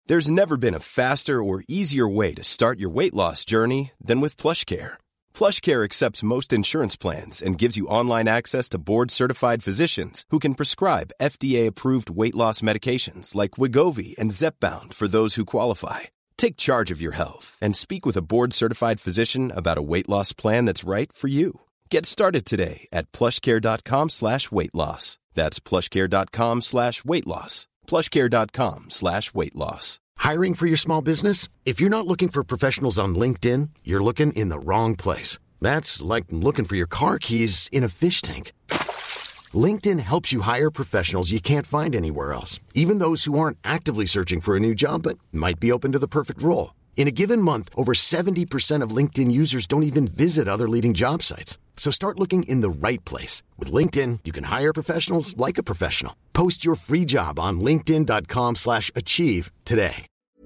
There's never been a faster or easier way to start your weight loss journey than with PlushCare. PlushCare accepts most insurance plans and gives you online access to board-certified physicians who can prescribe FDA-approved weight loss medications like Wegovy and Zepbound for those who qualify. Take charge of your health and speak with a board-certified physician about a weight loss plan that's right for you. Get started today at plushcare.com/weight-loss. That's plushcare.com/weight-loss. plushcare.com/weight-loss. Hiring for your small business? If you're not looking for professionals on LinkedIn, you're looking in the wrong place. That's like looking for your car keys in a fish tank. LinkedIn helps you hire professionals you can't find anywhere else, even those who aren't actively searching for a new job but might be open to the perfect role. In a given month, over 70% of LinkedIn users don't even visit other leading job sites. So start looking in the right place. With LinkedIn, you can hire professionals like a professional. Post your free job on linkedin.com/achieve today.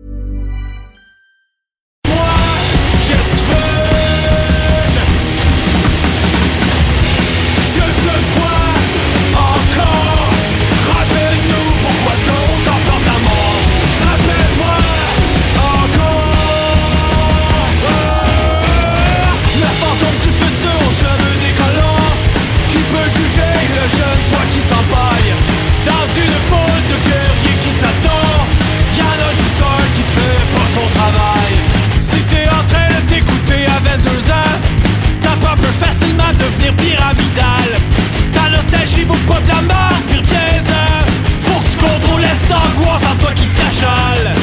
Devenir pyramidal. Ta nostalgie vaut pas de la marque, puis reviens-en. Faut que tu contrôles cette angoisse en toi qui t'achale.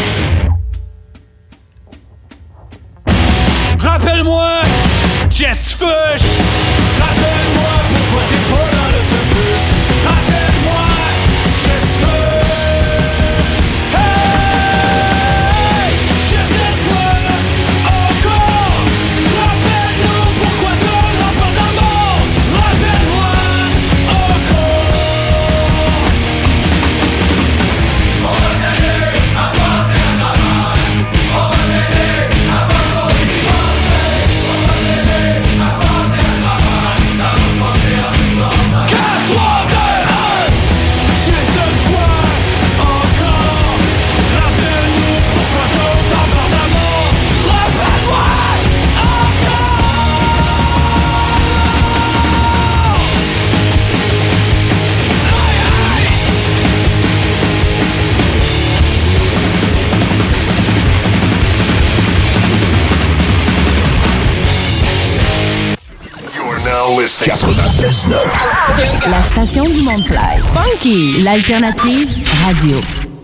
Rappelle-moi, Jess Fush. Rappelle-moi pourquoi t'es pas dans l'autobus. Rappelle-moi, Jess Fush. Hey, je sais toi encore. Rappelle-nous pourquoi t'as l'enfant d'amour. Rappelle-moi encore. On va t'aider à passer à travers. On va t'aider à pas trop y penser. On va t'aider à passer à travers. Ça va se passer à plus en temps. 4, 3, 2, 1. J'ai cette fois encore. Rappelle-nous pourquoi t'as autant peur d'amour. Rappelle-moi encore. You're now listening. 96.9. La station du Mont-Clair. Funky, l'alternative radio.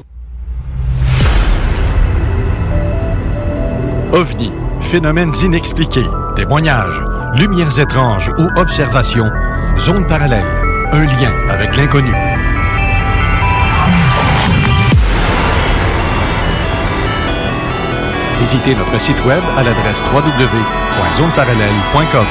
OVNI, phénomènes inexpliqués, témoignages, lumières étranges ou observations, zone parallèle, un lien avec l'inconnu. Visitez notre site web à l'adresse www.zoneparallèle.com.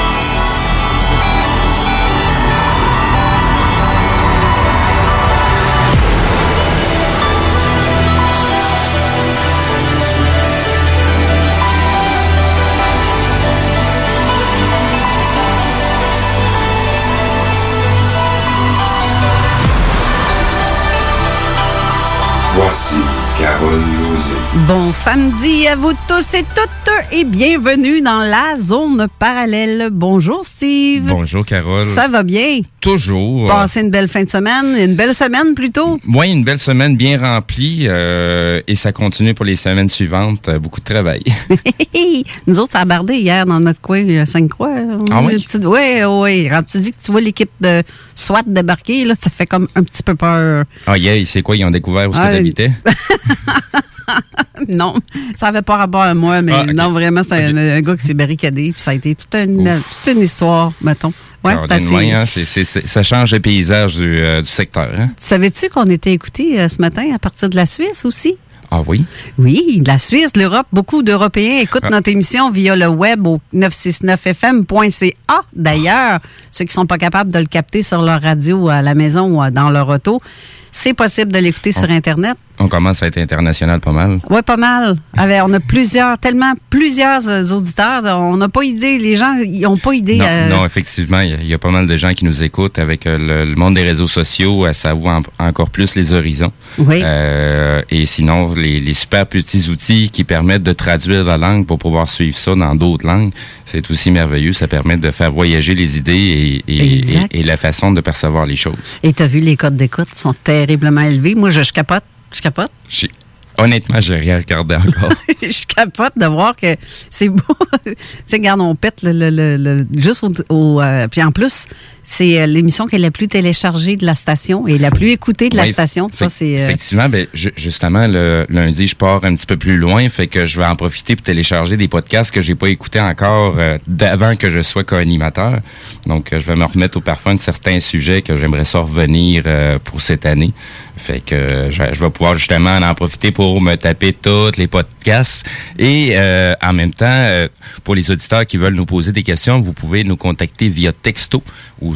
Voici Carole Lauzé. Bon samedi à vous tous et toutes et bienvenue dans la zone parallèle. Bonjour Steve. Bonjour Carole. Ça va bien? Toujours. Passez une belle fin de semaine, une belle semaine plutôt. Oui, une belle semaine bien remplie et ça continue pour les semaines suivantes. Beaucoup de travail. Nous autres, ça a bardé hier dans notre coin, Sainte-Croix. Ah oui? Oui. Quand tu dis que tu vois l'équipe de SWAT débarquer, là, ça fait comme un petit peu peur. Ah, yeah, c'est quoi? Ils ont découvert où tu habitais? Non, ça n'avait pas rapport à moi, mais okay. Non, vraiment, c'est un gars qui s'est barricadé, puis ça a été toute une histoire, mettons. Ouais, ça change le paysage du secteur. Hein? Savais-tu qu'on était écouté ce matin à partir de la Suisse aussi? Ah oui? Oui, la Suisse, l'Europe, beaucoup d'Européens écoutent notre émission via le web au 969fm.ca. D'ailleurs, ceux qui ne sont pas capables de le capter sur leur radio à la maison ou dans leur auto, c'est possible de l'écouter sur Internet. On commence à être international pas mal. Oui, pas mal. On a plusieurs auditeurs. On n'a pas idée. Les gens, ils n'ont pas idée. Non, effectivement, il y a pas mal de gens qui nous écoutent avec le monde des réseaux sociaux. Ça ouvre encore plus les horizons. Oui. Et sinon, les super petits outils qui permettent de traduire la langue pour pouvoir suivre ça dans d'autres langues, c'est aussi merveilleux. Ça permet de faire voyager les idées et la façon de percevoir les choses. Et tu as vu, les codes d'écoute sont terriblement élevés. Moi, je capote. Honnêtement, j'ai rien regardé encore. Je capote de voir que c'est beau. Tu sais, regarde, on pète juste puis en plus, c'est l'émission qui est la plus téléchargée de la station et la plus écoutée de la station. Ça, c'est... Effectivement, justement, le lundi, je pars un petit peu plus loin, fait que je vais en profiter pour télécharger des podcasts que j'ai pas écoutés encore d'avant que je sois co-animateur. Donc, je vais me remettre au parfum de certains sujets que j'aimerais ça revenir pour cette année. Fait que je vais pouvoir justement en profiter pour me taper tous les podcasts. Et en même temps, pour les auditeurs qui veulent nous poser des questions, vous pouvez nous contacter via texto au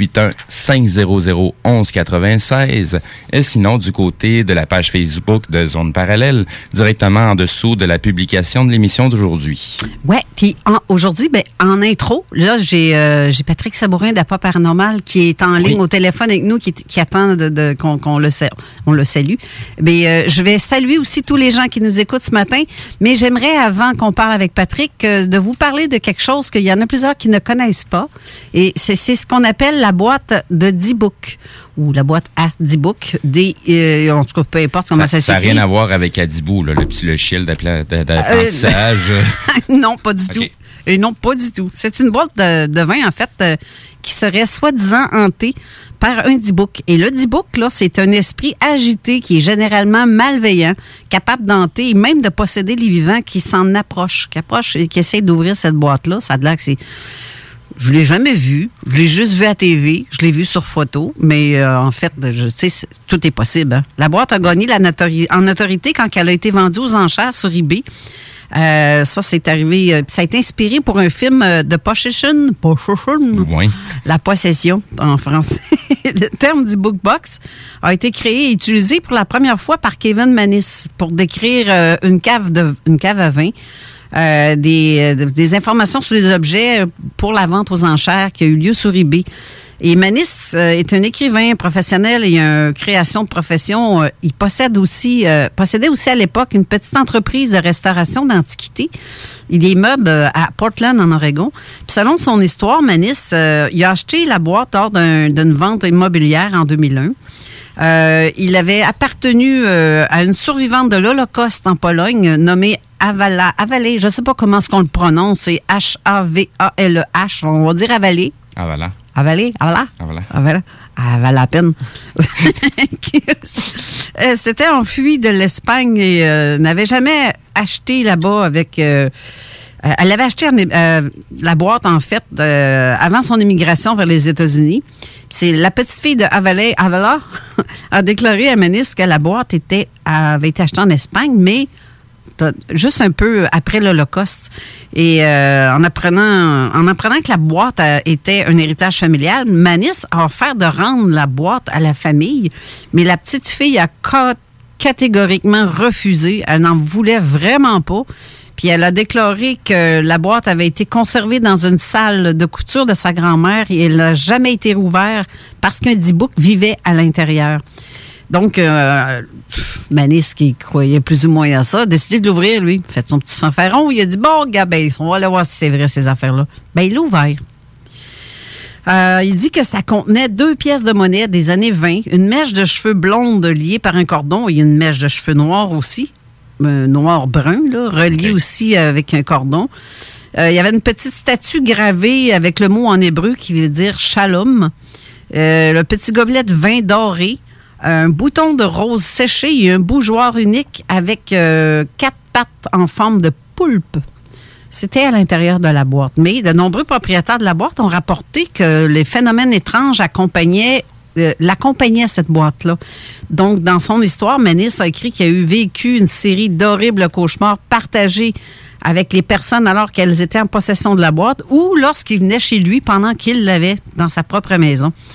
581-500-1196. Et sinon, du côté de la page Facebook de Zone Parallèle, directement en dessous de la publication de l'émission d'aujourd'hui. Ouais, puis aujourd'hui, en intro, là, j'ai Patrick Sabourin d'Appa Paranormal qui est en ligne au téléphone avec nous, qui attend qu'on le salue. On le salue. Mais je vais saluer aussi tous les gens qui nous écoutent ce matin, mais j'aimerais, avant qu'on parle avec Patrick, de vous parler de quelque chose qu'il y en a plusieurs qui ne connaissent pas. Et c'est ce qu'on appelle la boîte de D-Book, ou la boîte à D-Book. En tout cas, peu importe comment ça s'écrit. Ça n'a rien à voir avec Adibou, là, le logiciel d'apprentissage. Non, pas du tout. Et non, pas du tout. C'est une boîte de vin, en fait, qui serait soi-disant hantée par un D-Book. Et le D-Book, là, c'est un esprit agité qui est généralement malveillant, capable d'hanter et même de posséder les vivants qui s'en approchent, qui essaient d'ouvrir cette boîte-là. Ça a l'air que c'est... Je l'ai jamais vu. Je l'ai juste vu à TV. Je l'ai vu sur photo. Mais en fait, tout est possible. Hein. La boîte a gagné en notoriété quand elle a été vendue aux enchères sur eBay. Ça, c'est arrivé. Ça a été inspiré pour un film de Possession. Oui. La possession, en français. Le terme du bookbox a été créé et utilisé pour la première fois par Kevin Manis pour décrire une cave à vin. Des informations sur les objets pour la vente aux enchères qui a eu lieu sur eBay. Et Manis est un écrivain professionnel et une création de profession. Il possédait aussi à l'époque une petite entreprise de restauration d'antiquités et des meubles à Portland, en Oregon. Puis selon son histoire, Manis, il a acheté la boîte lors d'une vente immobilière en 2001. Il avait appartenu à une survivante de l'Holocauste en Pologne nommée Avalé. Je ne sais pas comment est-ce qu'on le prononce. C'est H-A-V-A-L-E-H. On va dire Avalé. Avala. La peine. S'était enfui de l'Espagne et n'avait jamais acheté là-bas avec... elle avait acheté la boîte, en fait, avant son émigration vers les États-Unis. C'est la petite fille de Avala a déclaré à Manis que la boîte avait été achetée en Espagne, mais juste un peu après l'Holocauste. Et en apprenant que la boîte était un héritage familial, Manis a offert de rendre la boîte à la famille, mais la petite fille a catégoriquement refusé. Elle n'en voulait vraiment pas. Puis elle a déclaré que la boîte avait été conservée dans une salle de couture de sa grand-mère et elle n'a jamais été rouverte parce qu'un D-Book vivait à l'intérieur. Donc, Manis, qui croyait plus ou moins à ça, a décidé de l'ouvrir, lui. Il a fait son petit fanfaron. Il a dit, bon, gars, on va aller voir si c'est vrai, ces affaires-là. Il l'a ouvert. Il dit que ça contenait 2 pièces de monnaie des années 20, une mèche de cheveux blonde liée par un cordon et une mèche de cheveux noirs aussi, noir-brun, là, reliée aussi avec un cordon. Il y avait une petite statue gravée avec le mot en hébreu qui veut dire « shalom ». Le petit gobelet de vin doré, un bouton de rose séché et un bougeoir unique avec 4 pattes en forme de poulpe. C'était à l'intérieur de la boîte. Mais de nombreux propriétaires de la boîte ont rapporté que les phénomènes étranges l'accompagnaient, cette boîte-là. Donc, dans son histoire, Manis a écrit qu'il a vécu une série d'horribles cauchemars partagés avec les personnes alors qu'elles étaient en possession de la boîte ou lorsqu'il venait chez lui pendant qu'il l'avait dans sa propre maison.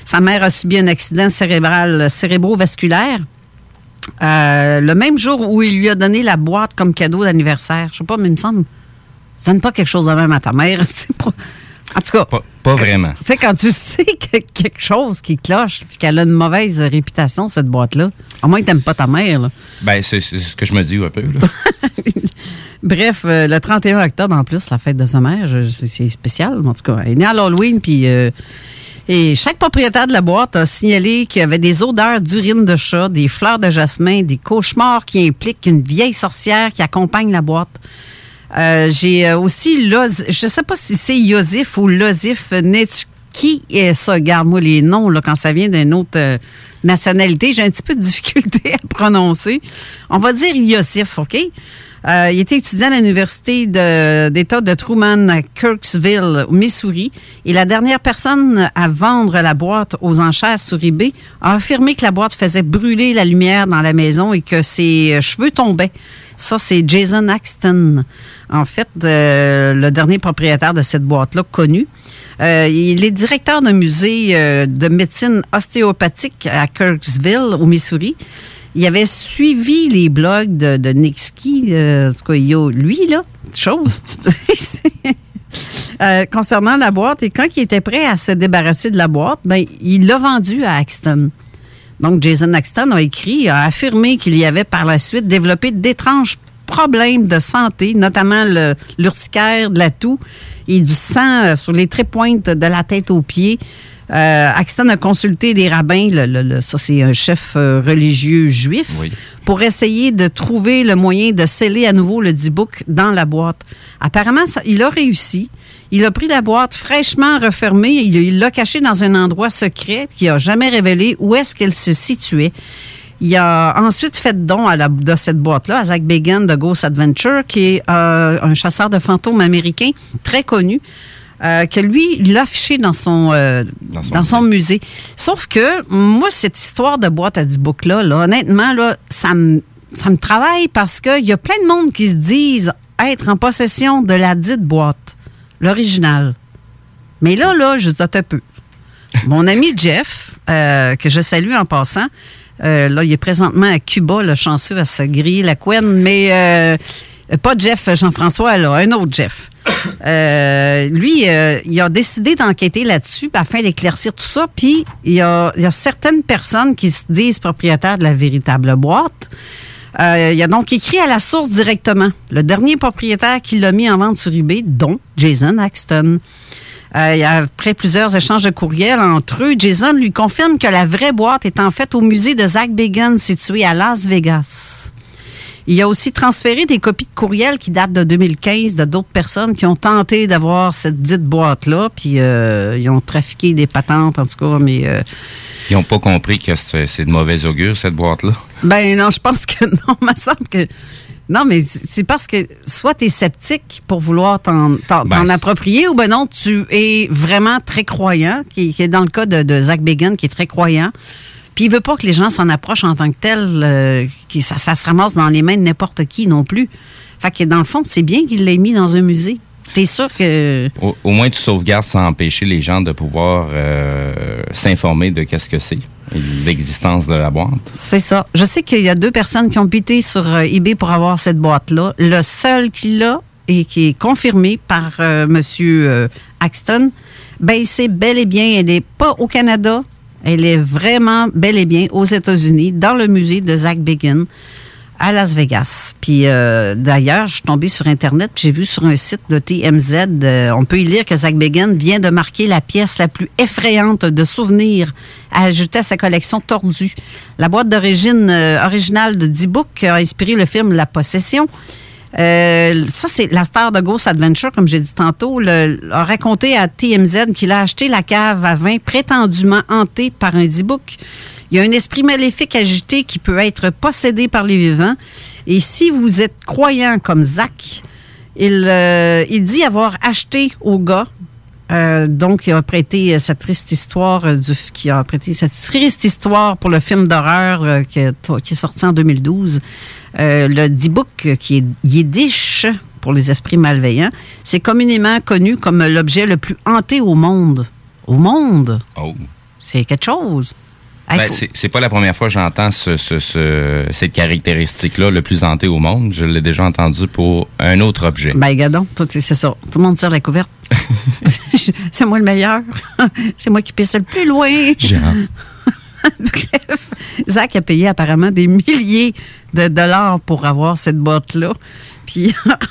Sa mère a subi un accident cérébrovasculaire. Le même jour où il lui a donné la boîte comme cadeau d'anniversaire. Je sais pas, mais il me semble, tu donnes pas quelque chose de même à ta mère. En tout cas. Pas vraiment. Tu sais, quand tu sais que quelque chose qui cloche puis qu'elle a une mauvaise réputation, cette boîte-là, à moins que t'aimes pas ta mère, là. Ben, c'est ce que je me dis un peu, là. Bref, le 31 octobre, en plus, la fête de sa mère, c'est spécial. En tout cas, elle est née à l'Halloween, puis... et chaque propriétaire de la boîte a signalé qu'il y avait des odeurs d'urine de chat, des fleurs de jasmin, des cauchemars qui impliquent une vieille sorcière qui accompagne la boîte. J'ai aussi, je sais pas si c'est Yosif ou Losif Netski, et ça, garde-moi les noms, là, quand ça vient d'une autre nationalité, j'ai un petit peu de difficulté à prononcer. On va dire Yosif, OK? Il était étudiant à l'Université d'État de Truman à Kirksville, au Missouri. Et la dernière personne à vendre la boîte aux enchères sur eBay a affirmé que la boîte faisait brûler la lumière dans la maison et que ses cheveux tombaient. Ça, c'est Jason Axton. En fait, le dernier propriétaire de cette boîte-là, connu. Il est directeur d'un musée de médecine ostéopathique à Kirksville, au Missouri. Il avait suivi les blogs de Nixky, en tout cas, il y a lui, là, chose, concernant la boîte. Et quand il était prêt à se débarrasser de la boîte, ben, il l'a vendue à Axton. Donc, Jason Axton a affirmé qu'il y avait par la suite développé d'étranges problèmes de santé, notamment l'urticaire, de la toux et du sang sur les trépointes de la tête aux pieds. Axton a consulté des rabbins, ça c'est un chef religieux juif, oui, pour essayer de trouver le moyen de sceller à nouveau le D-Book dans la boîte. Apparemment, il a réussi. Il a pris la boîte fraîchement refermée, il l'a cachée dans un endroit secret, puis il n'a jamais révélé où est-ce qu'elle se situait. Il a ensuite fait don de cette boîte-là à Zach Bagans de Ghost Adventure, qui est un chasseur de fantômes américain très connu. Que lui, il l'a affiché dans son musée. Sauf que, moi, cette histoire de boîte à D-Book-là, honnêtement, là, ça me travaille parce qu'il y a plein de monde qui se disent être en possession de la dite boîte, l'original. Mais là, juste un peu. Mon ami Jeff, que je salue en passant, là, il est présentement à Cuba, le chanceux à se griller la couenne, mais... pas Jeff Jean-François, là, un autre Jeff. Lui, il a décidé d'enquêter là-dessus afin d'éclaircir tout ça. Puis, il y a certaines personnes qui se disent propriétaires de la véritable boîte. Il a donc écrit à la source directement. Le dernier propriétaire qui l'a mis en vente sur eBay, dont Jason Axton. Après plusieurs échanges de courriels entre eux, Jason lui confirme que la vraie boîte est en fait au musée de Zach Bagans, situé à Las Vegas. Il a aussi transféré des copies de courriels qui datent de 2015 de d'autres personnes qui ont tenté d'avoir cette dite boîte-là, puis ils ont trafiqué des patentes, en tout cas, mais... Ils n'ont pas compris que c'est de mauvais augure, cette boîte-là? Ben non, je pense que non, il me semble que... Non, mais c'est parce que soit tu es sceptique pour vouloir t'en approprier, ou ben non, tu es vraiment très croyant, qui est dans le cas de Zach Bagans, qui est très croyant. Puis il veut pas que les gens s'en approchent en tant que tel, ça se ramasse dans les mains de n'importe qui non plus. Fait que dans le fond, c'est bien qu'il l'ait mis dans un musée. T'es sûr que... Au moins, tu sauvegardes sans empêcher les gens de pouvoir s'informer de qu'est-ce que c'est, l'existence de la boîte. C'est ça. Je sais qu'il y a 2 personnes qui ont buté sur eBay pour avoir cette boîte-là. Le seul qui l'a et qui est confirmé par Monsieur Axton, ben c'est bel et bien, elle n'est pas au Canada. Elle est vraiment bel et bien aux États-Unis, dans le musée de Zach Bagans, à Las Vegas. Puis d'ailleurs, je suis tombée sur Internet, j'ai vu sur un site de TMZ, on peut y lire que Zach Bagans vient de marquer la pièce la plus effrayante de souvenirs à ajouter à sa collection tordue. La boîte d'origine originale de D-Book a inspiré le film La Possession. Ça, c'est la star de Ghost Adventure, comme j'ai dit tantôt, a raconté à TMZ qu'il a acheté la cave à vin prétendument hantée par un D-Book. Il y a un esprit maléfique agité qui peut être possédé par les vivants. Et si vous êtes croyant comme Zach, il dit avoir acheté au gars. Donc, il a prêté cette triste histoire pour le film d'horreur qui est sorti en 2012. Le D-Book, qui est yiddish pour les esprits malveillants, c'est communément connu comme l'objet le plus hanté au monde. Au monde? Oh! C'est quelque chose. Ben, c'est pas la première fois que j'entends cette caractéristique-là le plus hanté au monde. Je l'ai déjà entendu pour un autre objet. Ben, gadon, c'est ça. Tout le monde tire la couverte. C'est moi le meilleur. C'est moi qui pisse le plus loin. Genre. Bref, Zach a payé apparemment des milliers de dollars pour avoir cette boîte-là. Puis,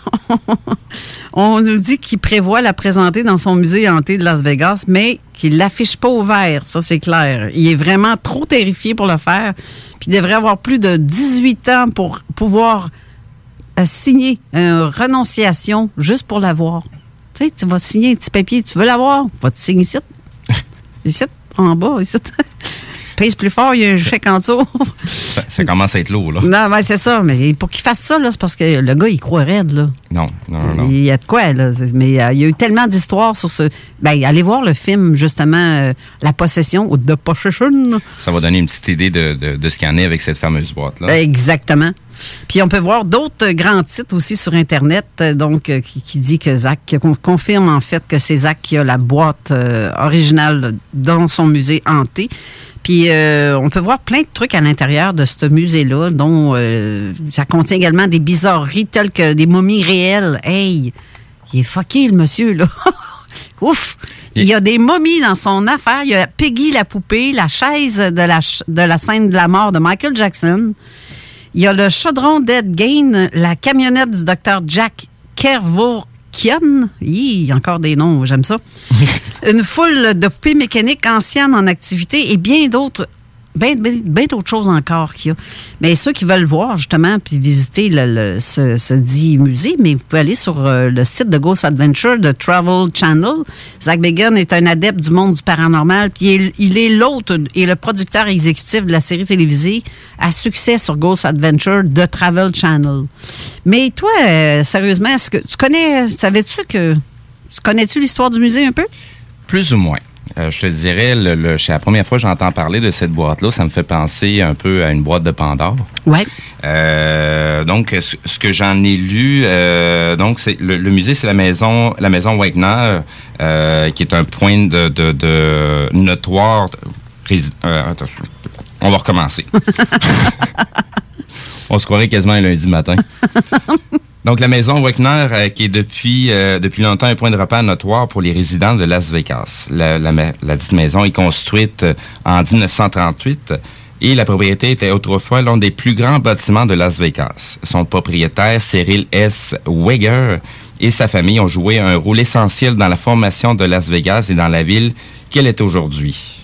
on nous dit qu'il prévoit la présenter dans son musée hanté de Las Vegas, mais qu'il ne l'affiche pas au vert, ça c'est clair. Il est vraiment trop terrifié pour le faire. Puis, il devrait avoir plus de 18 ans pour pouvoir signer une renonciation juste pour l'avoir. Tu sais, tu vas signer un petit papier, tu veux l'avoir, va te signer ici. Ici, en bas, ici. Pèse plus fort, il y a un chèque en dessous. Ça commence à être lourd, là. Non, ben c'est ça. Mais pour qu'il fasse ça, là, c'est parce que le gars, il croit raide, là. Non. Il y a de quoi, là. Mais il y a eu tellement d'histoires sur ce... Ben, allez voir le film, justement, La Possession, ou The Possession. Ça va donner une petite idée de ce qu'il y en est avec cette fameuse boîte-là. Exactement. Puis on peut voir d'autres grands titres aussi sur Internet, donc qui dit que Zach confirme en fait que c'est Zach qui a la boîte originale dans son musée hanté. Puis on peut voir plein de trucs à l'intérieur de ce musée-là, dont ça contient également des bizarreries telles que des momies réelles. Hey, il est fucké le monsieur là. Ouf! Il y a des momies dans son affaire. Il y a Peggy la poupée, la chaise de la scène de la mort de Michael Jackson. Il y a le chaudron d'Ed Gein, la camionnette du Dr. Jack Kevorkian. Il y a encore des noms, j'aime ça. Une foule de poupées mécaniques anciennes en activité et bien d'autres choses encore qu'il y a. Mais ceux qui veulent voir, justement, puis visiter ce dit musée, mais vous pouvez aller sur le site de Ghost Adventure de Travel Channel. Zach Bagans est un adepte du monde du paranormal, puis il est l'hôte et le producteur exécutif de la série télévisée à succès sur Ghost Adventure de Travel Channel. Mais toi, sérieusement, est-ce que connais-tu l'histoire du musée un peu? Plus ou moins. Je te dirais, c'est la première fois que j'entends parler de cette boîte-là. Ça me fait penser un peu à une boîte de Pandore. Oui. Donc, ce que j'en ai lu, donc c'est le musée, c'est la maison Wagner, qui est un point de notoire. On va recommencer. On se croirait quasiment un lundi matin. Donc, la maison Wagner, qui est depuis longtemps un point de repère notoire pour les résidents de Las Vegas. La dite maison est construite en 1938 et la propriété était autrefois l'un des plus grands bâtiments de Las Vegas. Son propriétaire, Cyril S. Wager, et sa famille ont joué un rôle essentiel dans la formation de Las Vegas et dans la ville qu'elle est aujourd'hui.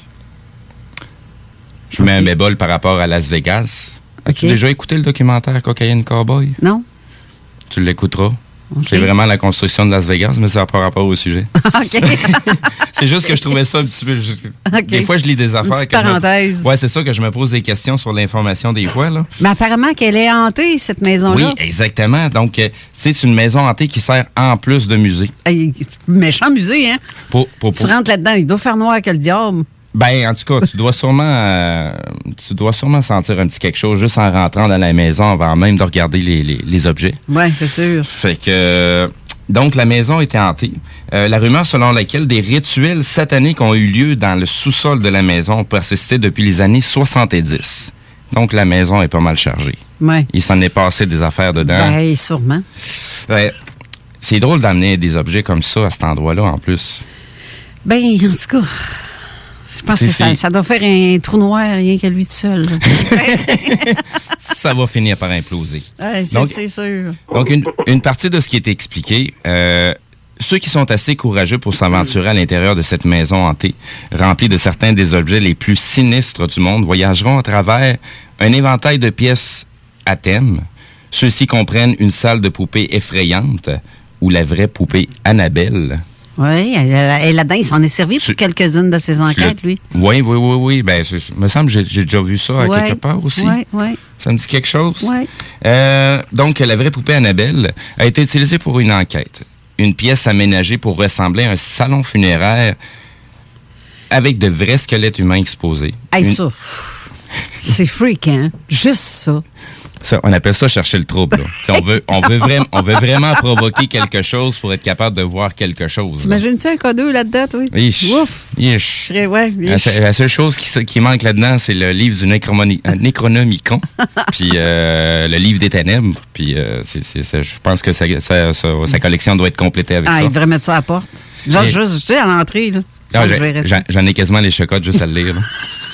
Je mets un bémol par rapport à Las Vegas. As-tu déjà écouté le documentaire Cocaine Cowboy? Non. Tu l'écouteras. Okay. C'est vraiment la construction de Las Vegas, mais ça n'a pas rapport au sujet. OK. C'est juste que je trouvais ça un petit peu... Okay. Des fois, je lis des affaires... parenthèse. Ouais, c'est ça, que je me pose des questions sur l'information des fois, là. Mais apparemment qu'elle est hantée, cette maison-là. Oui, exactement. Donc, c'est une maison hantée qui sert en plus de musée. Hey, méchant musée, hein? Tu rentres là-dedans, il doit faire noir que le diable. Ben, en tout cas, tu dois sûrement sentir un petit quelque chose juste en rentrant dans la maison avant même de regarder les objets. Oui, c'est sûr. Fait que, donc, la maison était hantée. La rumeur selon laquelle des rituels sataniques ont eu lieu dans le sous-sol de la maison ont persisté depuis les années 70. Donc, la maison est pas mal chargée. Ouais. Il s'en est passé des affaires dedans. Ben, sûrement. Ouais. C'est drôle d'amener des objets comme ça à cet endroit-là, en plus. Ben, en tout cas... Je pense que ça doit faire un trou noir rien qu'à lui tout seul. Ça va finir par imploser. Ouais, c'est sûr. Donc, une partie de ce qui est expliqué, ceux qui sont assez courageux pour s'aventurer à l'intérieur de cette maison hantée, remplie de certains des objets les plus sinistres du monde, voyageront à travers un éventail de pièces à thème. Ceux-ci comprennent une salle de poupées effrayante ou la vraie poupée Annabelle. Oui, là-dedans, il s'en est servi pour quelques-unes de ses enquêtes, lui. Oui. Ben, me semble que j'ai déjà vu ça à quelque part aussi. Oui. Ça me dit quelque chose? Oui. Donc, la vraie poupée Annabelle a été utilisée pour une enquête. Une pièce aménagée pour ressembler à un salon funéraire avec de vrais squelettes humains exposés. Hey, ça! C'est freak, hein? Juste ça. Ça, on appelle ça chercher le trouble. Là. on veut vraiment provoquer quelque chose pour être capable de voir quelque chose. T'imagines-tu un codeux là-dedans, toi? Ouf! La seule chose qui manque là-dedans, c'est le livre du Necronomicon, puis le livre des ténèbres. Puis je pense que sa collection doit être complétée avec ça. Ah, il devrait mettre ça à la porte. Genre, juste, tu sais, à l'entrée, là. J'en ai quasiment les chocottes juste à le lire.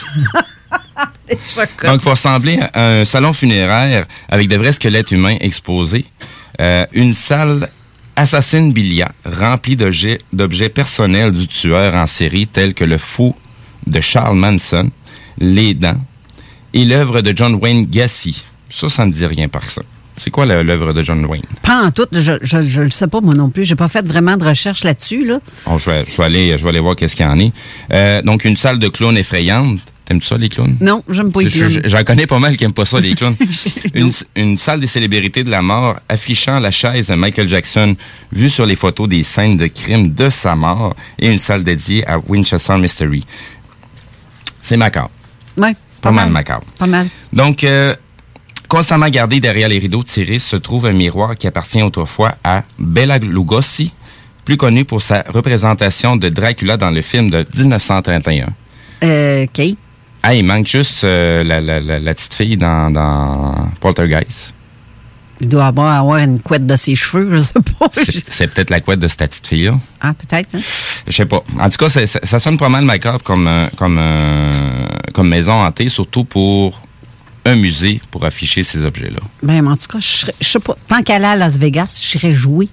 Donc, il faut ressembler à un salon funéraire avec de vrais squelettes humains exposés. Une salle assassine-bilia remplie d'objets personnels du tueur en série tels que le fou de Charles Manson, les dents et l'œuvre de John Wayne Gacy. Ça ne dit rien par ça. C'est quoi l'œuvre de John Wayne? Pas en tout. Je le sais pas, moi non plus. J'ai pas fait vraiment de recherche là-dessus, là. Oh, je vais aller voir qu'est-ce qu'il y en est. Donc, une salle de clowns effrayante. T'aimes-tu ça, les clowns? Non, j'aime pas les clowns. J'en connais pas mal qui n'aiment pas ça, les clowns. Une salle des célébrités de la mort affichant la chaise de Michael Jackson vue sur les photos des scènes de crime de sa mort et une salle dédiée à Winchester Mystery. C'est macabre. Oui, pas mal macabre. Pas mal. Donc, constamment gardé derrière les rideaux tirés se trouve un miroir qui appartient autrefois à Bela Lugosi, plus connu pour sa représentation de Dracula dans le film de 1931. OK. Ah, il manque juste la petite fille dans Poltergeist. Il doit avoir une couette de ses cheveux, je sais pas. C'est peut-être la couette de cette petite fille-là. Ah, peut-être, hein? Je sais pas. En tout cas, ça sonne pas mal macabre comme maison hantée, surtout pour un musée pour afficher ces objets-là. Ben, en tout cas, je sais pas. Tant qu'elle est à Las Vegas, je serais joué.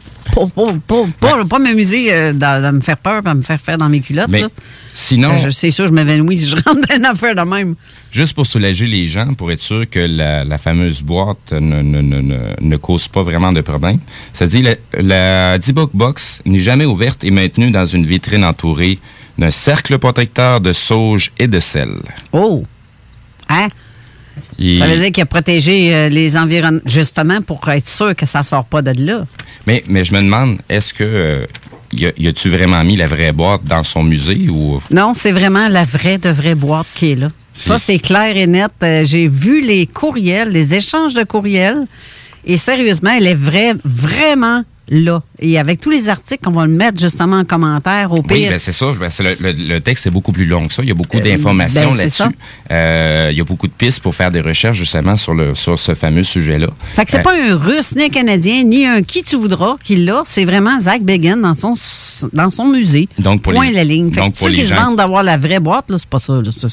Pas m'amuser de me faire peur, à me faire faire dans mes culottes. Mais là. Sinon... c'est sûr, je m'évanouis si je rentre dans une affaire de même. Juste pour soulager les gens, pour être sûr que la fameuse boîte ne cause pas vraiment de problème. C'est-à-dire, la D-Book Box n'est jamais ouverte et maintenue dans une vitrine entourée d'un cercle protecteur de sauge et de sel. Oh! Hein? Ça veut dire qu'il a protégé les environnements, justement, pour être sûr que ça ne sort pas de là. Mais je me demande, est-ce que y a-tu vraiment mis la vraie boîte dans son musée ou... Non, c'est vraiment la vraie boîte qui est là. Ça, c'est clair et net. J'ai vu les courriels, les échanges de courriels, et sérieusement, elle est vraiment là. Et avec tous les articles, on va le mettre justement en commentaire au pire. Oui, ben c'est ça. Le texte est beaucoup plus long que ça. Il y a beaucoup d'informations là-dessus. Il y a beaucoup de pistes pour faire des recherches justement sur ce fameux sujet-là. Fait que c'est pas un Russe, ni un Canadien, ni un qui tu voudras qui l'a. C'est vraiment Zach Bagans dans son musée. Donc pour la ligne. Fait que ceux qui se vendent d'avoir la vraie boîte, là, c'est pas ça.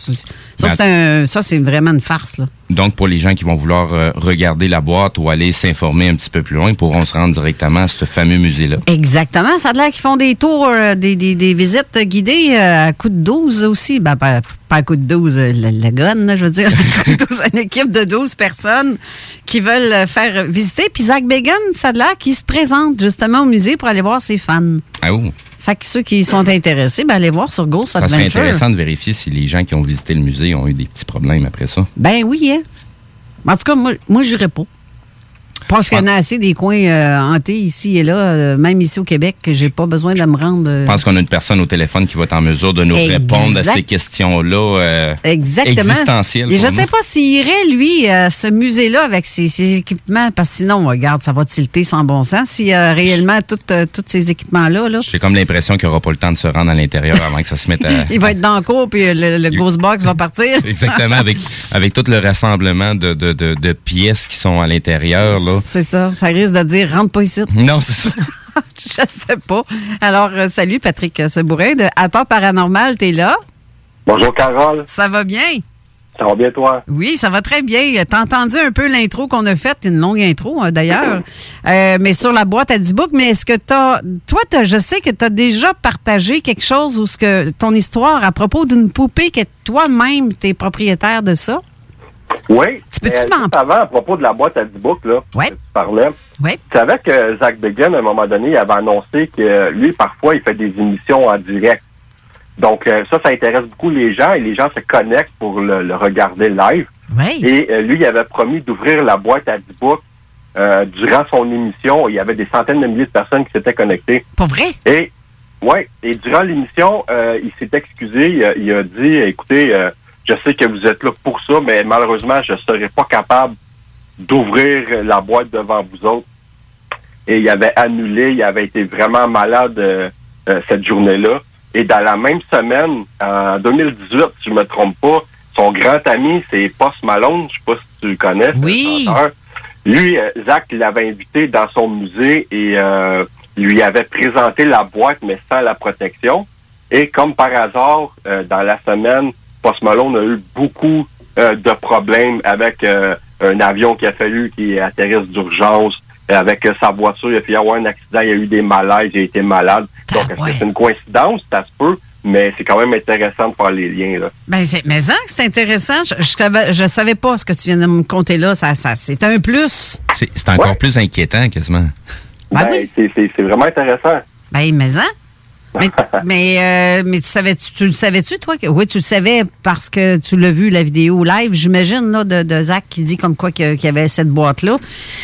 Là. Ça, c'est vraiment une farce, là. Donc, pour les gens qui vont vouloir regarder la boîte ou aller s'informer un petit peu plus loin, ils pourront se rendre directement à ce fameux musée-là. Exactement. Ça a l'air qu'ils font des tours, des visites guidées à coup de 12 aussi. Ben, pas à coup de 12, la gonne, là, je veux dire. Une équipe de 12 personnes qui veulent faire visiter. Puis Zach Bagans, ça a l'air qu'il se présente justement au musée pour aller voir ses fans. Ah oui. Fait que ceux qui sont intéressés, ben allez voir sur Ghost Adventure. Ça serait intéressant de vérifier si les gens qui ont visité le musée ont eu des petits problèmes après ça. Ben oui, hein. En tout cas, moi j'irais pas. Parce qu'il y en a assez des coins hantés ici et là, même ici au Québec, que j'ai pas besoin de me rendre. Je pense qu'on a une personne au téléphone qui va être en mesure de nous répondre à ces questions-là existentielles. Et je sais pas s'il irait, lui, ce musée-là avec ses équipements, parce que sinon, regarde, ça va tilter sans bon sens. S'il y a réellement tous ces équipements-là. Là. J'ai comme l'impression qu'il n'aura pas le temps de se rendre à l'intérieur avant que ça se mette à... Il va être dans le cours, puis le Ghostbox va partir. Exactement, avec tout le rassemblement de pièces qui sont à l'intérieur, là. C'est ça. Ça risque de dire « rentre pas ici ». Non, c'est ça. Je sais pas. Alors, salut Patrick Sebourin de Apport Paranormal, t'es là? Bonjour Carole. Ça va bien? Ça va bien toi? Oui, ça va très bien. T'as entendu un peu l'intro qu'on a faite, une longue intro d'ailleurs, mais sur la boîte à D-Book, mais est-ce que je sais que tu as déjà partagé quelque chose ou ton histoire à propos d'une poupée que toi-même, t'es propriétaire de ça? Oui. Tu peux-tu m'en parler? Avant, à propos de la boîte à D-Book, là, ouais. que tu parlais, ouais. Tu savais que Zach Bagans, à un moment donné, il avait annoncé que lui, parfois, il fait des émissions en direct. Donc, ça intéresse beaucoup les gens et les gens se connectent pour le regarder live. Ouais. Et lui, il avait promis d'ouvrir la boîte à D-Book durant son émission. Il y avait des centaines de milliers de personnes qui s'étaient connectées. Pas vrai? Et durant l'émission, il s'est excusé. Il a dit, écoutez... je sais que vous êtes là pour ça, mais malheureusement, je serais pas capable d'ouvrir la boîte devant vous autres. Et il avait annulé, il avait été vraiment malade cette journée-là. Et dans la même semaine, en 2018, si je me trompe pas, son grand ami, c'est Post Malone, je sais pas si tu le connais. Oui. Lui, Zach l'avait invité dans son musée et lui avait présenté la boîte, mais sans la protection. Et comme par hasard, dans la semaine, Post Malone a eu beaucoup de problèmes avec un avion qui a fallu qu'il atterrisse d'urgence. Avec sa voiture, il a fait avoir un accident, il y a eu des malaises, il a été malade. Donc, est-ce que c'est une coïncidence? Ça se peut, mais c'est quand même intéressant de faire les liens, là. Ben, c'est intéressant. Je savais pas ce que tu viens de me conter là. Ça, c'est un plus. C'est encore plus inquiétant, quasiment. Ben oui. C'est vraiment intéressant. Ben, mais tu le savais-tu, toi? Oui, tu le savais parce que tu l'as vu, la vidéo live, j'imagine, là, de Zach qui dit comme quoi qu'il y avait cette boîte-là.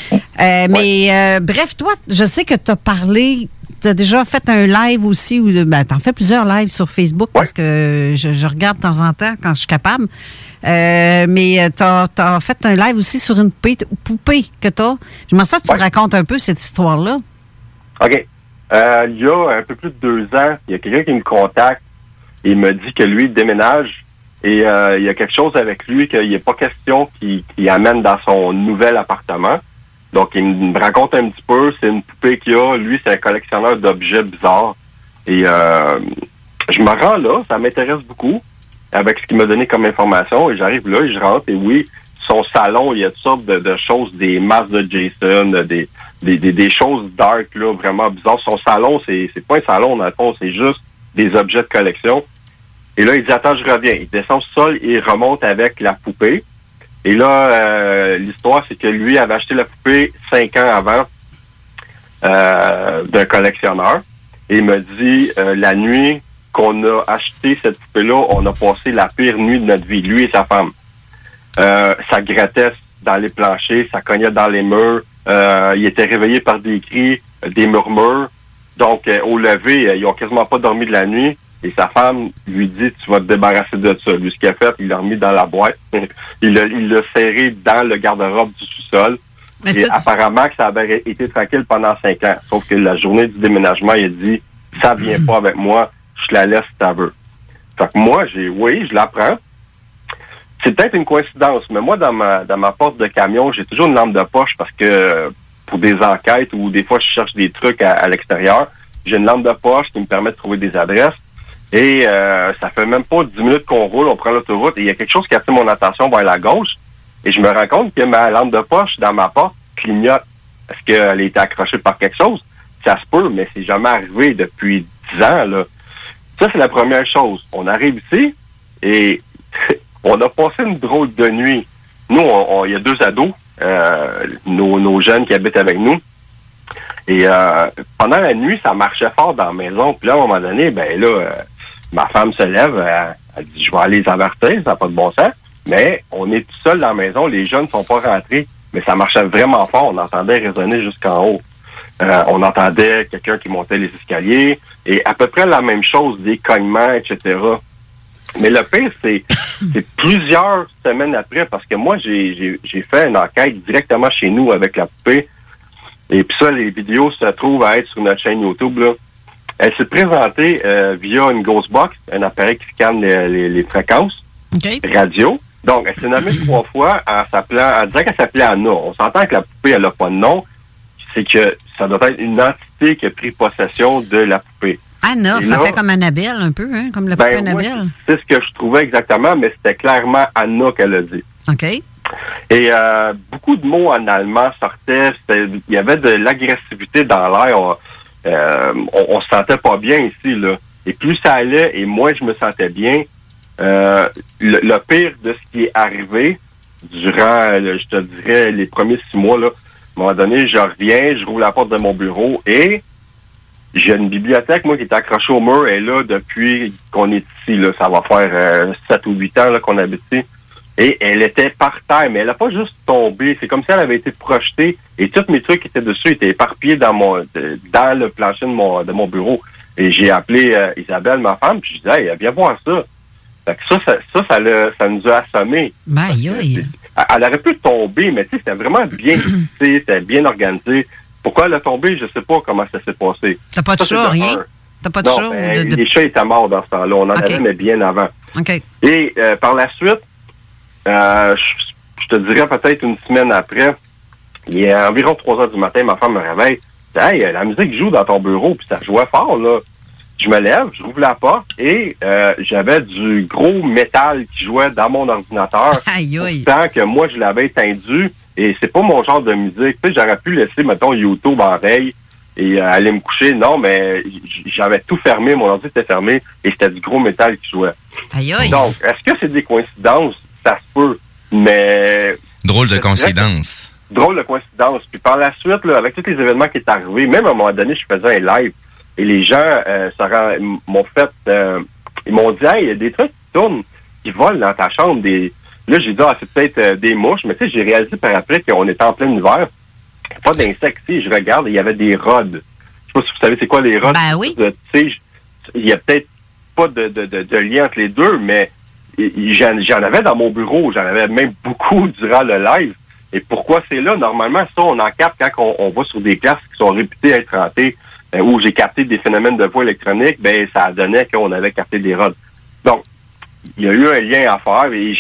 Bref, toi, je sais que tu as parlé, tu as déjà fait un live aussi, ou tu en fais plusieurs lives sur Facebook parce que je regarde de temps en temps quand je suis capable. Mais tu as fait un live aussi sur une poupée que tu as. J'aimerais ça que tu me racontes un peu cette histoire-là. OK. Il y a un peu plus de 2 ans, il y a quelqu'un qui me contacte et il me dit que lui, il déménage et il y a quelque chose avec lui qu'il n'est pas question qu'il amène dans son nouvel appartement. Donc, il me raconte un petit peu, c'est une poupée qu'il a. Lui, c'est un collectionneur d'objets bizarres. Et je me rends là, ça m'intéresse beaucoup avec ce qu'il m'a donné comme information. Et j'arrive là et je rentre et oui, son salon, il y a toutes sortes de choses, des masques de Jason, des choses dark, là, vraiment bizarres. Son salon, c'est pas un salon, dans le fond, c'est juste des objets de collection. Et là, il dit, attends, je reviens. Il descend au sol et il remonte avec la poupée. Et là, l'histoire, c'est que lui avait acheté la poupée 5 ans avant d'un collectionneur. Et il me dit, la nuit qu'on a acheté cette poupée-là, on a passé la pire nuit de notre vie, lui et sa femme. Ça grattait dans les planchers, ça cognait dans les murs. Il était réveillé par des cris, des murmures. Donc, au lever, ils ont quasiment pas dormi de la nuit. Et sa femme lui dit, tu vas te débarrasser de ça. Lui, ce qu'il a fait, il l'a remis dans la boîte. il l'a serré dans le garde-robe du sous-sol. Et apparemment que ça avait été tranquille pendant 5 ans. Sauf que la journée du déménagement, il a dit, ça vient pas avec moi, je la laisse si ça veut. Fait que moi, je la prends. C'est peut-être une coïncidence, mais moi, dans ma porte de camion, j'ai toujours une lampe de poche parce que pour des enquêtes ou des fois, je cherche des trucs à l'extérieur, j'ai une lampe de poche qui me permet de trouver des adresses. Et ça fait même pas 10 minutes qu'on roule, on prend l'autoroute et il y a quelque chose qui attire mon attention vers la gauche. Et je me rends compte que ma lampe de poche dans ma porte clignote. Est-ce qu'elle a été accrochée par quelque chose? Ça se peut, mais c'est jamais arrivé depuis 10 ans, là. Ça, c'est la première chose. On arrive ici et on a passé une drôle de nuit. Nous, il y a 2 ados, nos jeunes qui habitent avec nous. Et pendant la nuit, ça marchait fort dans la maison. Puis là, à un moment donné, ma femme se lève, elle dit, je vais aller les avertir, ça n'a pas de bon sens. Mais on est tout seul dans la maison, les jeunes ne sont pas rentrés. Mais ça marchait vraiment fort, on entendait résonner jusqu'en haut. On entendait quelqu'un qui montait les escaliers. Et à peu près la même chose, des cognements, etc. Mais le pire, c'est plusieurs semaines après, parce que moi, j'ai fait une enquête directement chez nous avec la poupée. Et puis ça, les vidéos se trouvent à être sur notre chaîne YouTube, là. Elle s'est présentée via une Ghostbox, un appareil qui scanne les fréquences radio. Donc, elle s'est nommée 3 fois en disant qu'elle s'appelait Anna. On s'entend que la poupée, elle n'a pas de nom. C'est que ça doit être une entité qui a pris possession de la poupée. Anna, ça fait comme Annabelle un peu, hein? Comme la poupée Annabelle. C'est ce que je trouvais exactement, mais c'était clairement Anna qu'elle a dit. OK. Et beaucoup de mots en allemand sortaient. Il y avait de l'agressivité dans l'air. On se sentait pas bien ici, là. Et plus ça allait, et moins je me sentais bien. Le pire de ce qui est arrivé durant, je te dirais, les premiers 6 mois, là, à un moment donné, je reviens, je rouvre la porte de mon bureau et j'ai une bibliothèque, moi, qui est accrochée au mur. Et là, depuis qu'on est ici, là, ça va faire 7 ou 8 ans là, qu'on habite ici. Et elle était par terre, mais elle n'a pas juste tombé. C'est comme si elle avait été projetée et tous mes trucs qui étaient dessus étaient éparpillés dans le plancher de mon bureau. Et j'ai appelé Isabelle, ma femme, puis je disais, hey, viens voir ça. Fait que ça nous a assommés. Aïe. Elle aurait pu tomber, mais tu sais, c'était vraiment bien fixé, c'était bien organisé. Pourquoi elle a tombé, je sais pas comment ça s'est passé. T'as pas de chat, rien? T'as pas de chat? Les chats étaient morts dans ce temps-là. On en avait, mais bien avant. OK. Et par la suite, je te dirais peut-être une semaine après, il est environ 3 heures du matin, ma femme me réveille. Hey, la musique joue dans ton bureau, puis ça jouait fort, là. Je me lève, j'ouvre la porte et j'avais du gros métal qui jouait dans mon ordinateur. Aïe. Tant que moi, je l'avais éteindu et c'est pas mon genre de musique. Tu sais, j'aurais pu laisser, mettons, YouTube en veille et aller me coucher. Non, mais j'avais tout fermé, mon ordi était fermé et c'était du gros métal qui jouait. Aïe. Donc, est-ce que c'est des coïncidences? Ça se peut, mais... Drôle de coïncidence. Drôle de coïncidence. Puis par la suite, là, avec tous les événements qui est arrivés, même à un moment donné, je faisais un live et les gens m'ont fait... ils m'ont dit, hey, il y a des trucs qui tournent, qui volent dans ta chambre. Là, j'ai dit, c'est peut-être des mouches, mais tu sais, j'ai réalisé par après qu'on était en plein hiver. Pas d'insectes, tu sais, je regarde, il y avait des rods. Je sais pas si vous savez c'est quoi les rods. Ben oui. Tu sais, il y a peut-être pas de lien entre les deux, mais j'en avais dans mon bureau. J'en avais même beaucoup durant le live. Et pourquoi c'est là? Normalement, ça, on en capte quand on va sur des places qui sont réputées être hantées, où j'ai capté des phénomènes de voix électronique, ça donnait qu'on avait capté des rods. Donc, il y a eu un lien à faire et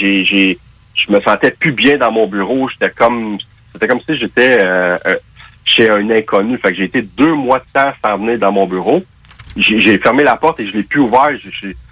je me sentais plus bien dans mon bureau. C'était comme si j'étais chez un inconnu. Fait que j'ai été 2 mois de temps sans venir dans mon bureau. J'ai fermé la porte et je l'ai plus ouvert. Si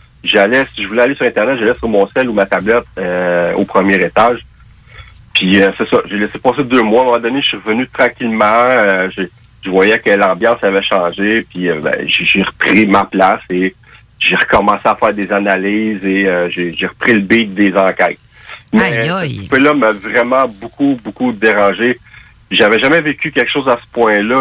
je voulais aller sur Internet, j'allais sur mon cell ou ma tablette au premier étage. Puis c'est ça, j'ai laissé passer 2 mois. À un moment donné, je suis revenu tranquillement. Je voyais que l'ambiance avait changé. Puis j'ai repris ma place et j'ai recommencé à faire des analyses et j'ai repris le beat des enquêtes. Mais ce peu-là m'a vraiment beaucoup, beaucoup dérangé. J'avais jamais vécu quelque chose à ce point-là.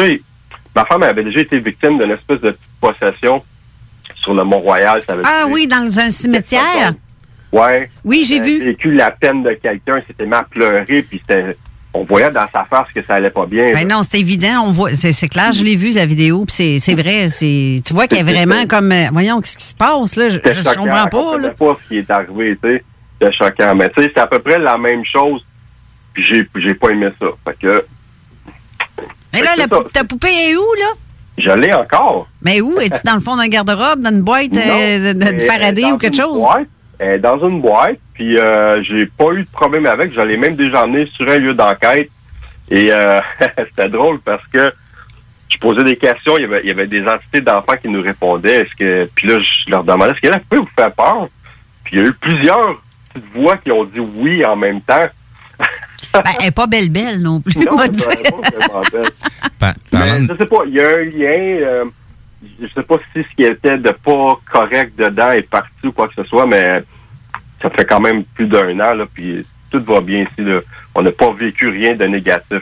Ma femme avait déjà été victime d'une espèce de petite possession sur le Mont-Royal. Oui, dans un cimetière? Ouais. Oui, j'ai vu. J'ai vécu la peine de quelqu'un, s'était mis à pleurer, puis on voyait dans sa face que ça allait pas bien. Ben non, c'est évident, on voit, c'est clair, je l'ai vu la vidéo, puis c'est vrai, tu vois qu'il y a vraiment comme, voyons, qu'est-ce qui se passe là, je comprends pas là. Pas ce qui est arrivé, tu sais, c'était choquant, mais tu sais, c'est à peu près la même chose, puis j'ai pas aimé ça, fait que. Mais là, ta poupée est où là? Je l'ai encore. Mais où? Es-tu dans le fond d'un garde-robe, dans une boîte de Faraday ou quelque chose? Dans une boîte, puis j'ai pas eu de problème avec. Je l'ai même déjà emmené sur un lieu d'enquête. Et c'était drôle parce que je posais des questions. Il y avait des entités d'enfants qui nous répondaient. Puis là, je leur demandais, est-ce que la poupée vous fait peur? Puis il y a eu plusieurs petites voix qui ont dit oui en même temps. Elle n'est pas belle non plus. Non, elle n'est pas belle. Mais je sais pas, il y a un lien... je sais pas si ce qui était de pas correct dedans est parti ou quoi que ce soit, mais ça fait quand même plus d'1 an, là, puis tout va bien ici, là. On n'a pas vécu rien de négatif.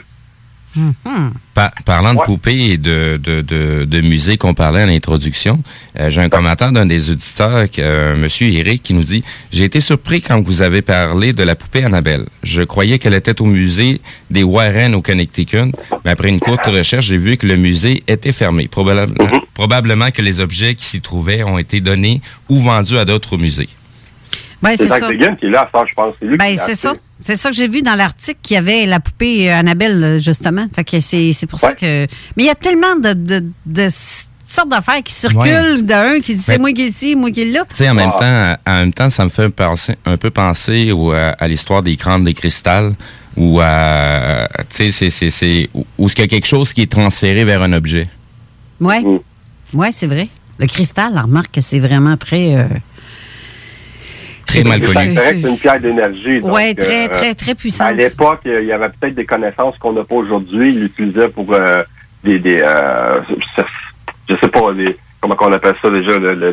Parlant de poupées et de musée qu'on parlait à l'introduction, j'ai un commentaire d'un des auditeurs, Monsieur Eric, qui nous dit « J'ai été surpris quand vous avez parlé de la poupée Annabelle. Je croyais qu'elle était au musée des Warren au Connecticut, mais après une courte recherche, j'ai vu que le musée était fermé. Probablement que les objets qui s'y trouvaient ont été donnés ou vendus à d'autres musées. » Ben, c'est Zach Degan qui est là, je pense. C'est ça. C'est ça que j'ai vu dans l'article qu'il y avait la poupée Annabelle, justement. Fait que c'est pour ça que. Mais il y a tellement de sortes d'affaires qui circulent d'un qui dit c'est moi qui est ici, moi qui est là. Tu sais, en même temps, ça me fait un peu penser à l'histoire des crânes de cristal ou à. Tu sais, c'est où il y a quelque chose qui est transféré vers un objet. Oui. Oui, c'est vrai. Le cristal, on remarque que c'est vraiment très. Très mal connu. C'est vrai que c'est une pierre d'énergie. Oui, très puissante. À l'époque, il y avait peut-être des connaissances qu'on n'a pas aujourd'hui. Ils l'utilisaient pour je sais pas, comment on appelle ça déjà,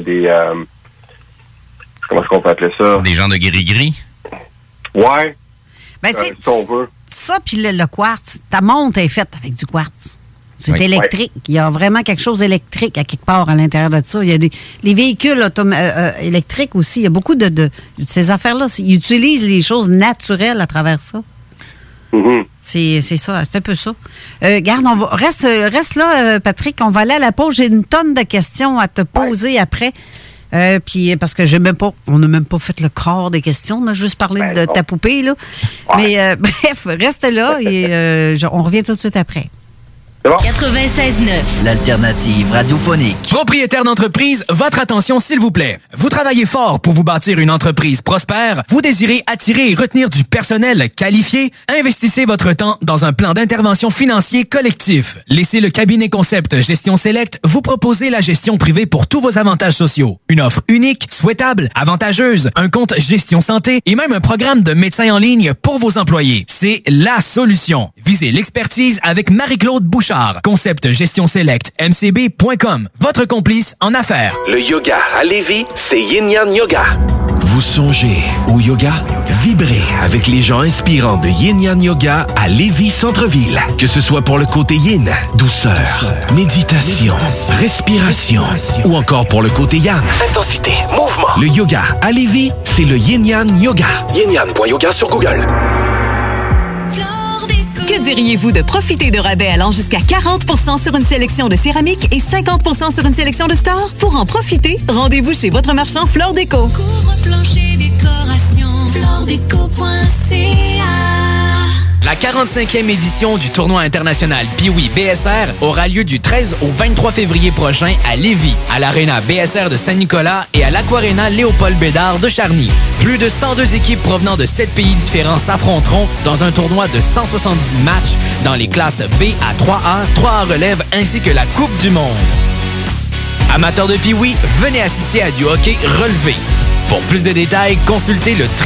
comment est-ce qu'on peut appeler ça? Des gens de gris-gris? Ouais. Ben, si on veut. Ça, puis le quartz, ta montre est faite avec du quartz. C'est électrique. Il y a vraiment quelque chose d'électrique à quelque part à l'intérieur de ça. Il y a les véhicules électriques aussi. Il y a beaucoup de ces affaires-là. Ils utilisent les choses naturelles à travers ça. Mm-hmm. C'est ça, c'est un peu ça. Garde, reste là, Patrick. On va aller à la pause. J'ai une tonne de questions à te poser après. Puis parce que on n'a même pas fait le corps des questions, on a juste parlé de ta poupée, là. Ouais. Mais bref, reste là et on revient tout de suite après. 96.9. L'alternative radiophonique. Propriétaire d'entreprise, votre attention s'il vous plaît. Vous travaillez fort pour vous bâtir une entreprise prospère. Vous désirez attirer et retenir du personnel qualifié. Investissez votre temps dans un plan d'intervention financier collectif. Laissez le cabinet Concept Gestion Select vous proposer la gestion privée pour tous vos avantages sociaux. Une offre unique, souhaitable, avantageuse, un compte gestion santé et même un programme de médecin en ligne pour vos employés. C'est la solution. Visez l'expertise avec Marie-Claude Bouchard. Concept Gestion Select, mcb.com. Votre complice en affaires. Le yoga à Lévis, c'est Yin Yang Yoga. Vous songez au yoga? Vibrez avec les gens inspirants de Yin Yang Yoga à Lévis Centre-Ville. Que ce soit pour le côté yin, douceur, méditation, respiration, ou encore pour le côté yang, intensité, mouvement. Le yoga à Lévis, c'est le Yin Yang Yoga. Yin-Yang.yoga sur Google. Que diriez-vous de profiter de rabais allant jusqu'à 40% sur une sélection de céramique et 50% sur une sélection de stores? Pour en profiter, rendez-vous chez votre marchand Flore Déco. Couvre-plancher décoration, floredeco.ca. La 45e édition du tournoi international Pee-Wee BSR aura lieu du 13 au 23 février prochain à Lévis, à l'Arena BSR de Saint-Nicolas et à l'Aquarena Léopold Bédard de Charny. Plus de 102 équipes provenant de 7 pays différents s'affronteront dans un tournoi de 170 matchs dans les classes B à 3A, 3A relève ainsi que la Coupe du Monde. Amateurs de Pee-Wee, venez assister à du hockey relevé. Pour plus de détails, consultez le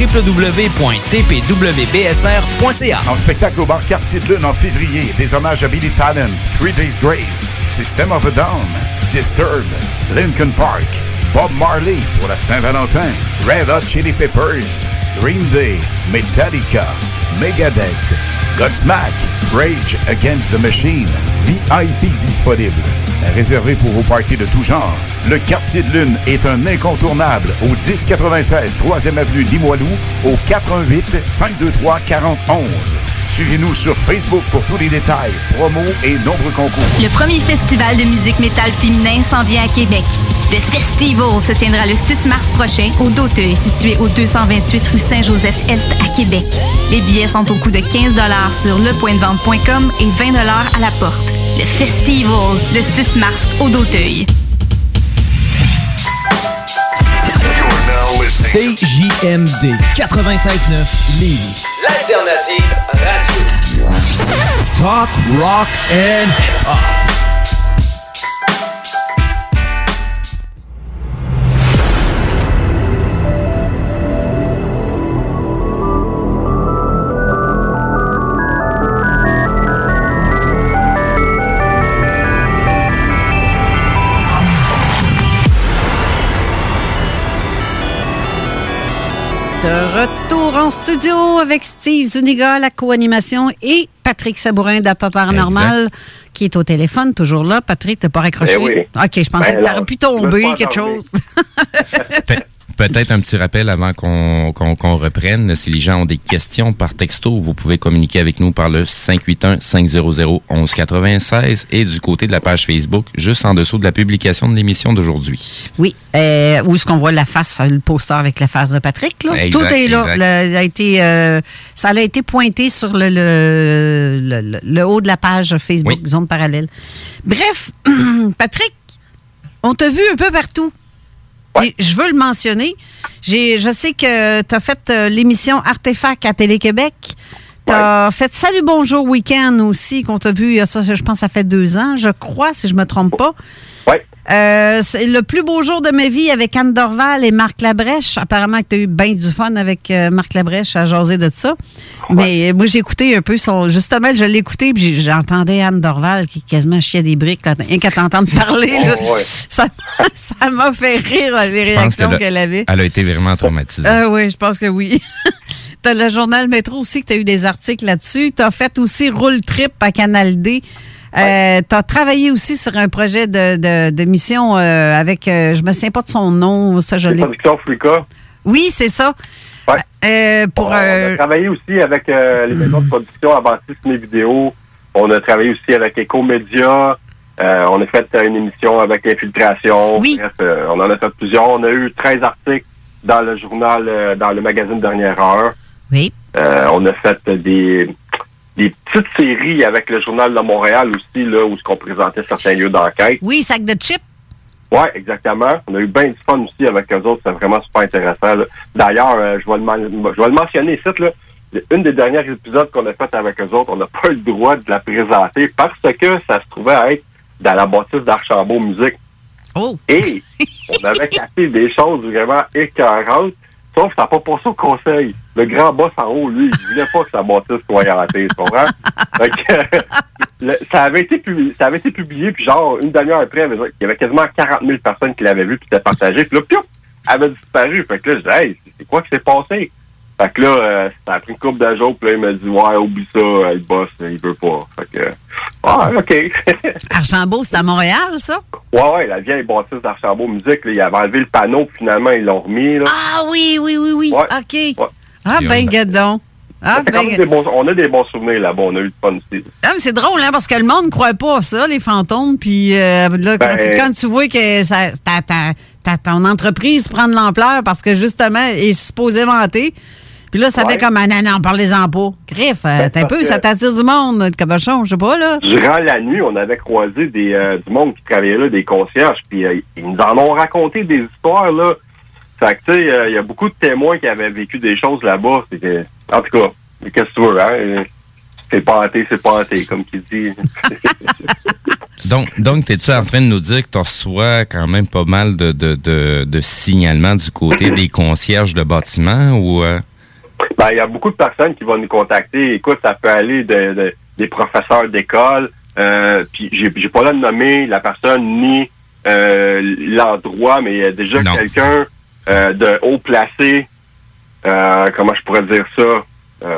www.tpwbsr.ca. En spectacle au bar Quartier de Lune en février, des hommages à Billy Talent, 3 Days Grace, System of a Down, Disturbed, Linkin Park, Bob Marley pour la Saint-Valentin, Red Hot Chili Peppers, Green Day, Metallica, Megadeth, Godsmack, Rage Against the Machine, VIP disponible. Réservé pour vos parties de tout genre, le Quartier de Lune est un incontournable au 1096 3e Avenue Limoilou au 418 523 4011. Suivez-nous sur Facebook pour tous les détails, promos et nombreux concours. Le premier festival de musique métal féminin s'en vient à Québec. Le Festival se tiendra le 6 mars prochain au Doteuil, situé au 228 rue Saint-Joseph-Est à Québec. Les billets sont au coût de 15 $ sur lepointdevente.com et 20 $ à la porte. Le Festival, le 6 mars au Doteuil. CJMD 96.9 Lévis. L'alternative radio. Talk, rock and hip-hop. De retour en studio avec Steve Zuniga à la co-animation et Patrick Sabourin d'Apa Paranormal qui est au téléphone, toujours là. Patrick, t'as pas raccroché? Oui. OK, je pensais que t'aurais pu tomber quelque chose. Peut-être un petit rappel avant qu'on reprenne. Si les gens ont des questions par texto, vous pouvez communiquer avec nous par le 581-500-1196 et du côté de la page Facebook, juste en dessous de la publication de l'émission d'aujourd'hui. Oui, où est-ce qu'on voit la face, le poster avec la face de Patrick? Là. Exact, tout est là. Ça a été pointé sur le haut de la page Facebook, Zone Parallèle. Bref, Patrick, on t'a vu un peu partout. Ouais. Je veux le mentionner. Je sais que tu as fait l'émission Artefact à Télé-Québec. Tu as fait Salut Bonjour Week-end aussi, qu'on t'a vu, ça, je pense, ça fait 2 ans, je crois, si je me trompe pas. Oui. C'est le plus beau jour de ma vie avec Anne Dorval et Marc Labrèche. Apparemment que tu as eu bien du fun avec Marc Labrèche à jaser de ça. Ouais. Mais moi, j'ai écouté un peu justement, je l'ai écouté puis j'entendais Anne Dorval qui quasiment chiait des briques rien qu'à t'entendre parler. Là, ça m'a fait rire les réactions qu'elle avait. Elle a été vraiment traumatisée. Oui, je pense que oui. T'as le journal Métro aussi, que tu as eu des articles là-dessus. Tu as fait aussi Roule Trip à Canal D. Tu as travaillé aussi sur un projet de mission avec, je me souviens pas de son nom, ça je l'ai. Production Freaka. Oui, c'est ça. Ouais. On a travaillé aussi avec les maisons de production Avanti Ciné Vidéo. On a travaillé aussi avec Ecomédia. On a fait une émission avec Infiltration. Oui. Bref, on en a fait plusieurs. On a eu 13 articles dans le journal, dans le magazine Dernière Heure. Oui. On a fait des petites séries avec le Journal de Montréal aussi, là, où on présentait certains lieux d'enquête. Oui, sac de chips. Oui, exactement. On a eu bien du fun aussi avec eux autres. C'est vraiment super intéressant, là. D'ailleurs, je vais le mentionner ici, là. Une des dernières épisodes qu'on a fait avec eux autres, on n'a pas eu le droit de la présenter parce que ça se trouvait à être dans la bâtisse d'Archambault Musique. Oh! Et on avait cassé des choses vraiment écœurantes, sauf que ça n'a pas passé au conseil. Le grand boss en haut, lui, il voulait pas que sa bâtisse soit hantée, tu comprends? Fait que, ça avait été publié, puis genre, une demi-heure après, il y avait quasiment 40 000 personnes qui l'avaient vu, puis c'était partagé, puis là, piou, elle avait disparu. Fait que là, je dis, hey, c'est quoi qui s'est passé? Fait que là, ça a pris une couple de jours, puis là, il m'a dit, ouais, oublie ça, le boss, il veut pas. Fait que, OK. Archambault, c'est à Montréal, ça? Ouais, la vieille bâtisse d'Archambault Musique, là, il avait enlevé le panneau, puis finalement, ils l'ont remis, là. Ah oui. Ouais. OK. Ouais. Ah, ben, gadon. Ah, on a des bons souvenirs là-bas, on a eu du fun aussi. Ah, mais c'est drôle, hein, parce que le monde ne croit pas à ça, les fantômes. Puis là, quand tu vois que ton entreprise prend de l'ampleur parce que justement, elle est supposée vanter. Puis là, ça fait comme, non, parlez-en pas. Griffe, t'as un peu, ça t'attire du monde, le cabochon, je sais pas, là. Durant la nuit, on avait croisé du monde qui travaillait là, des concierges, puis ils nous en ont raconté des histoires, là. Fait que, tu sais, il y a beaucoup de témoins qui avaient vécu des choses là-bas. C'est que, en tout cas, qu'est-ce que tu veux, hein? C'est pas hanté, comme qu'il dit. Donc, t'es-tu en train de nous dire que tu reçois quand même pas mal de signalements du côté des concierges de bâtiments ou... Ben, il y a beaucoup de personnes qui vont nous contacter. Écoute, ça peut aller des professeurs d'école. Puis j'ai pas là de nommer la personne ni l'endroit, mais il y a déjà quelqu'un de haut placé. Comment je pourrais dire ça?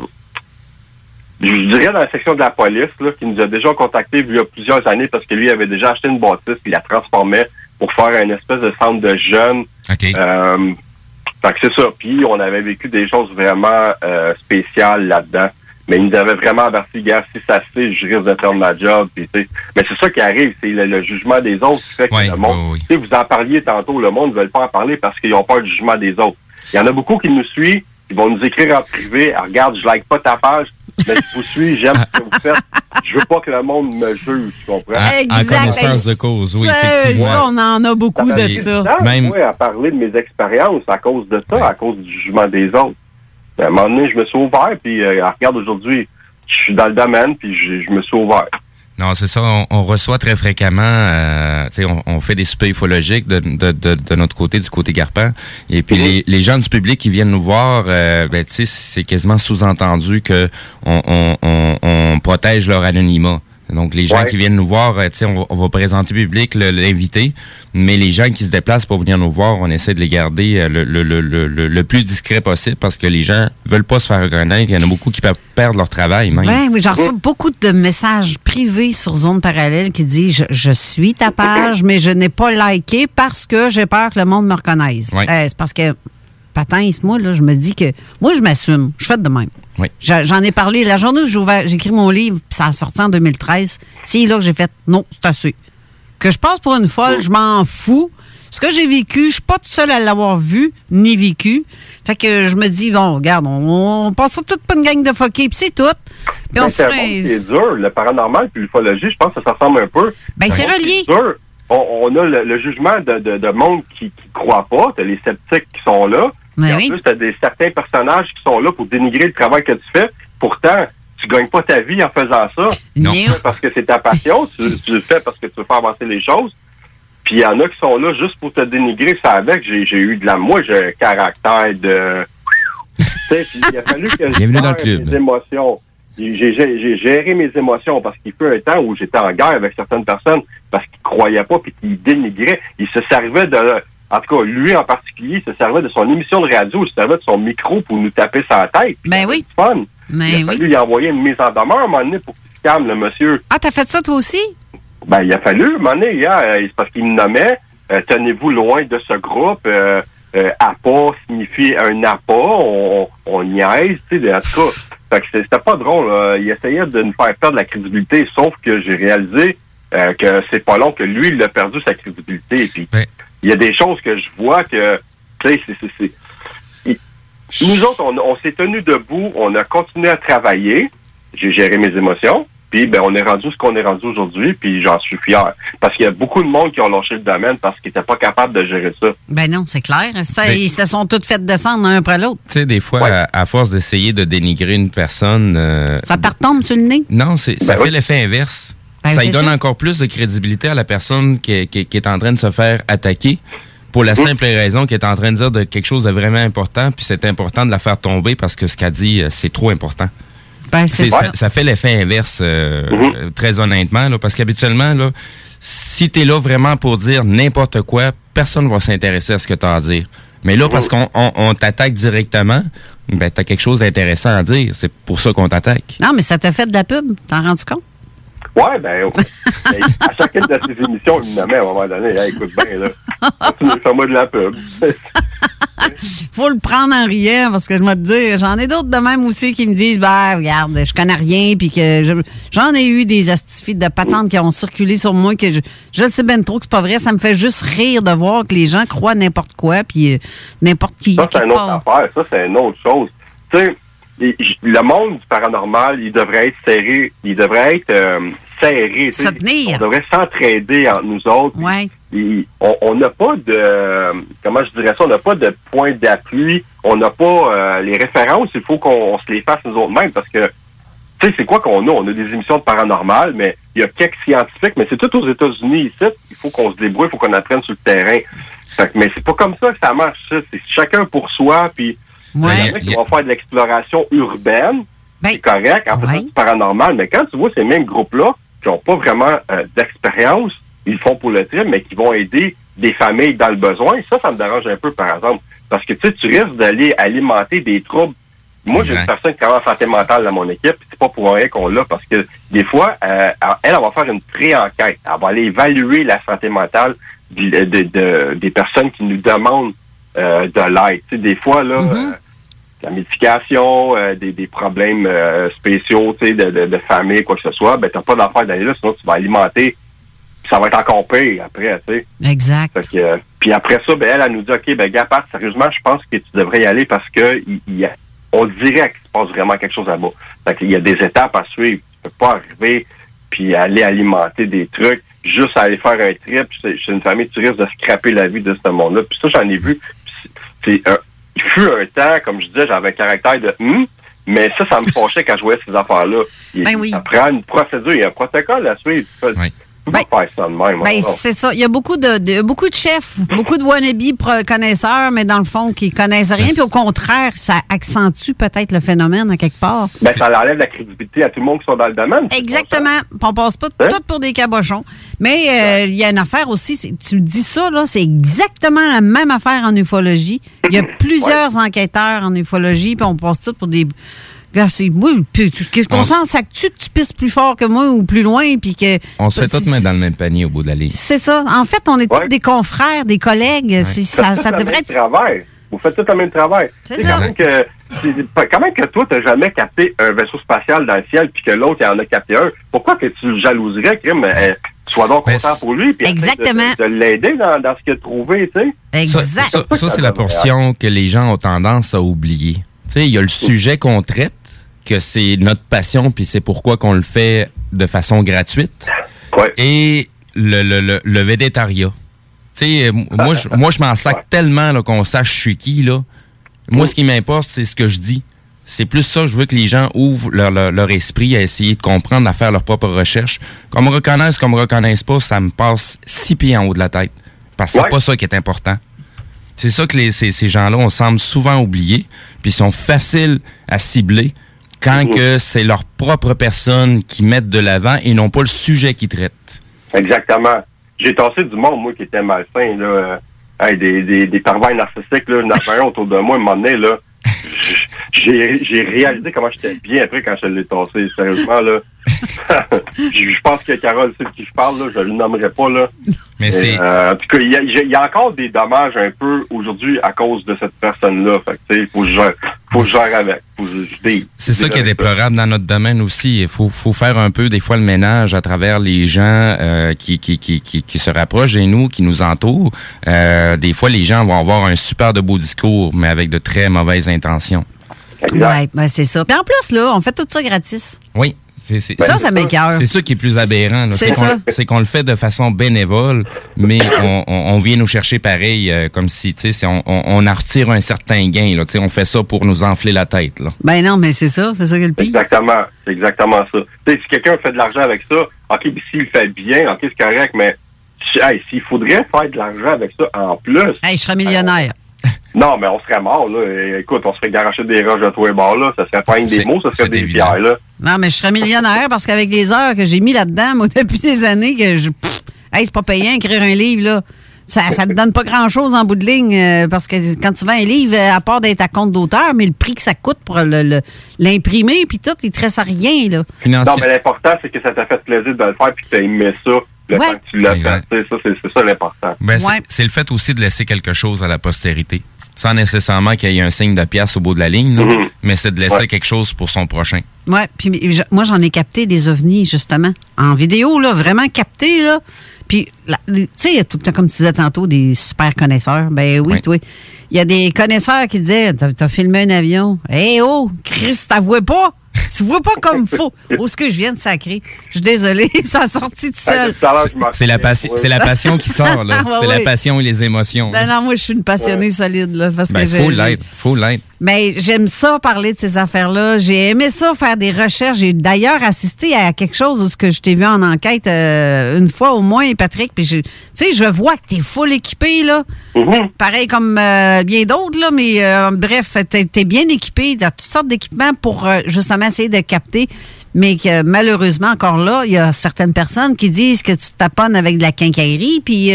Je dirais dans la section de la police, là, qui nous a déjà contacté il y a plusieurs années parce que lui avait déjà acheté une bâtisse, puis il la transformait pour faire une espèce de centre de jeunes. OK. Fait que c'est ça. Puis on avait vécu des choses vraiment spéciales là-dedans. Mais ils nous avaient vraiment averti, gars, si ça se fait, je risque de perdre ma job. Puis, mais c'est ça qui arrive, c'est le jugement des autres qui fait que le monde... Oui. Vous en parliez tantôt, le monde ne veut pas en parler parce qu'ils ont peur du jugement des autres. Il y en a beaucoup qui nous suivent, ils vont nous écrire en privé, regarde, je like pas ta page, mais je vous suis, j'aime ce que vous faites. Je veux pas que le monde me juge, tu comprends? Exact. En connaissance de cause, oui, effectivement. Ça, on en a beaucoup de ça. Même à parler de mes expériences à cause de ça, à cause du jugement des autres. À un moment donné, je me suis ouvert, puis regarde, aujourd'hui, je suis dans le domaine, puis je me suis ouvert. Non, c'est ça. On reçoit très fréquemment, on fait des soupers ufologiques de notre côté, du côté Garpin. Et puis les gens du public qui viennent nous voir, c'est quasiment sous-entendu que on protège leur anonymat. Donc, les gens qui viennent nous voir, on va présenter public, l'invité, mais les gens qui se déplacent pour venir nous voir, on essaie de les garder le plus discret possible parce que les gens veulent pas se faire reconnaître. Il y en a beaucoup qui peuvent perdre leur travail même. Oui, j'en reçois beaucoup de messages privés sur Zone Parallèle qui disent « Je suis ta page, mais je n'ai pas liké parce que j'ai peur que le monde me reconnaisse. C'est parce que, patence, moi, là, je me dis que... Moi, je m'assume. Je fais de même. Oui. J'en ai parlé. La journée où j'ai écrit mon livre, puis ça a sorti en 2013, c'est là que j'ai fait « Non, c'est assez. » Que je passe pour une folle, je m'en fous. Ce que j'ai vécu, je suis pas toute seule à l'avoir vu, ni vécu. Fait que je me dis, bon, regarde, on passera toute pas une gang de fuckés, puis c'est tout. Puis c'est dur. Le paranormal puis l'ufologie, je pense que ça ressemble un peu. Ben, c'est relié. C'est dur. On a le jugement de monde qui croit pas. T'as les sceptiques qui sont là. Mais en plus, t'as certains personnages qui sont là pour dénigrer le travail que tu fais. Pourtant, tu gagnes pas ta vie en faisant ça. Non. Tu le fais parce que c'est ta passion. tu le fais parce que tu veux faire avancer les choses. Puis il y en a qui sont là juste pour te dénigrer. Ça avec, j'ai eu de la... Moi, j'ai un caractère de... Tu sais, il a fallu que je gère mes émotions. J'ai géré mes émotions parce qu'il fut un temps où j'étais en guerre avec certaines personnes parce qu'ils croyaient pas puis qu'ils dénigraient. Ils se servaient de... En tout cas, lui en particulier, il se servait de son émission de radio, il se servait de son micro pour nous taper sa tête. Ben oui. C'est fun. Il a fallu lui envoyer une mise en demeure à un moment donné pour qu'il se calme, le monsieur. Ah, t'as fait ça toi aussi? Ben, il a fallu, à un moment donné, c'est parce qu'il me nommait, tenez-vous loin de ce groupe, appât signifie un appât, on niaise, tu sais, en tout cas. Fait que c'était pas drôle, là. Il essayait de nous faire perdre la crédibilité, sauf que j'ai réalisé que c'est pas long que lui, il a perdu sa crédibilité. Puis il y a des choses que je vois que, tu sais, nous autres, on s'est tenus debout, on a continué à travailler, j'ai géré mes émotions, puis ben on est rendu ce qu'on est rendu aujourd'hui, puis j'en suis fier. Parce qu'il y a beaucoup de monde qui ont lâché le domaine parce qu'ils n'étaient pas capables de gérer ça. Ben non, c'est clair. Ils se sont tous fait descendre un après l'autre. Tu sais, des fois, à force d'essayer de dénigrer une personne... ça te retombe sur le nez? Non, ça fait l'effet inverse. Ça lui donne encore plus de crédibilité à la personne qui est en train de se faire attaquer pour la simple raison qu'elle est en train de dire de quelque chose de vraiment important, puis c'est important de la faire tomber parce que ce qu'elle dit, c'est trop important. Ben, ça fait l'effet inverse, très honnêtement, là, parce qu'habituellement, là, si tu es là vraiment pour dire n'importe quoi, personne ne va s'intéresser à ce que tu as à dire. Mais là, parce qu'on t'attaque directement, ben, tu as quelque chose d'intéressant à dire. C'est pour ça qu'on t'attaque. Non, mais ça t'a fait de la pub. T'en rends-tu compte? Ouais, ben, à chacune de ces émissions, il me nommait à un moment donné. Hey, écoute bien, là. Fais-moi de la pub. Faut le prendre en riant, parce que je vais te dire, j'en ai d'autres de même aussi qui me disent, ben, regarde, je connais rien, puis que j'en ai eu des astifies de patentes qui ont circulé sur moi, que je sais bien trop que c'est pas vrai. Ça me fait juste rire de voir que les gens croient n'importe quoi, puis n'importe qui. Ça, c'est une autre affaire. Ça, c'est une autre chose. Tu sais, le monde du paranormal, il devrait être serré. Il devrait être serré. Se tenir. On devrait s'entraider entre nous autres. Ouais. On n'a pas de... Comment je dirais ça? On n'a pas de point d'appui. On n'a pas les références. Il faut qu'on se les fasse nous autres mêmes parce que, tu sais, c'est quoi qu'on a? On a des émissions de paranormal, mais il y a quelques scientifiques, mais c'est tout aux États-Unis ici. Il faut qu'on se débrouille, il faut qu'on apprenne sur le terrain. Mais c'est pas comme ça que ça marche. Ça. C'est chacun pour soi, puis... Il y en a qui vont faire de l'exploration urbaine, c'est correct, en faisant du paranormal, mais quand tu vois ces mêmes groupes-là qui n'ont pas vraiment d'expérience, ils le font pour le trip, mais qui vont aider des familles dans le besoin, ça me dérange un peu, par exemple, parce que tu risques d'aller alimenter des troubles. Moi, j'ai une personne qui travaille en santé mentale dans mon équipe, puis c'est pas pour rien qu'on l'a, parce que des fois, elle va faire une pré-enquête, elle va aller évaluer la santé mentale des personnes qui nous demandent de l'aide. Tu sais, des fois, là, la médication, des problèmes spéciaux, tu sais, de famille, quoi que ce soit, ben, t'as pas d'affaire d'aller là, sinon tu vas alimenter, ça va être encore pire après, tu sais. Exact. Fait que, puis après ça, ben, elle nous dit, OK, ben, Gapard, sérieusement, je pense que tu devrais y aller parce que on dirait qu'il se passe vraiment quelque chose là-bas. Fait qu'il y a des étapes à suivre. Tu peux pas arriver puis aller alimenter des trucs, juste aller faire un trip. Chez une famille, tu risques de scraper la vie de ce monde-là. Puis ça, j'en ai vu. Il fut un temps, comme je disais, j'avais un caractère de mais ça me fâchait quand je voyais ces affaires-là. Ça prend une procédure, il y a un protocole à suivre. Faire ça de même, c'est ça. Il y a beaucoup de chefs, beaucoup de wannabes connaisseurs, mais dans le fond, qui connaissent rien. Puis au contraire, ça accentue peut-être le phénomène à quelque part. Ben, ça enlève la crédibilité à tout le monde qui sont dans le domaine. Exactement. On passe pas tout pour des cabochons. Mais il y a une affaire aussi, tu me dis ça, là, c'est exactement la même affaire en ufologie. Il y a plusieurs enquêteurs en ufologie, puis on passe tout pour des... Oui, qu'on s'en sac-tu que tu pisses plus fort que moi ou plus loin, puis que... On se fait tous mettre dans le même panier au bout de la ligne. C'est ça. En fait, on est tous des confrères, des collègues. Ça devrait être... Vous faites tout le même travail. C'est ça. Quand même que toi, tu n'as jamais capté un vaisseau spatial dans le ciel, puis que l'autre, il en a capté un. Pourquoi que tu le jalouserais, Kim? Sois donc content pour lui, puis de l'aider dans ce qu'il a trouvé, tu sais. Exact. Ça, c'est la portion que les gens ont tendance à oublier. Tu sais, il y a le sujet qu'on traite, que c'est notre passion, puis c'est pourquoi qu'on le fait de façon gratuite. Ouais. Et le végétariat. Tu sais, moi, je m'en sac tellement là, qu'on sache je suis qui, là. Moi, ce qui m'importe, c'est ce que je dis. C'est plus ça, je veux que les gens ouvrent leur esprit à essayer de comprendre, à faire leurs propres recherches. Qu'on me reconnaisse, qu'on me reconnaisse pas, ça me passe 6 pieds en haut de la tête. Parce que c'est pas ça qui est important. C'est ça que ces gens-là, on semble souvent oublier, puis ils sont faciles à cibler quand que c'est leur propre personne qui mettent de l'avant et non pas le sujet qu'ils traitent. Exactement. J'ai tassé du monde, moi, qui était malsain, là. Des pervers narcissiques, là, il y en avait un autour de moi, à un moment donné, là. J'ai réalisé comment j'étais bien après quand je l'ai tassé. Sérieusement, là. Je pense que Carole sait de qui je parle, là. Je le nommerai pas, là. Mais c'est... en tout cas, il y a encore des dommages un peu aujourd'hui à cause de cette personne-là. Fait que, tu sais, faut que je gère avec. C'est ça qui est déplorable dans notre domaine aussi. Il faut faire un peu, des fois, le ménage à travers les gens qui se rapprochent de nous, qui nous entourent. Des fois, les gens vont avoir un super de beau discours, mais avec de très mauvaises intentions. Oui, ben c'est ça. Puis en plus, là, on fait tout ça gratis. Oui. Ça m'écoeure. C'est ça qui est plus aberrant. Là. C'est qu'on le fait de façon bénévole, mais on vient nous chercher pareil, comme si, tu sais, on en retire un certain gain. Là, on fait ça pour nous enfler la tête. Là. Ben non, mais c'est ça qui est le pire. Exactement, c'est exactement ça. Tu sais, si quelqu'un fait de l'argent avec ça, OK, puis s'il fait bien, OK, c'est correct, mais s'il faudrait faire de l'argent avec ça en plus... Hey, je serais millionnaire. Non, mais on serait mort, là. Écoute, on se ferait garocher des roches de tous les bords, là. Ça serait pas des mots, ça serait des pierres, là. Non, mais je serais millionnaire parce qu'avec les heures que j'ai mis là-dedans, moi, depuis des années, c'est pas payant écrire un livre, là. Ça te donne pas grand-chose en bout de ligne parce que quand tu vends un livre, à part d'être à compte d'auteur, mais le prix que ça coûte pour l'imprimer, puis tout, il te reste à rien, là. Non, mais l'important, c'est que ça t'a fait plaisir de le faire puis que t'as aimé ça. Le temps que tu l'as fait, c'est ça l'important. Ben, c'est le fait aussi de laisser quelque chose à la postérité. Sans nécessairement qu'il y ait un signe de pièce au bout de la ligne, là, mais c'est de laisser quelque chose pour son prochain. Oui, puis moi, j'en ai capté des ovnis, justement, en vidéo, là, vraiment capté, là. Puis, tu sais, il y a tout le temps, comme tu disais tantôt, des super connaisseurs. Ben oui. Il y a des connaisseurs qui disaient, t'as filmé un avion. Hey, oh, Chris, t'avouais pas? Tu vois pas comme faux. Où est-ce que je viens de sacrer? Je suis désolée, ça a sorti tout seul. C'est la passion qui sort, là. C'est la passion et les émotions. Non, moi, je suis une passionnée solide, là. Parce que faut l'être. Mais j'aime ça, parler de ces affaires-là. J'ai aimé ça, faire des recherches. J'ai d'ailleurs assisté à quelque chose où je t'ai vu en enquête une fois au moins, Patrick. Puis, tu sais, je vois que t'es full équipé, là. Pareil comme bien d'autres, là. Mais bref, t'es bien équipé. T'as toutes sortes d'équipements pour justement essayer de capter. Mais que malheureusement, encore là, il y a certaines personnes qui disent que tu te taponnes avec de la quincaillerie. Puis,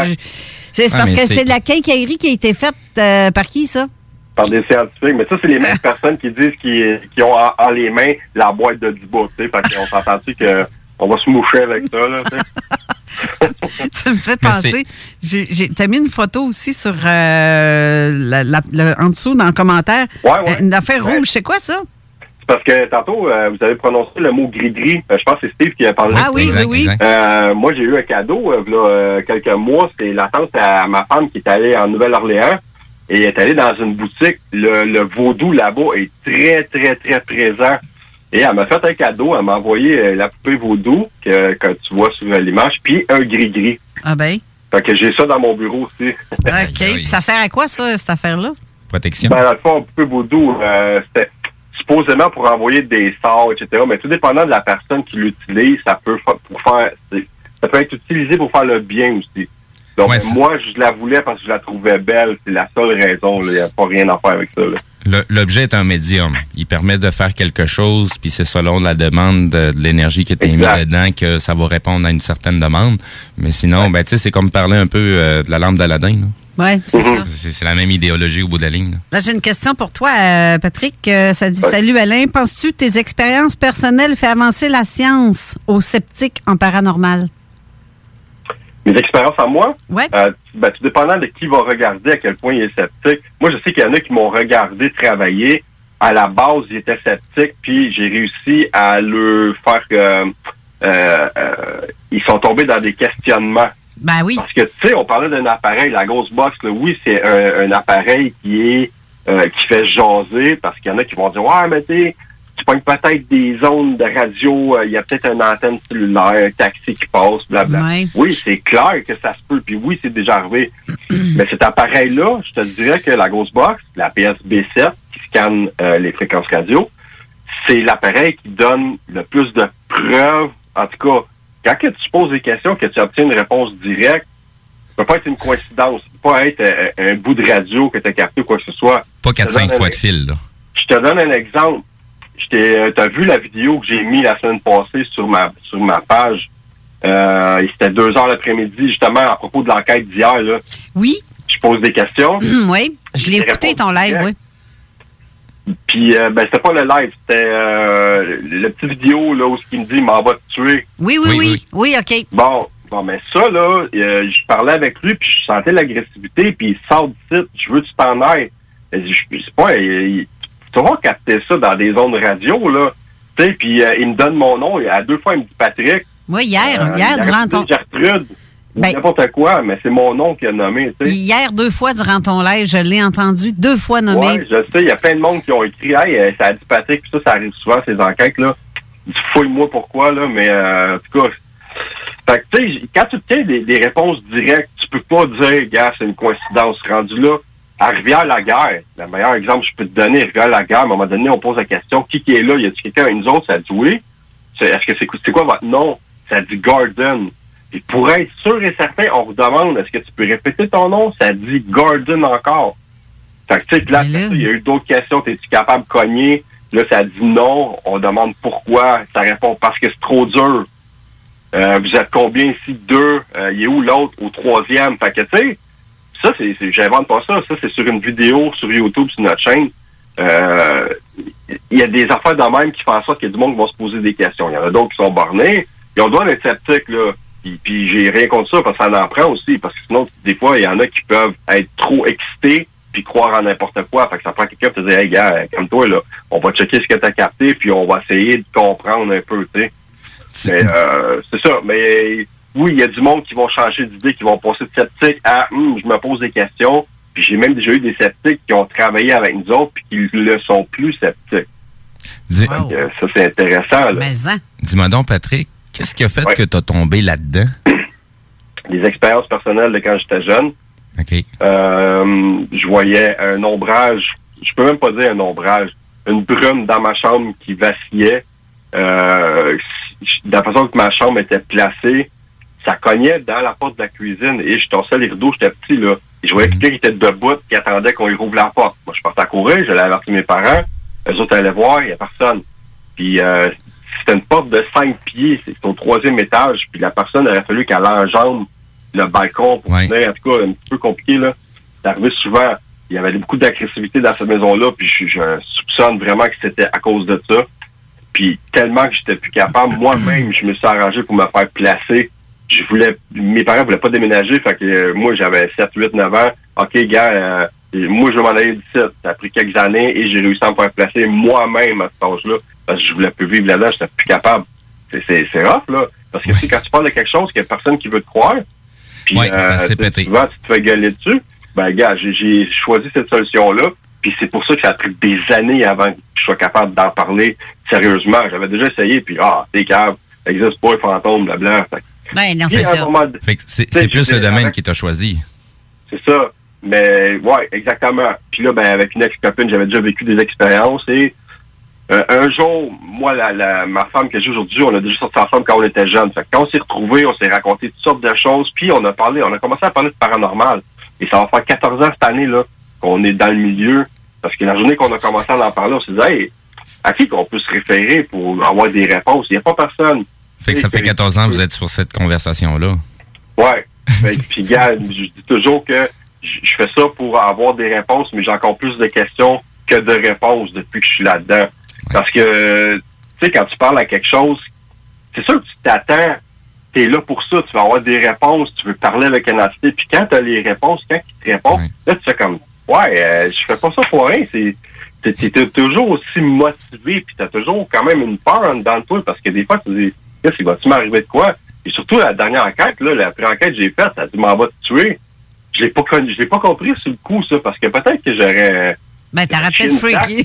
c'est parce que c'est de la quincaillerie qui a été faite par qui, ça? Par des scientifiques. Mais ça, c'est les mêmes personnes qui disent qu'ils ont en les mains la boîte de Duba, tu sais, parce qu'on s'entend-tu qu'on va se moucher avec ça, là, tu sais. Tu me fais penser. T'as mis une photo aussi sur en dessous dans le commentaire. Une affaire rouge. C'est quoi ça? C'est parce que tantôt, vous avez prononcé le mot gris-gris. Je pense que c'est Steve qui a parlé. Ah oui, oui. Moi, j'ai eu un cadeau là, quelques mois. C'est la tante à ma femme qui est allée en Nouvelle-Orléans. Et elle est allée dans une boutique. Le vaudou là-bas est très, très, très présent. Et elle m'a fait un cadeau. Elle m'a envoyé la poupée vaudou que tu vois sur l'image, puis un gris-gris. Ah ben? Fait que j'ai ça dans mon bureau aussi. OK. Puis ça sert à quoi, ça, cette affaire-là? Protection. Ben, dans le fond, poupée vaudou, c'était supposément pour envoyer des sorts, etc. Mais tout dépendant de la personne qui l'utilise, ça peut être utilisé pour faire le bien aussi. Donc, moi, je la voulais parce que je la trouvais belle. C'est la seule raison. Il n'y a pas rien à faire avec ça. L'objet est un médium. Il permet de faire quelque chose, puis c'est selon la demande de l'énergie qui est mise dedans que ça va répondre à une certaine demande. Mais sinon, ben tu sais, c'est comme parler un peu de la lampe d'Aladin. Oui, c'est ça. C'est la même idéologie au bout de la ligne. Là, j'ai une question pour toi, Patrick. Ça dit, salut Alain, penses-tu que tes expériences personnelles font avancer la science aux sceptiques en paranormal? Mes expériences en moi? Oui. Tout dépendant de qui va regarder à quel point il est sceptique. Moi, je sais qu'il y en a qui m'ont regardé travailler. À la base, ils étaient sceptiques, puis j'ai réussi à leur faire ils sont tombés dans des questionnements. Ben oui. Parce que, tu sais, on parlait d'un appareil, la grosse box, là, oui, c'est un appareil qui fait jaser, parce qu'il y en a qui vont dire, ouais, mais tu pognes peut-être des zones de radio, il y a peut-être une antenne cellulaire, un taxi qui passe, blablabla. Ouais. Oui, c'est clair que ça se peut, puis oui, c'est déjà arrivé. Mais cet appareil-là, je te dirais que la grosse box, la PSB7, qui scanne les fréquences radio, c'est l'appareil qui donne le plus de preuves. En tout cas, quand que tu poses des questions, que tu obtiens une réponse directe, ça peut pas être une coïncidence. Ça peut pas être un bout de radio que tu as capté ou quoi que ce soit. Pas 4-5 fois de fil, là. Je te donne un exemple. T'as vu la vidéo que j'ai mis la semaine passée sur ma page. C'était 2h l'après-midi, justement, à propos de l'enquête d'hier, là. Oui. Je pose des questions. Oui. Je l'ai écouté, ton live, oui. Puis, c'était pas le live, c'était le petit vidéo là, où il me dit « m'en va te tuer ». Oui, OK. Bon, mais ça, là, je parlais avec lui, puis je sentais l'agressivité, puis il sort du site, je veux que tu t'en ailles. Je sais pas, tu vas capter ça dans des ondes radio, là. Tu sais, puis il me donne mon nom, à 2 fois, il me dit Patrick. Oui, hier, durant ton... Gertrude. N'importe quoi, mais c'est mon nom qu'il a nommé, tu sais. Hier, 2 fois durant ton live, je l'ai entendu 2 fois nommé. Oui, je sais, il y a plein de monde qui ont écrit « Hey, ça a dit Patrick », puis ça arrive souvent, ces enquêtes-là. Fouille-moi pourquoi, là, mais en tout cas... Fait que, tu sais, quand tu tiens des réponses directes, tu peux pas dire, gars, c'est une coïncidence. Rendu là, à Rivière-la-Guerre, le meilleur exemple que je peux te donner, Rivière-la-Guerre, à un moment donné, on pose la question, qui est là? Y a-t-il quelqu'un? Nous autres, ça dit oui. Est-ce que c'est quoi votre nom? Ça dit Gordon. Et pour être sûr et certain, on vous demande, est-ce que tu peux répéter ton nom? Ça dit Gordon encore. Fait que, tu sais, là, il y a eu d'autres questions. Es-tu capable de cogner? Là, ça dit non. On demande pourquoi. Ça répond parce que c'est trop dur. Vous êtes combien ici? 2. Il est où l'autre? Au 3e. Fait que, tu sais, ça, j'invente pas ça. Ça, c'est sur une vidéo sur YouTube, sur notre chaîne. Il y a des affaires de même qui font en sorte qu'il y a du monde qui va se poser des questions. Il y en a d'autres qui sont bornés. Ils ont le droit d'être sceptiques, là. Puis j'ai rien contre ça, parce que ça en prend aussi. Parce que sinon, des fois, il y en a qui peuvent être trop excités puis croire en n'importe quoi. Fait que ça prend quelqu'un pour te dire, hey, gars, calme-toi, là. On va checker ce que t'as capté, puis on va essayer de comprendre un peu, tu sais. Mais c'est ça. Mais oui, il y a du monde qui vont changer d'idée, qui vont passer de sceptique à je me pose des questions. Puis j'ai même déjà eu des sceptiques qui ont travaillé avec nous autres puis qui ne sont plus sceptiques. Ça, c'est intéressant. Là. Dis-moi donc, Patrick, qu'est-ce qui a fait que tu as tombé là-dedans? Des expériences personnelles de quand j'étais jeune. OK. Je voyais un ombrage, je peux même pas dire un ombrage, une brume dans ma chambre qui vacillait. De la façon que ma chambre était placée, ça cognait dans la porte de la cuisine et je torsais les rideaux, j'étais petit, là. Et je voyais quelqu'un qui était debout, qui attendait qu'on lui rouvre la porte. Moi, je partais à courir, j'allais avertir mes parents. Eux autres allaient voir, il n'y a personne. Puis, c'était une porte de 5 pieds, c'est au 3e étage. Puis, la personne aurait fallu qu'elle enjambe le balcon pour venir. En tout cas, un petit peu compliqué, là. C'est arrivé souvent. Il y avait beaucoup d'agressivité dans cette maison-là, puis je soupçonne vraiment que c'était à cause de ça. Puis, tellement que j'étais plus capable, moi-même, je me suis arrangé pour me faire placer. Mes parents voulaient pas déménager, fait que moi, j'avais 7, 8, 9 ans. OK, gars, moi, je vais m'en aller du site. Ça a pris quelques années et j'ai réussi à me faire placer moi-même à cet âge-là, parce que je voulais plus vivre là-dedans, j'étais plus capable. C'est rough, là. Parce que quand tu parles de quelque chose qu'il y a personne qui veut te croire, puis c'est assez pété. Souvent, tu te fais gueuler dessus, ben, gars, j'ai choisi cette solution-là, puis c'est pour ça que ça a pris des années avant que je sois capable d'en parler sérieusement. J'avais déjà essayé, puis t'es capable, ça n'existe pas, les fantômes, blablabla. Ben, non, c'est ça. C'est plus le domaine qui t'a choisi. C'est ça. Mais, ouais, exactement. Puis là, ben, avec une ex-copine, j'avais déjà vécu des expériences et un jour, moi, ma femme que j'ai aujourd'hui, on a déjà sorti ensemble quand on était jeunes. Fait que quand on s'est retrouvés, on s'est raconté toutes sortes de choses, puis on a commencé à parler de paranormal. Et ça va faire 14 ans cette année, là, qu'on est dans le milieu. Parce que la journée qu'on a commencé à en parler, on s'est dit, hey, à qui qu'on peut se référer pour avoir des réponses? Il n'y a pas personne. Fait que ça fait 14 ans que vous êtes sur cette conversation-là. Ouais. Puis, gars, je dis toujours que je fais ça pour avoir des réponses, mais j'ai encore plus de questions que de réponses depuis que je suis là-dedans. Ouais. Parce que, tu sais, quand tu parles à quelque chose, c'est sûr que tu t'attends, t'es là pour ça, tu vas avoir des réponses, tu veux parler avec une entité, puis quand t'as les réponses, quand ils te répondent, là, tu fais comme, je fais pas ça pour rien, t'es toujours aussi motivé, puis t'as toujours quand même une peur en dedans de toi, parce que des fois, tu dis, qu'est-ce qui va-tu m'arriver de quoi? Et surtout, la dernière enquête, là, la pré-enquête que j'ai faite, ça dit, m'en va te tuer. Je l'ai pas compris sur le coup, ça, parce que peut-être que j'aurais... Ben, t'aurais peut-être freaky.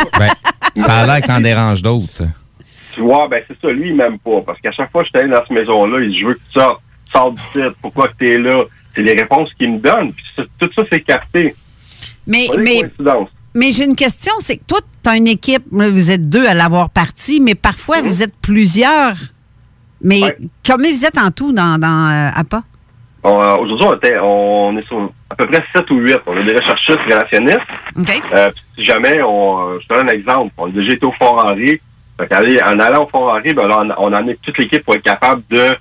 Ça a l'air que t'en déranges d'autres. Ouais, ben, c'est ça, lui, il m'aime pas, parce qu'à chaque fois que je suis allé dans cette maison-là, il dit, je veux que tu sortes, sors du site, pourquoi que t'es là? C'est les réponses qu'il me donne, puis tout ça, c'est capté. Mais j'ai une question, c'est que toi, tu as une équipe, vous êtes 2 à l'avoir partie, mais parfois, vous êtes plusieurs. Mais combien vous êtes en tout dans APA? Aujourd'hui, on est sur à peu près 7 ou 8. On a des recherchistes relationnistes. Okay. Si jamais, je te donne un exemple. On a déjà été au Fort-Henri. En allant au Fort-Henri, ben, là, on en est toute l'équipe pour être capable de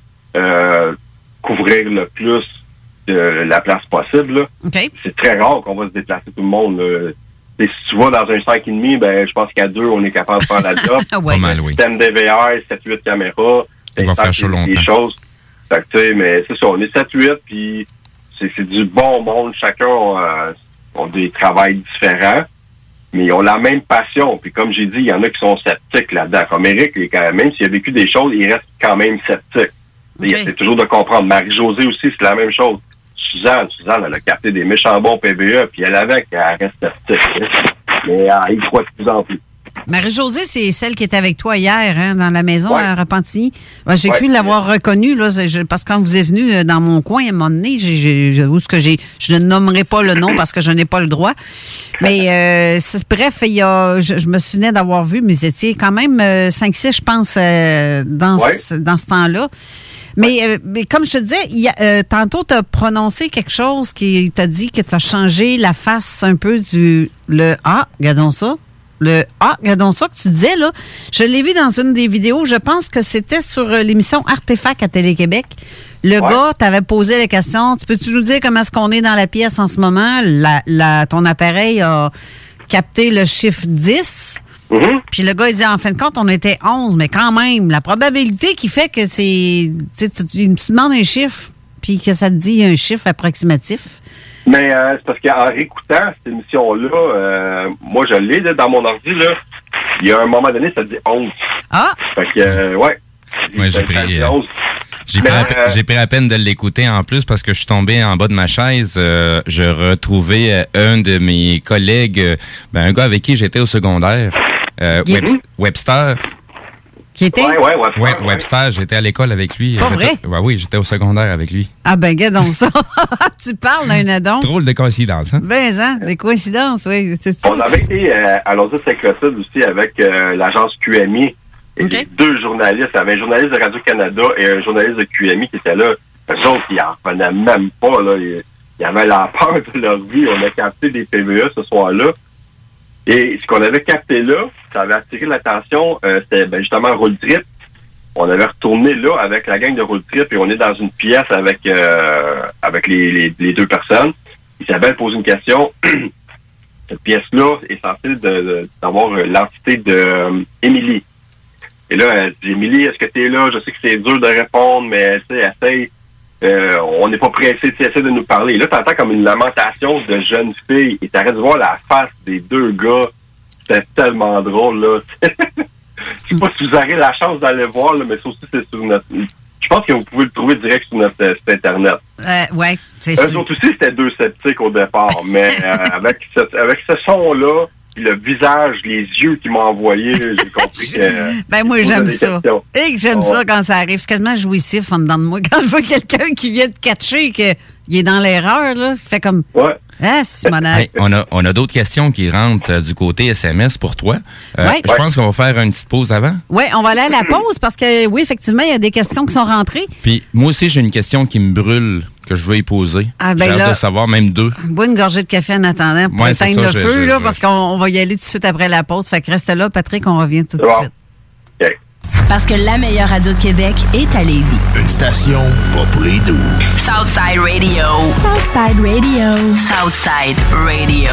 couvrir le plus de la place possible. Là. Okay. C'est très rare qu'on va se déplacer tout le monde. Là. si tu vas dans un 5,5, ben je pense qu'à 2, on est capable de faire la job. Pas mal, oui. Système DVR, 7-8 caméras. On va faire chaud longtemps. Des choses. Fait que, tu sais, mais c'est ça, on est 7-8, puis c'est du bon monde. Chacun a des travails différents, mais ils ont la même passion. Puis comme j'ai dit, il y en a qui sont sceptiques là-dedans. Comme Eric, même s'il a vécu des choses, il reste quand même sceptique. Il essaie toujours de comprendre. Marie-Josée aussi, c'est la même chose. Suzanne, elle a capté des méchants bons PBE, puis elle reste sceptique. Mais il croit de plus en plus. Marie-Josée, c'est celle qui était avec toi hier, hein, dans la maison à Repentigny. Ben, j'ai cru l'avoir reconnue, là, parce que quand vous êtes venu dans mon coin, à un moment donné, je ne nommerai pas le nom parce que je n'ai pas le droit. Mais bref, je me souvenais d'avoir vu, mais vous étiez quand même 5-6, je pense, dans ce temps-là. Mais comme je te disais, tantôt, tu as prononcé quelque chose qui t'a dit que tu as changé la face un peu regardons ça. Regardons ça que tu disais, là. Je l'ai vu dans une des vidéos. Je pense que c'était sur l'émission Artefact à Télé-Québec. Le gars t'avait posé la question. Peux-tu nous dire comment est-ce qu'on est dans la pièce en ce moment? Ton appareil a capté le chiffre 10. Mm-hmm. Puis le gars, il dit, en fin de compte, on était 11, mais quand même, la probabilité qui fait que c'est... Tu demandes un chiffre, puis que ça te dit un chiffre approximatif. Mais c'est parce qu'en réécoutant cette émission-là, moi, je l'ai là, dans mon ordi, là. Il y a un moment donné, ça dit 11. Ah! Fait que, ouais, j'ai pris 11. J'ai pris la peine de l'écouter en plus parce que je suis tombé en bas de ma chaise. Je retrouvais un de mes collègues, un gars avec qui j'étais au secondaire, Webster. Qui était? Webster, j'étais à l'école avec lui. Pas vrai? Oui, j'étais au secondaire avec lui. Ah ben, gars, donc ça. Tu parles d'un adon. Drôle de coïncidence, hein? Ben, des coïncidences, oui. On avait été à Lausanne-Saint-Clotilde aussi avec l'agence QMI. Et les deux journalistes, il y avait un journaliste de Radio-Canada et un journaliste de QMI qui étaient là. Eux autres, ils n'en revenaient même pas, là. Ils avaient la peur de leur vie. On a capté des PVE ce soir-là. Et ce qu'on avait capté là, ça avait attiré l'attention, c'était justement Road Trip. On avait retourné là avec la gang de Road Trip et on est dans une pièce avec les deux personnes. Isabelle pose une question. Cette pièce-là est censée d'avoir l'entité de Émilie. Et là, elle dit, Émilie, est-ce que tu es là? Je sais que c'est dur de répondre, mais tu sais, essaye. On n'est pas pressé, tu essaies de nous parler. Et là, t'entends comme une lamentation de jeune fille et t'arrêtes de voir la face des deux gars. C'était tellement drôle, là. Je sais pas si vous aurez la chance d'aller voir, là, mais ça aussi, c'est sur notre... Je pense que vous pouvez le trouver direct sur notre site Internet. Ouais, c'est sûr. Eux autres aussi, c'était deux sceptiques au départ, mais avec ce son-là, le visage, les yeux qu'ils m'ont envoyé, j'ai compris que... moi, j'aime ça. Et que j'aime ça quand ça arrive. C'est quasiment jouissif en dedans de moi. Quand je vois quelqu'un qui vient de catcher et qu'il est dans l'erreur, là, il fait comme... Ouais. Ah, Simonette. Hey, on a d'autres questions qui rentrent du côté SMS pour toi. Je pense qu'on va faire une petite pause avant. Oui, on va aller à la pause parce que, oui, effectivement, il y a des questions qui sont rentrées. Puis, moi aussi, j'ai une question qui me brûle, que je veux y poser. J'ai hâte de savoir, même deux. Bois une gorgée de café en attendant pour éteindre le feu, là, parce qu'on va y aller tout de suite après la pause. Fait que reste là, Patrick, on revient tout de suite. Okay. Parce que la meilleure radio de Québec est à Lévis. Une station pas pour les doux. Southside Radio. Southside Radio. Southside Radio.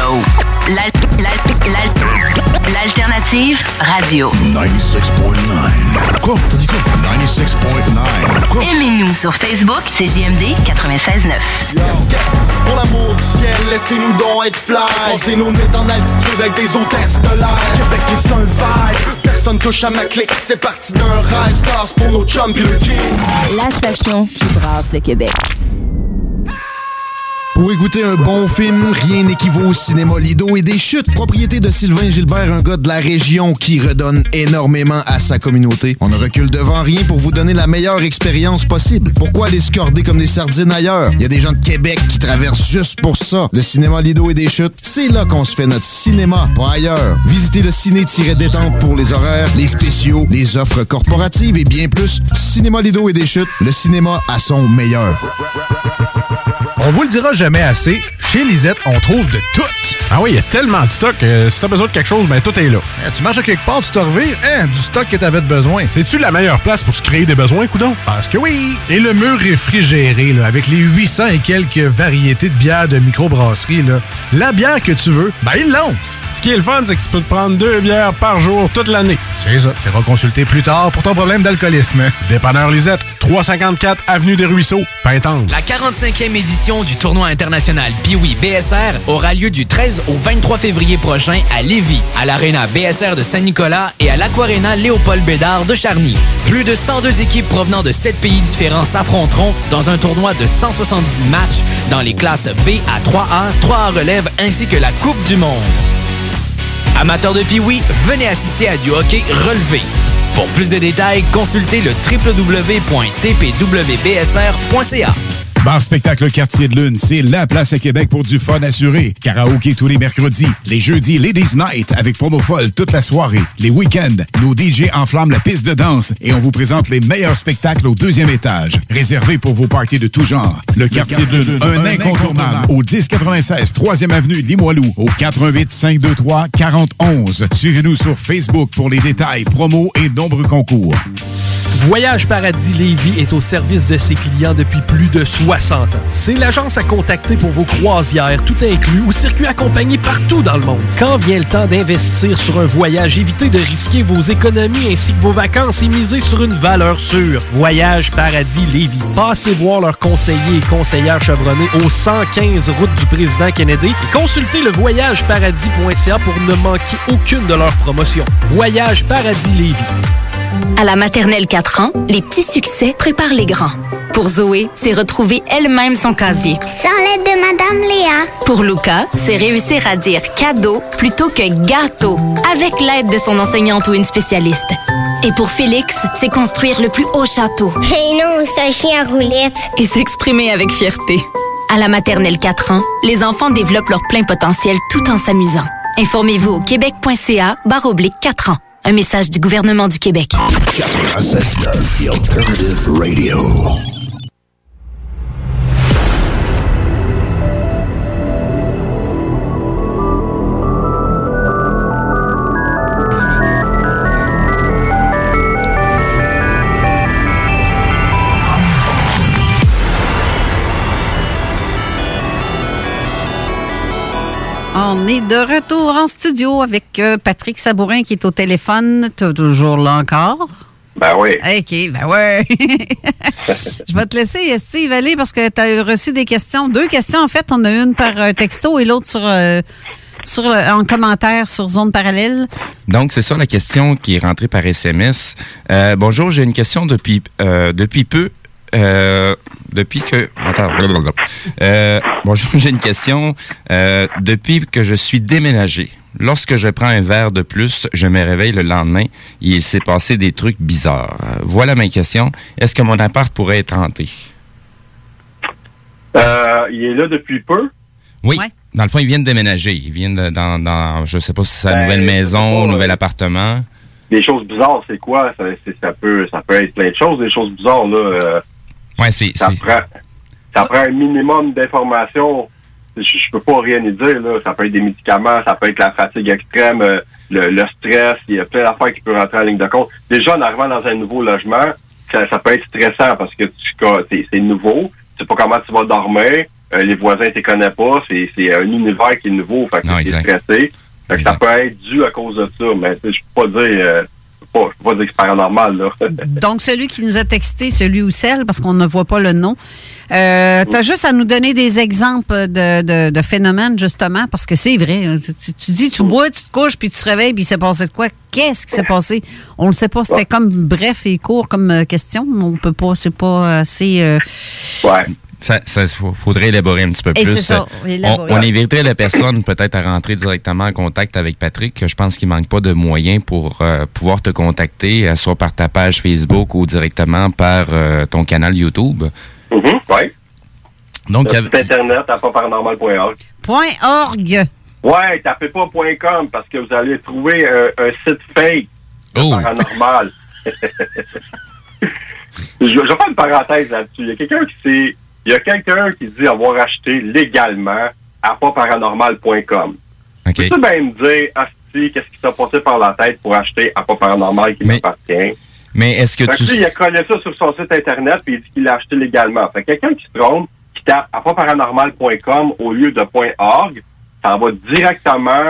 L'alternative radio. 96.9. Quoi? T'as dit quoi? 96.9. Quoi? Aimez-nous sur Facebook, c'est JMD 96.9. Pour l'amour du ciel, laissez-nous donc être fly. Passez nos nuits en altitude avec des hôtesses de l'air. Québec est un vibe. Personne touche à ma clique. C'est parti d'un rêve. Stars pour nos chums pis le king. La station qui brasse le Québec. Pour écouter un bon film, rien n'équivaut au cinéma Lido et des chutes. Propriété de Sylvain Gilbert, un gars de la région qui redonne énormément à sa communauté. On ne recule devant rien pour vous donner la meilleure expérience possible. Pourquoi aller se corder comme des sardines ailleurs? Il y a des gens de Québec qui traversent juste pour ça. Le cinéma Lido et des chutes, c'est là qu'on se fait notre cinéma, pas ailleurs. Visitez le ciné-détente pour les horaires, les spéciaux, les offres corporatives et bien plus. Cinéma Lido et des chutes, le cinéma à son meilleur. On vous le dira jamais assez, chez Lisette, on trouve de tout. Ah oui, il y a tellement de stock que si t'as besoin de quelque chose, ben tout est là. Tu marches à quelque part, tu te revires, du stock que t'avais besoin. C'est-tu la meilleure place pour se créer des besoins, coudonc? Parce que oui! Et le mur réfrigéré, là, avec les 800 et quelques variétés de bières de microbrasserie, là, la bière que tu veux, ben ils l'ont! Ce qui est le fun, c'est que tu peux te prendre 2 bières par jour toute l'année. C'est ça. Tu iras consulter plus tard pour ton problème d'alcoolisme. Dépanneur Lisette, 354 Avenue des Ruisseaux, Pintendre. La 45e édition du tournoi international Pee-Wee BSR aura lieu du 13 au 23 février prochain à Lévis, à l'Arena BSR de Saint-Nicolas et à l'Aquarena Léopold Bédard de Charny. Plus de 102 équipes provenant de 7 pays différents s'affronteront dans un tournoi de 170 matchs dans les classes B à 3A, 3A relève ainsi que la Coupe du Monde. Amateurs de Pee-Wee, venez assister à du hockey relevé. Pour plus de détails, consultez le www.tpwbsr.ca. Bar Spectacle Quartier de Lune, c'est la place à Québec pour du fun assuré. Karaoké tous les mercredis. Les jeudis, Ladies Night avec promo folle toute la soirée. Les week-ends, nos DJ enflamment la piste de danse et on vous présente les meilleurs spectacles au 2e étage. Réservé pour vos parties de tout genre. Le Quartier de Lune, un incontournable au 1096 3e Avenue Limoilou, au 418 523 4011. Suivez-nous sur Facebook pour les détails, promos et nombreux concours. Voyage Paradis Lévis est au service de ses clients depuis plus de 60 ans. C'est l'agence à contacter pour vos croisières, tout inclus ou circuits accompagnés partout dans le monde. Quand vient le temps d'investir sur un voyage, évitez de risquer vos économies ainsi que vos vacances et misez sur une valeur sûre. Voyage Paradis Lévis. Passez voir leurs conseillers et conseillères chevronnés au 115 route du Président Kennedy et consultez le voyageparadis.ca pour ne manquer aucune de leurs promotions. Voyage Paradis Lévis. À la maternelle 4 ans, les petits succès préparent les grands. Pour Zoé, c'est retrouver elle-même son casier. Sans l'aide de Madame Léa. Pour Luca, c'est réussir à dire cadeau plutôt que gâteau, avec l'aide de son enseignante ou une spécialiste. Et pour Félix, c'est construire le plus haut château. Et non, c'est un chien à roulette. Et s'exprimer avec fierté. À la maternelle 4 ans, les enfants développent leur plein potentiel tout en s'amusant. Informez-vous au québec.ca/4 ans. Un message du gouvernement du Québec. 96.9, The Alternative Radio. On est de retour en studio avec Patrick Sabourin qui est au téléphone. T'es toujours là encore? Ben oui. OK, ben ouais. Je vais te laisser, Steve, aller parce que tu as reçu des questions. 2 questions, en fait. On a une par texto et l'autre en commentaire sur Zone Parallèle. Donc, c'est ça la question qui est rentrée par SMS. Bonjour, j'ai une question depuis peu. Bonjour, j'ai une question. Depuis que je suis déménagé, lorsque je prends un verre de plus, je me réveille le lendemain et il s'est passé des trucs bizarres. Voilà ma question. Est-ce que mon appart pourrait être hanté? Il est là depuis peu? Oui. Ouais. Dans le fond, il vient de déménager. Il vient dans je sais pas si c'est sa nouvelle maison, nouvel appartement. Des choses bizarres, c'est quoi? Ça peut être plein de choses, des choses bizarres, là. Ouais, ça prend un minimum d'informations. Je peux pas rien y dire, là. Ça peut être des médicaments, ça peut être la fatigue extrême, le stress, il y a plein d'affaires qui peuvent rentrer en ligne de compte. Déjà, en arrivant dans un nouveau logement, ça peut être stressant parce que c'est nouveau, tu sais pas comment tu vas dormir, les voisins tu connais pas, c'est un univers qui est nouveau, fait que c'est stressé. Fait que ça peut être dû à cause de ça, mais je peux pas dire... Je peux pas dire que c'est paranormal, là. Donc, celui qui nous a texté, celui ou celle, parce qu'on ne voit pas le nom, t'as juste à nous donner des exemples de phénomènes, justement, parce que c'est vrai. Tu dis, tu bois, tu te couches, puis tu te réveilles, puis il s'est passé de quoi? Qu'est-ce qui s'est passé? On le sait pas. C'était comme bref et court comme question. On peut pas, c'est pas assez... Ouais. Ça faudrait élaborer un petit peu plus. Ça, on inviterait la personne peut-être à rentrer directement en contact avec Patrick. Je pense qu'il manque pas de moyens pour pouvoir te contacter, soit par ta page Facebook ou directement par ton canal YouTube. Mm-hmm, oui. Donc, site internet à paparanormal.org. .org. Ouais, tapez pas .com parce que vous allez trouver un site fake paranormal. Je vais faire une parenthèse là-dessus. Il y a quelqu'un qui dit avoir acheté légalement à paparanormal.com. Okay. Peux-tu bien me dire, Asti, qu'est-ce qui t'a passé par la tête pour acheter à paparanormal qui m'appartient? Mais est-ce que il a collé ça sur son site internet et il dit qu'il l'a acheté légalement. Fait quelqu'un qui se trompe, qui tape à paparanormal.com au lieu de .org, ça va directement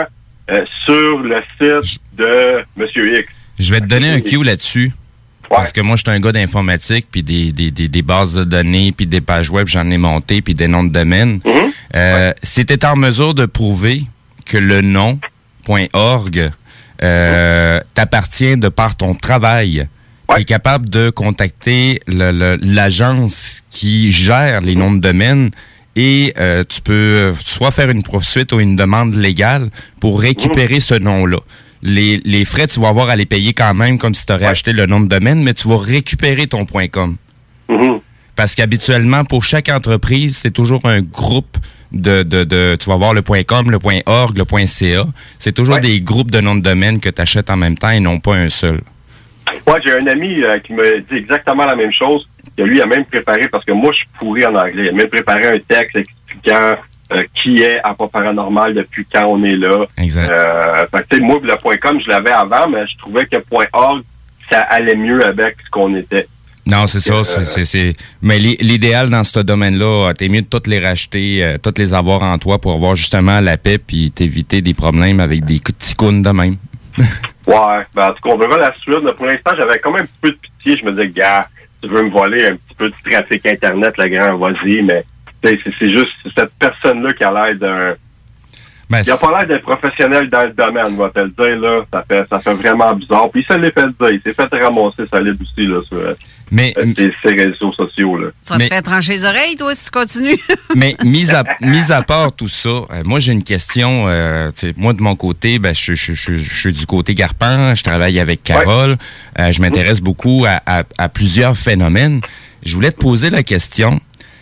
sur le site de Monsieur X. Je vais te donner un cue là-dessus. Parce que moi, je suis un gars d'informatique, puis des bases de données, puis des pages web, j'en ai monté, puis des noms de domaine. Si tu es en mesure de prouver que le nom .org t'appartient de par ton travail, tu es capable de contacter l'agence qui gère les noms de domaine et tu peux soit faire une poursuite ou une demande légale pour récupérer ce nom-là. Les frais, tu vas avoir à les payer quand même comme si tu aurais acheté le nom de domaine, mais tu vas récupérer ton .com. Parce qu'habituellement, pour chaque entreprise, c'est toujours un groupe tu vas avoir le .com, le .org, le .ca. C'est toujours des groupes de noms de domaine que tu achètes en même temps et non pas un seul. Ouais, j'ai un ami qui me dit exactement la même chose. Lui a même préparé, parce que moi, je suis pourri en anglais, il a même préparé un texte expliquant qui est à pas paranormal depuis quand on est là. Exact. Fait que, moi, le .com, je l'avais avant, mais je trouvais que .org, ça allait mieux avec ce qu'on était. Non, c'est ça. Mais l'idéal dans ce domaine-là, t'es mieux de toutes les racheter, toutes les avoir en toi pour avoir justement la paix puis t'éviter des problèmes avec des petits counes de même. Ouais, en tout cas, on verra la suite. Mais pour l'instant, j'avais quand même un petit peu de pitié. Je me disais, gars, tu veux me voler un petit peu de trafic Internet, le grand, vas-y, mais c'est juste cette personne-là qui a l'air d'un... il a pas l'air d'être professionnel dans le domaine, on va te le dire, là. Ça fait vraiment bizarre. Puis il se l'est fait dire. Il s'est fait ramasser solide aussi, là, sur ces réseaux sociaux, là. Tu vas te faire trancher les oreilles, toi, si tu continues. Mais, mis à part tout ça, moi, j'ai une question. Moi, de mon côté, je suis du côté Garpin. Je travaille avec Carole. Je m'intéresse beaucoup à plusieurs phénomènes. Je voulais te poser la question.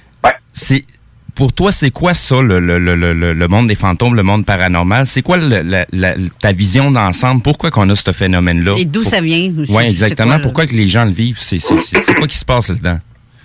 Pour toi, c'est quoi ça, le monde des fantômes, le monde paranormal? C'est quoi ta vision d'ensemble? Pourquoi qu'on a ce phénomène-là? Et d'où ça vient? Oui, exactement. Pourquoi que les gens le vivent? C'est quoi qui se passe là-dedans?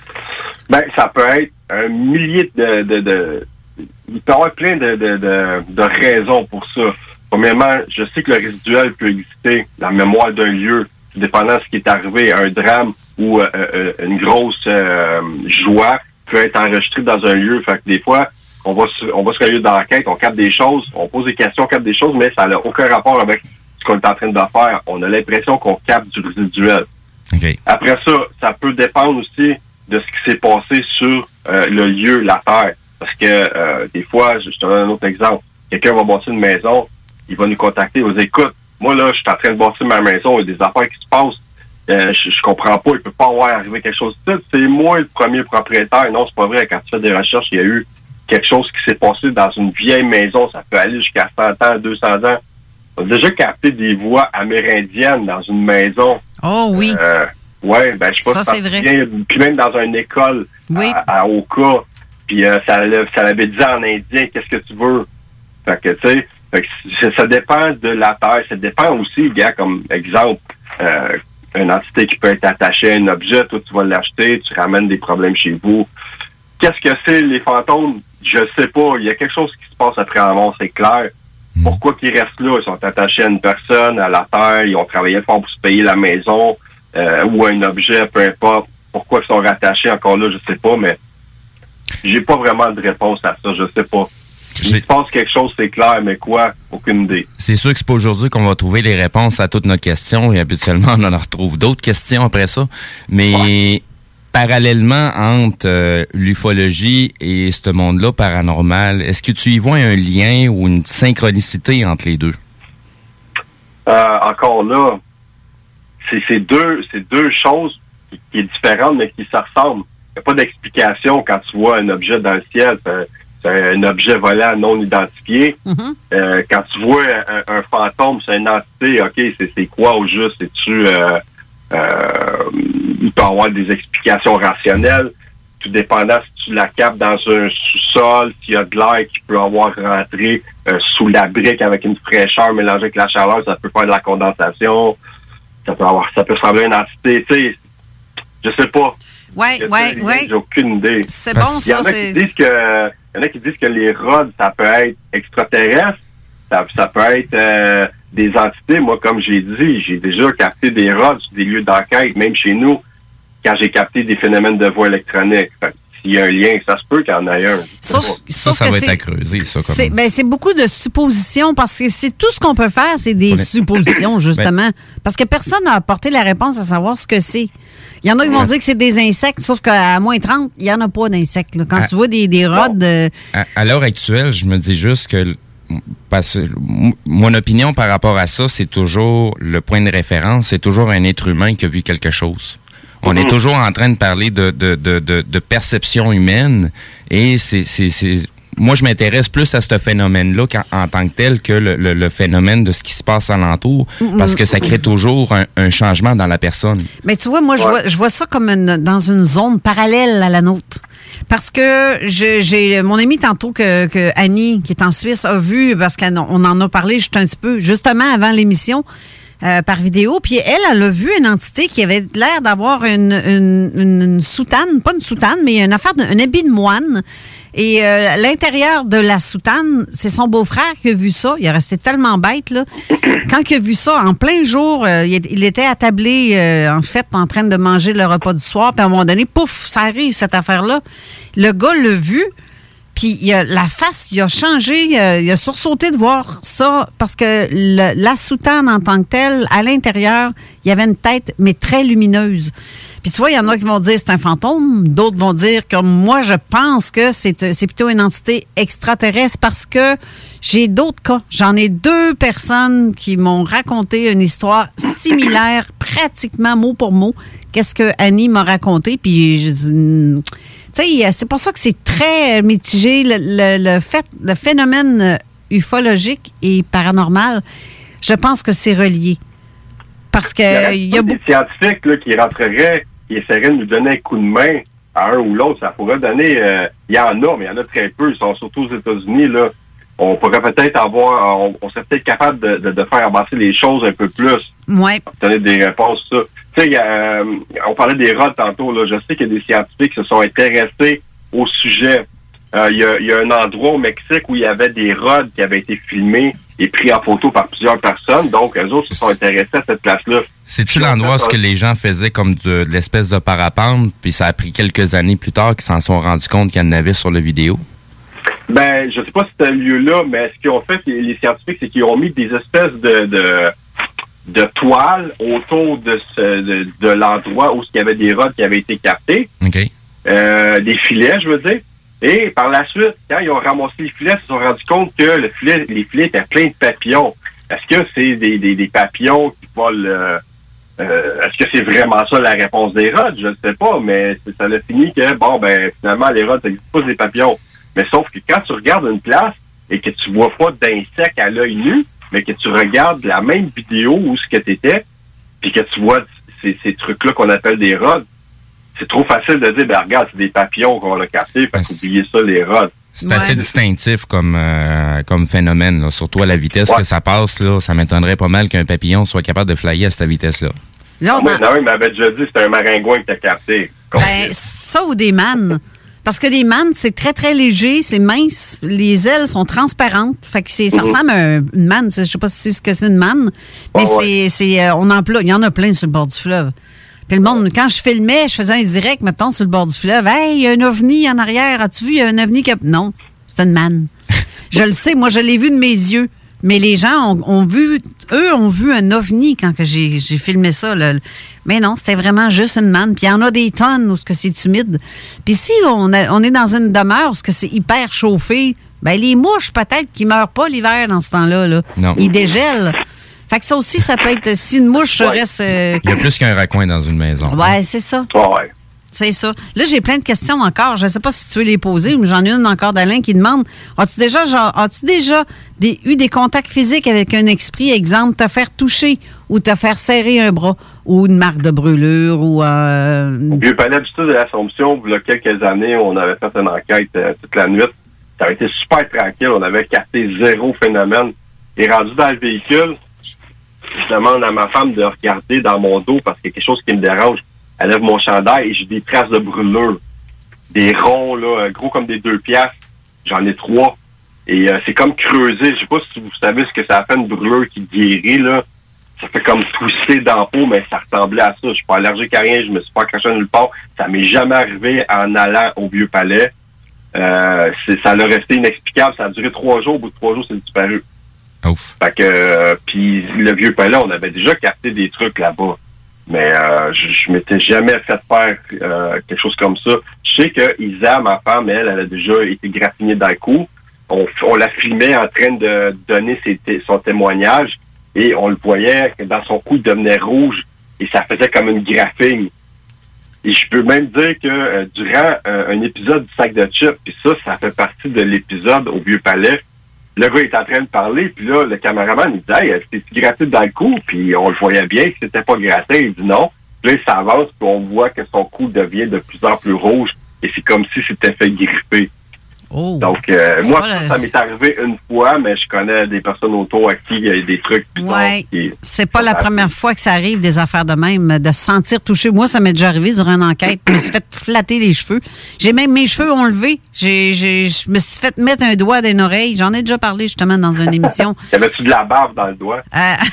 Ça peut être un millier de... Il peut y avoir plein de raisons pour ça. Premièrement, je sais que le résiduel peut exister, la mémoire d'un lieu, dépendant de ce qui est arrivé, un drame ou une grosse joie, peut être enregistré dans un lieu. Fait que des fois, on va sur un lieu d'enquête, on capte des choses, on pose des questions, on capte des choses, mais ça n'a aucun rapport avec ce qu'on est en train de faire. On a l'impression qu'on capte du résiduel. Okay. Après ça, ça peut dépendre aussi de ce qui s'est passé sur le lieu, la terre. Parce que des fois, je te donne un autre exemple. Quelqu'un va bâtir une maison, il va nous contacter, il va dire, écoute, moi là, je suis en train de bâtir ma maison, il y a des affaires qui se passent. Je comprends pas, il peut pas avoir arrivé quelque chose de ça. C'est moi le premier propriétaire. Non, c'est pas vrai. Quand tu fais des recherches, il y a eu quelque chose qui s'est passé dans une vieille maison. Ça peut aller jusqu'à 100 ans, 200 ans. On a déjà capté des voix amérindiennes dans une maison. Oh oui. Je sais pas ça, c'est vrai. Puis même dans une école à Oka. Puis ça l'avait dit en indien, qu'est-ce que tu veux? Fait que, tu sais, ça dépend de la terre. Ça dépend aussi, gars, comme exemple, une entité qui peut être attachée à un objet, toi, tu vas l'acheter, tu ramènes des problèmes chez vous. Qu'est-ce que c'est, les fantômes? Je sais pas. Il y a quelque chose qui se passe après la mort, c'est clair. Pourquoi qu'ils restent là? Ils sont attachés à une personne, à la terre, ils ont travaillé fort pour se payer la maison, ou un objet, peu importe. Pourquoi ils sont rattachés encore là, je sais pas, mais j'ai pas vraiment de réponse à ça, je sais pas. Il se passe quelque chose, c'est clair, mais quoi? Aucune idée. C'est sûr que c'est pas aujourd'hui qu'on va trouver les réponses à toutes nos questions, et habituellement, on en retrouve d'autres questions après ça. Mais parallèlement entre l'ufologie et ce monde-là paranormal, est-ce que tu y vois un lien ou une synchronicité entre les deux? Encore là, c'est deux choses qui est différentes, mais qui se ressemblent. Il n'y a pas d'explication quand tu vois un objet dans le ciel. C'est un objet volant non identifié. Quand tu vois un fantôme, c'est une entité, OK, c'est quoi au juste? C'est-tu... il peut y avoir des explications rationnelles, tout dépendant si tu la captes dans un sous-sol, s'il y a de l'air qui peut avoir rentré sous la brique avec une fraîcheur mélangée avec la chaleur, ça peut faire de la condensation. Ça peut sembler une entité, tu sais, je sais pas. Ouais. J'ai aucune idée. C'est bon, ça. Il y en a qui disent que les rods, ça peut être extraterrestre, ça peut être des entités. Moi, comme j'ai dit, j'ai déjà capté des rods sur des lieux d'enquête, même chez nous, quand j'ai capté des phénomènes de voix électronique. s'il y a un lien. Ça se peut qu'il y en ait un. Ça va être à creuser, ça. C'est beaucoup de suppositions parce que c'est tout ce qu'on peut faire, c'est des suppositions, justement. Parce que personne n'a apporté la réponse à savoir ce que c'est. Il y en a qui vont dire que c'est des insectes, sauf qu'à moins 30, il n'y en a pas d'insectes. Là. Quand tu vois des rods... À l'heure actuelle, je me dis juste que mon opinion par rapport à ça, c'est toujours le point de référence, c'est toujours un être humain qui a vu quelque chose. On est toujours en train de parler de perception humaine et moi, je m'intéresse plus à ce phénomène-là en tant que tel que le phénomène de ce qui se passe alentour, parce que ça crée toujours un changement dans la personne. Mais tu vois, moi, je vois ça comme dans une zone parallèle à la nôtre. Parce que j'ai mon amie tantôt que Annie, qui est en Suisse, a vu, parce qu'on en a parlé juste un petit peu, justement avant l'émission, par vidéo, puis elle a vu une entité qui avait l'air d'avoir une soutane, pas une soutane, mais un habit de moine. Et à l'intérieur de la soutane, c'est son beau-frère qui a vu ça. Il est resté tellement bête, là. Quand il a vu ça, en plein jour, il était attablé, en fait, en train de manger le repas du soir. Puis à un moment donné, pouf, ça arrive, cette affaire-là. Le gars l'a vu, puis la face, il a changé. Il a sursauté de voir ça parce que la soutane en tant que telle, à l'intérieur, il y avait une tête, mais très lumineuse. Puis tu vois, il y en a qui vont dire c'est un fantôme, d'autres vont dire comme moi, je pense que c'est plutôt une entité extraterrestre parce que j'ai d'autres cas. J'en ai 2 personnes qui m'ont raconté une histoire similaire, pratiquement mot pour mot, qu'est-ce que Annie m'a raconté. Puis tu sais, c'est pour ça que c'est très mitigé. Le phénomène ufologique et paranormal, je pense que c'est relié. Parce que il y a des scientifiques là, qui rentreraient, qui essaieraient de nous donner un coup de main à un ou l'autre. Ça pourrait donner... il y en a, mais il y en a très peu. Ils sont surtout aux États-Unis. Là. On pourrait peut-être on serait peut-être capable de faire avancer les choses un peu plus. Ouais. Donner des réponses, ça. Tu sais, on parlait des rods tantôt. Là. Je sais qu'il y a des scientifiques qui se sont intéressés au sujet. Il y a un endroit au Mexique où il y avait des rods qui avaient été filmés et pris en photo par plusieurs personnes. Donc, eux autres se sont intéressés à cette place-là. C'est-tu l'endroit où les gens faisaient comme de l'espèce de parapente, puis ça a pris quelques années plus tard qu'ils s'en sont rendus compte qu'il y en avait sur la vidéo? Ben, je sais pas si c'était un lieu-là, mais ce qu'ils ont fait, les scientifiques, c'est qu'ils ont mis des espèces de toiles autour de l'endroit où il y avait des rods qui avaient été captés. OK. Des filets, je veux dire. Et par la suite, quand ils ont ramassé les filets, ils se sont rendus compte que les filets étaient pleins de papillons. Est-ce que c'est des papillons qui volent... est-ce que c'est vraiment ça la réponse des rods? Je ne sais pas, mais ça a fini que, finalement, les rods, ça n'existe pas des papillons. Mais sauf que quand tu regardes une place et que tu vois pas d'insectes à l'œil nu, mais que tu regardes la même vidéo où ce que tu étais, puis que tu vois ces trucs-là qu'on appelle des rods, c'est trop facile de dire, regarde, c'est des papillons qu'on a captés, fait qu'oubliez ça, les rods. C'est assez distinctif comme phénomène, là. Surtout à la vitesse que ça passe, là, ça m'étonnerait pas mal qu'un papillon soit capable de flyer à cette vitesse-là. Non, il m'avait déjà dit que c'était un maringouin que t'as capté. Ça ou des mannes. Parce que les mannes, c'est très, très léger, c'est mince. Les ailes sont transparentes. Fait que ça ressemble à une manne. Je sais pas si c'est ce que c'est une manne. Mais il y en a plein sur le bord du fleuve. Puis le monde, quand je filmais, je faisais un direct, mettons, sur le bord du fleuve. Hey, il y a un ovni en arrière. As-tu vu, il y a un ovni qui... Non, c'est une manne. Je le sais, moi, je l'ai vu de mes yeux. Mais les gens ont vu un ovni quand que j'ai filmé ça. Là. Mais non, c'était vraiment juste une manne. Puis il y en a des tonnes où c'est humide. Puis si on est dans une demeure où c'est hyper chauffé, les mouches, peut-être, qui meurent pas l'hiver dans ce temps-là. Là. Non. Ils dégèlent. Fait que ça aussi, ça peut être... Si une mouche reste... Il y a plus qu'un raccoin dans une maison. Ouais, c'est ça. Ouais. C'est ça. Là, j'ai plein de questions encore. Je ne sais pas si tu veux les poser, mais j'en ai une encore d'Alain qui demande, as-tu déjà eu des contacts physiques avec un esprit, exemple, te faire toucher ou te faire serrer un bras ou une marque de brûlure ou... Au Vieux Palais du Tout de l'Assomption, il y a quelques années, on avait fait une enquête toute la nuit. Ça avait été super tranquille. On avait capté 0 phénomène. Et rendu dans le véhicule, je demande à ma femme de regarder dans mon dos parce qu'il y a quelque chose qui me dérange. Elle lève mon chandail et j'ai des traces de brûlure. Des ronds, là, gros comme des 2 piastres. J'en ai 3. Et c'est comme creusé. Je sais pas si vous savez ce que ça fait une brûlure qui guérit, là. ça fait comme twister dans la peau, mais ça ressemblait à ça. Je suis pas allergique à rien, je me suis pas craché nulle part. Ça m'est jamais arrivé en allant au Vieux-Palais. Ça l'a resté inexplicable. Ça a duré 3 jours. Au bout de 3 jours, c'est disparu. Ouf. Fait que, puis le Vieux-Palais, on avait déjà capté des trucs là-bas. Mais je m'étais jamais fait faire quelque chose comme ça. Je sais que Isa, ma femme, elle a déjà été graffinée dans le cou. On la filmait en train de donner son témoignage et on le voyait que dans son cou, il devenait rouge et ça faisait comme une graphine. Et je peux même dire que durant un épisode du sac de chips, puis ça fait partie de l'épisode au Vieux-Palais, le gars est en train de parler, puis là, le caméraman, il dit « Hey, c'était gratté dans le cou? » Puis on le voyait bien que c'était pas gratté. Il dit non. Puis là, il s'avance, puis on voit que son cou devient de plus en plus rouge et c'est comme si c'était fait griffer. Oh. Donc, moi, ça m'est arrivé une fois, mais je connais des personnes autour à qui il y a des trucs. Oui, c'est pas la première fois que ça arrive, des affaires de même, de se sentir touché. Moi, ça m'est déjà arrivé durant une enquête. Je me suis fait flatter les cheveux. J'ai même mes cheveux enlevés. Je me suis fait mettre un doigt dans une oreille. J'en ai déjà parlé justement dans une émission. T'avais-tu de la barbe dans le doigt?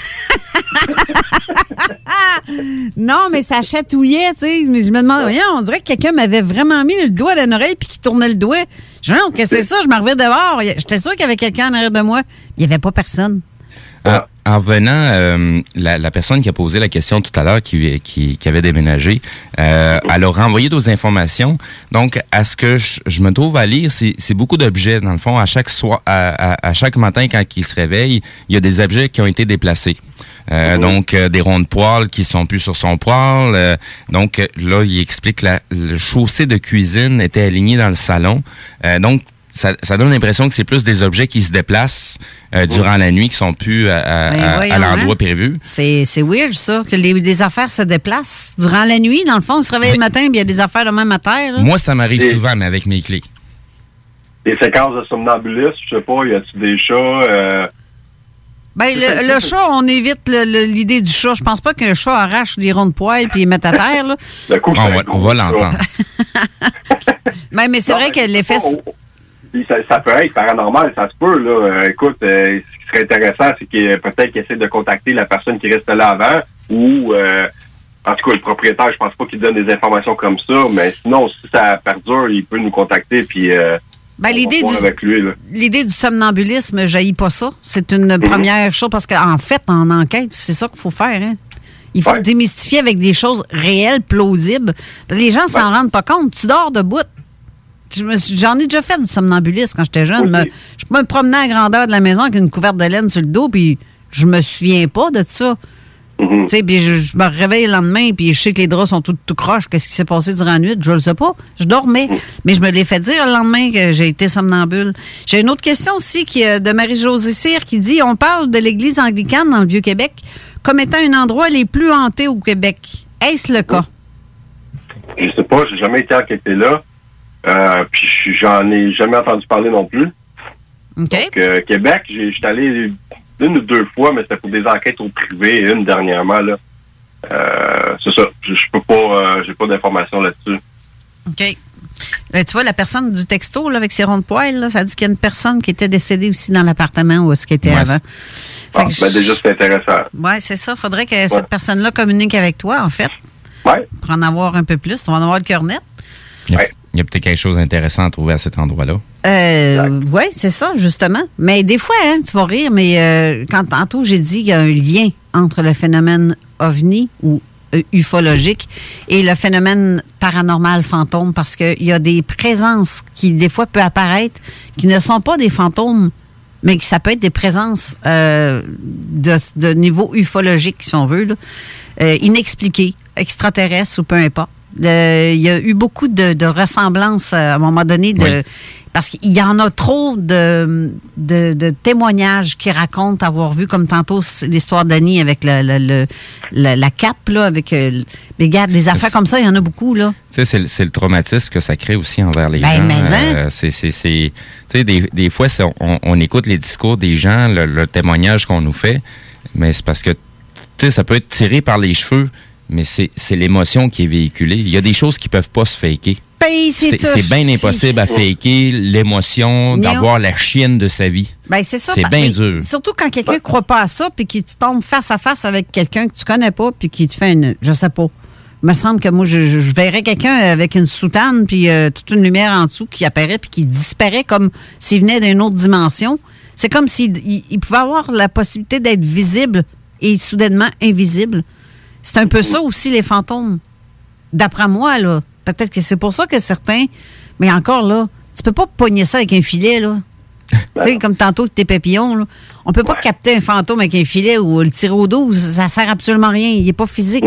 Non, mais ça chatouillait, tu sais. Mais je me demandais, voyons, on dirait que quelqu'un m'avait vraiment mis le doigt dans une oreille puis qui tournait le doigt. Je me dis, qu'est-ce que c'est ça? Je m'en reviens dehors. J'étais sûr qu'il y avait quelqu'un en arrière de moi. Il n'y avait pas personne. En venant, la personne qui a posé la question tout à l'heure, qui avait déménagé, elle a renvoyé d'autres informations. Donc, à ce que je me trouve à lire, c'est beaucoup d'objets. Dans le fond, à chaque matin, quand il se réveille, il y a des objets qui ont été déplacés. Donc, des ronds de poêle qui sont plus sur son poêle. Donc, là, il explique que le chaussée de cuisine était aligné dans le salon. Donc, ça donne l'impression que c'est plus des objets qui se déplacent durant la nuit, qui sont plus à l'endroit prévu. C'est weird, ça, que des affaires se déplacent durant la nuit. Dans le fond, on se réveille le matin et il y a des affaires de même à terre. Là. Moi, ça m'arrive souvent, mais avec mes clés. Des séquences de somnambulisme, je sais pas, y a-tu des chats... Ben, le chat, on évite l'idée du chat. Je pense pas qu'un chat arrache des ronds de poêle puis les mette à terre. Là. On va l'entendre. Mais c'est vrai que l'effet... Ça peut être paranormal, ça se peut. Là. Écoute, ce qui serait intéressant, c'est qu'il peut-être qu'il essaie de contacter la personne qui reste là avant ou... en tout cas, le propriétaire, je pense pas qu'il donne des informations comme ça, mais sinon, si ça perdure, il peut nous contacter puis... l'idée du somnambulisme, j'haïs pas ça. C'est une première chose parce qu'en fait, en enquête, c'est ça qu'il faut faire. Hein? Il faut démystifier avec des choses réelles, plausibles. Parce que les gens s'en rendent pas compte. Tu dors debout. J'en ai déjà fait du somnambulisme quand j'étais jeune. Je me promenais à grandeur de la maison avec une couverte de laine sur le dos, puis je me souviens pas de ça. Tu sais, puis je me réveille le lendemain, puis je sais que les draps sont tout croches. Qu'est-ce qui s'est passé durant la nuit? Je le sais pas. Je dormais. Mais je me l'ai fait dire le lendemain que j'ai été somnambule. J'ai une autre question aussi de Marie-Josée Cyr qui dit, on parle de l'église anglicane dans le Vieux-Québec comme étant un endroit les plus hantés au Québec. Est-ce le cas? Je sais pas. J'ai jamais été enquêté là. Puis j'en ai jamais entendu parler non plus. OK. Donc, Québec, j'étais allé 1 ou 2 fois, mais c'était pour des enquêtes au privé, une dernièrement, là. C'est ça. Je peux pas, j'ai pas d'informations là-dessus. OK. Tu vois, la personne du texto, là, avec ses ronds de poêle, là, ça dit qu'il y a une personne qui était décédée aussi dans l'appartement où est-ce qu'il était avant. Déjà, c'est intéressant. Oui, c'est ça. Faudrait que cette personne-là communique avec toi, en fait. Oui. Pour en avoir un peu plus. On va en avoir le cœur net. Il y a peut-être quelque chose d'intéressant à trouver à cet endroit-là. Oui, c'est ça, justement. Mais des fois, hein, tu vas rire, mais quand tantôt j'ai dit qu'il y a un lien entre le phénomène ovni ou ufologique et le phénomène paranormal fantôme, parce qu'il y a des présences qui, des fois, peuvent apparaître, qui ne sont pas des fantômes, mais que ça peut être des présences de niveau ufologique, si on veut, là, inexpliquées, extraterrestres ou peu importe. Il y a eu beaucoup de ressemblances à un moment donné, parce qu'il y en a trop de témoignages qui racontent avoir vu, comme tantôt l'histoire d'Annie avec la cape, là, avec des affaires comme ça, il y en a beaucoup, là. Tu sais, c'est le traumatisme que ça crée aussi envers les gens. Mais tu sais, des fois, on écoute les discours des gens, le témoignage qu'on nous fait, mais c'est parce que, tu sais, ça peut être tiré par les cheveux. Mais c'est l'émotion qui est véhiculée. Il y a des choses qui peuvent pas se faker. Ben, c'est bien impossible à faker l'émotion d'avoir la chienne de sa vie. Ben, c'est ça. C'est bien dur. Surtout quand quelqu'un ne croit pas à ça, puis qu'il tombe face à face avec quelqu'un que tu connais pas, puis qui te fait je sais pas. Il me semble que moi, je verrais quelqu'un avec une soutane, puis toute une lumière en dessous qui apparaît, puis qui disparaît comme s'il venait d'une autre dimension. C'est comme s'il pouvait avoir la possibilité d'être visible et soudainement invisible. C'est un peu ça aussi, les fantômes. D'après moi, là. Peut-être que c'est pour ça que certains... Mais encore, là, tu peux pas pogner ça avec un filet, là. Tu sais, comme tantôt avec tes papillons, là. On peut pas capter un fantôme avec un filet ou le tirer au dos. Ça sert absolument à rien. Il est pas physique.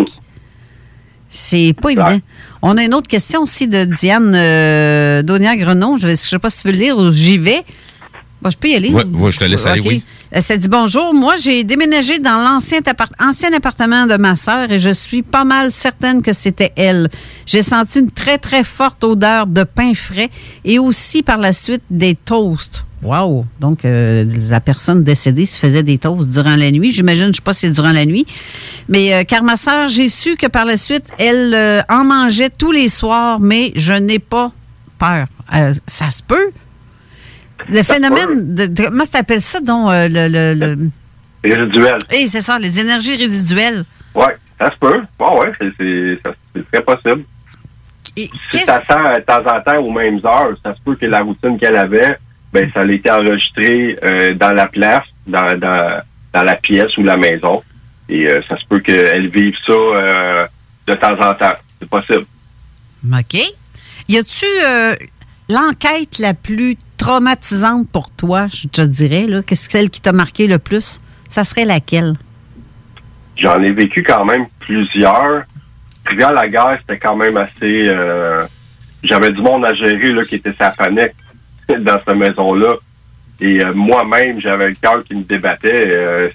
C'est pas évident. On a une autre question aussi de Diane Daunière-Grenon. Je sais pas si tu veux le lire ou j'y vais. Bon, je peux y aller. Oui, je te laisse aller, oui. Ça dit bonjour. Moi, j'ai déménagé dans l'ancien appartement de ma sœur et je suis pas mal certaine que c'était elle. J'ai senti une très, très forte odeur de pain frais et aussi par la suite des toasts. Wow! Donc, la personne décédée se faisait des toasts durant la nuit. J'imagine, je ne sais pas si c'est durant la nuit. Mais car ma sœur, j'ai su que par la suite, elle en mangeait tous les soirs, mais je n'ai pas peur. Ça se peut? Le phénomène comment tu appelles ça, donc, résiduel. Oui, c'est ça, les énergies résiduelles. Oui, ça se peut. C'est très possible. Si tu attends de temps en temps aux mêmes heures, ça se peut que la routine qu'elle avait, ben ça a été enregistré dans la place, dans la pièce ou la maison. Et ça se peut qu'elle vive ça de temps en temps. C'est possible. OK. Y a-tu l'enquête la plus traumatisante pour toi, je te dirais, là, qu'est-ce que celle qui t'a marqué le plus? Ça serait laquelle? J'en ai vécu quand même plusieurs. Rivière-la-Guerre, c'était quand même assez... j'avais du monde à gérer là, qui était sa panique dans cette maison-là. Et moi-même, j'avais le cœur qui me débattait.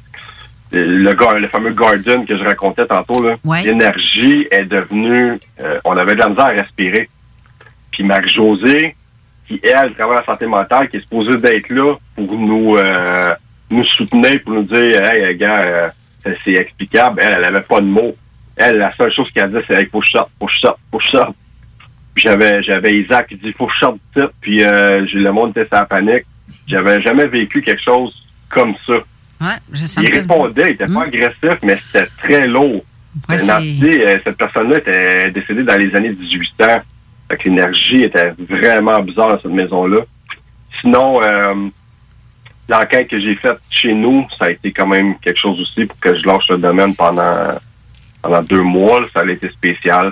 Le fameux Garden que je racontais tantôt, là, l'énergie est devenue... on avait de la misère à respirer. Puis Marie-Josée, qui, elle, travaille en santé mentale, qui est supposée d'être là pour nous soutenir, pour nous dire « Hey, gars, c'est explicable. » Elle avait pas de mots. Elle, la seule chose qu'elle dit, c'est hey, « Faut que je sorte, faut que je sorte, faut que je sorte. » Puis j'avais Isaac qui dit « Faut que je sorte de ça. » Puis le monde était sur la panique. J'avais jamais vécu quelque chose comme ça. Il répondait, il était pas agressif, mais c'était très lourd. Cette personne-là était décédée dans les années 1800. Fait que l'énergie était vraiment bizarre dans cette maison-là. Sinon, l'enquête que j'ai faite chez nous, ça a été quand même quelque chose aussi pour que je lâche le domaine pendant 2 mois. Là, ça a été spécial.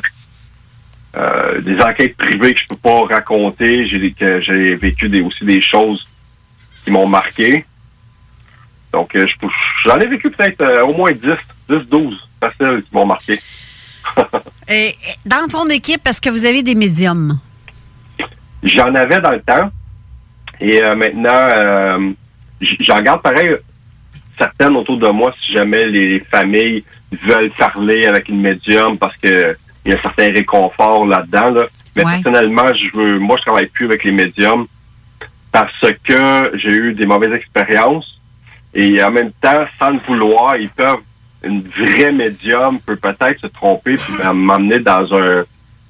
Des enquêtes privées que je peux pas raconter. J'ai vécu aussi des choses qui m'ont marqué. Donc, j'en ai vécu peut-être au moins 10-12 faciles qui m'ont marqué. Et dans ton équipe, est-ce que vous avez des médiums? J'en avais dans le temps. Et maintenant, j'en garde pareil certaines autour de moi si jamais les familles veulent parler avec une médium parce que il y a un certain réconfort là-dedans. Là. Mais personnellement, moi, je travaille plus avec les médiums parce que j'ai eu des mauvaises expériences. Et en même temps, sans le vouloir, une vraie médium peut peut-être se tromper et m'emmener dans un...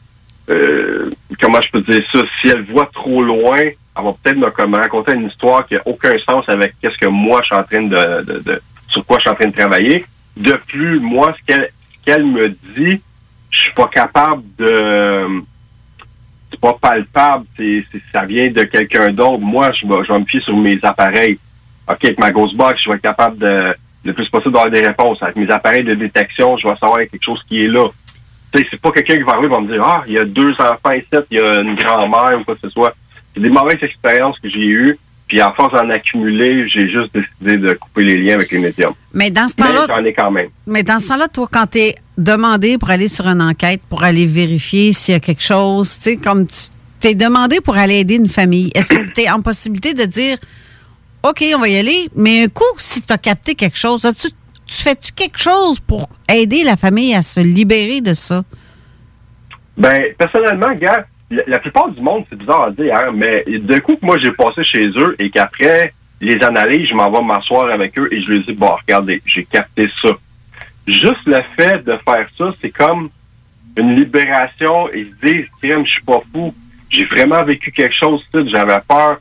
comment je peux dire ça? Si elle voit trop loin, elle va peut-être me raconter une histoire qui n'a aucun sens avec qu'est-ce que moi, je suis en train sur quoi je suis en train de travailler. De plus, moi, ce qu'elle me dit, je suis pas capable de... C'est pas palpable, ça vient de quelqu'un d'autre. Moi, je vais me fier sur mes appareils. OK, avec ma Ghostbox, je vais être capable le plus possible d'avoir des réponses. Avec mes appareils de détection, je vais savoir quelque chose qui est là. Tu sais, c'est pas quelqu'un qui va arriver et va me dire « il y a 2 enfants ici, il y a une grand-mère ou quoi que ce soit. » C'est des mauvaises expériences que j'ai eues. Puis à force d'en accumuler, j'ai juste décidé de couper les liens avec les médiums. Mais dans ce temps-là... j'en ai quand même. Mais dans ce temps-là, toi, quand t'es demandé pour aller sur une enquête, pour aller vérifier s'il y a quelque chose, tu sais, comme tu t'es demandé pour aller aider une famille, est-ce que tu es en possibilité de dire « OK, on va y aller », mais un coup, si tu as capté quelque chose, tu fais-tu quelque chose pour aider la famille à se libérer de ça? Ben, personnellement, gars, la plupart du monde, c'est bizarre à dire, hein, mais d'un coup que moi j'ai passé chez eux et qu'après les analyses, je m'en vais m'asseoir avec eux et je leur dis, bon, regardez, j'ai capté ça. Juste le fait de faire ça, c'est comme une libération et se dire, crème, je suis pas fou. j'ai vraiment vécu quelque chose, j'avais peur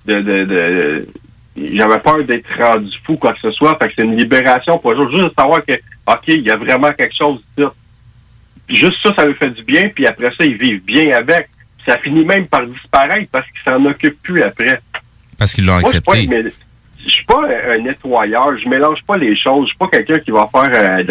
j'avais peur d'être rendu fou, quoi que ce soit. Fait que c'est une libération pour juste de savoir que, OK, il y a vraiment quelque chose ici. Juste ça me fait du bien, puis après ça, ils vivent bien avec. Ça finit même par disparaître parce qu'ils s'en occupent plus après. Parce qu'ils l'ont accepté. Je suis pas un nettoyeur, je mélange pas les choses. Je suis pas quelqu'un qui va faire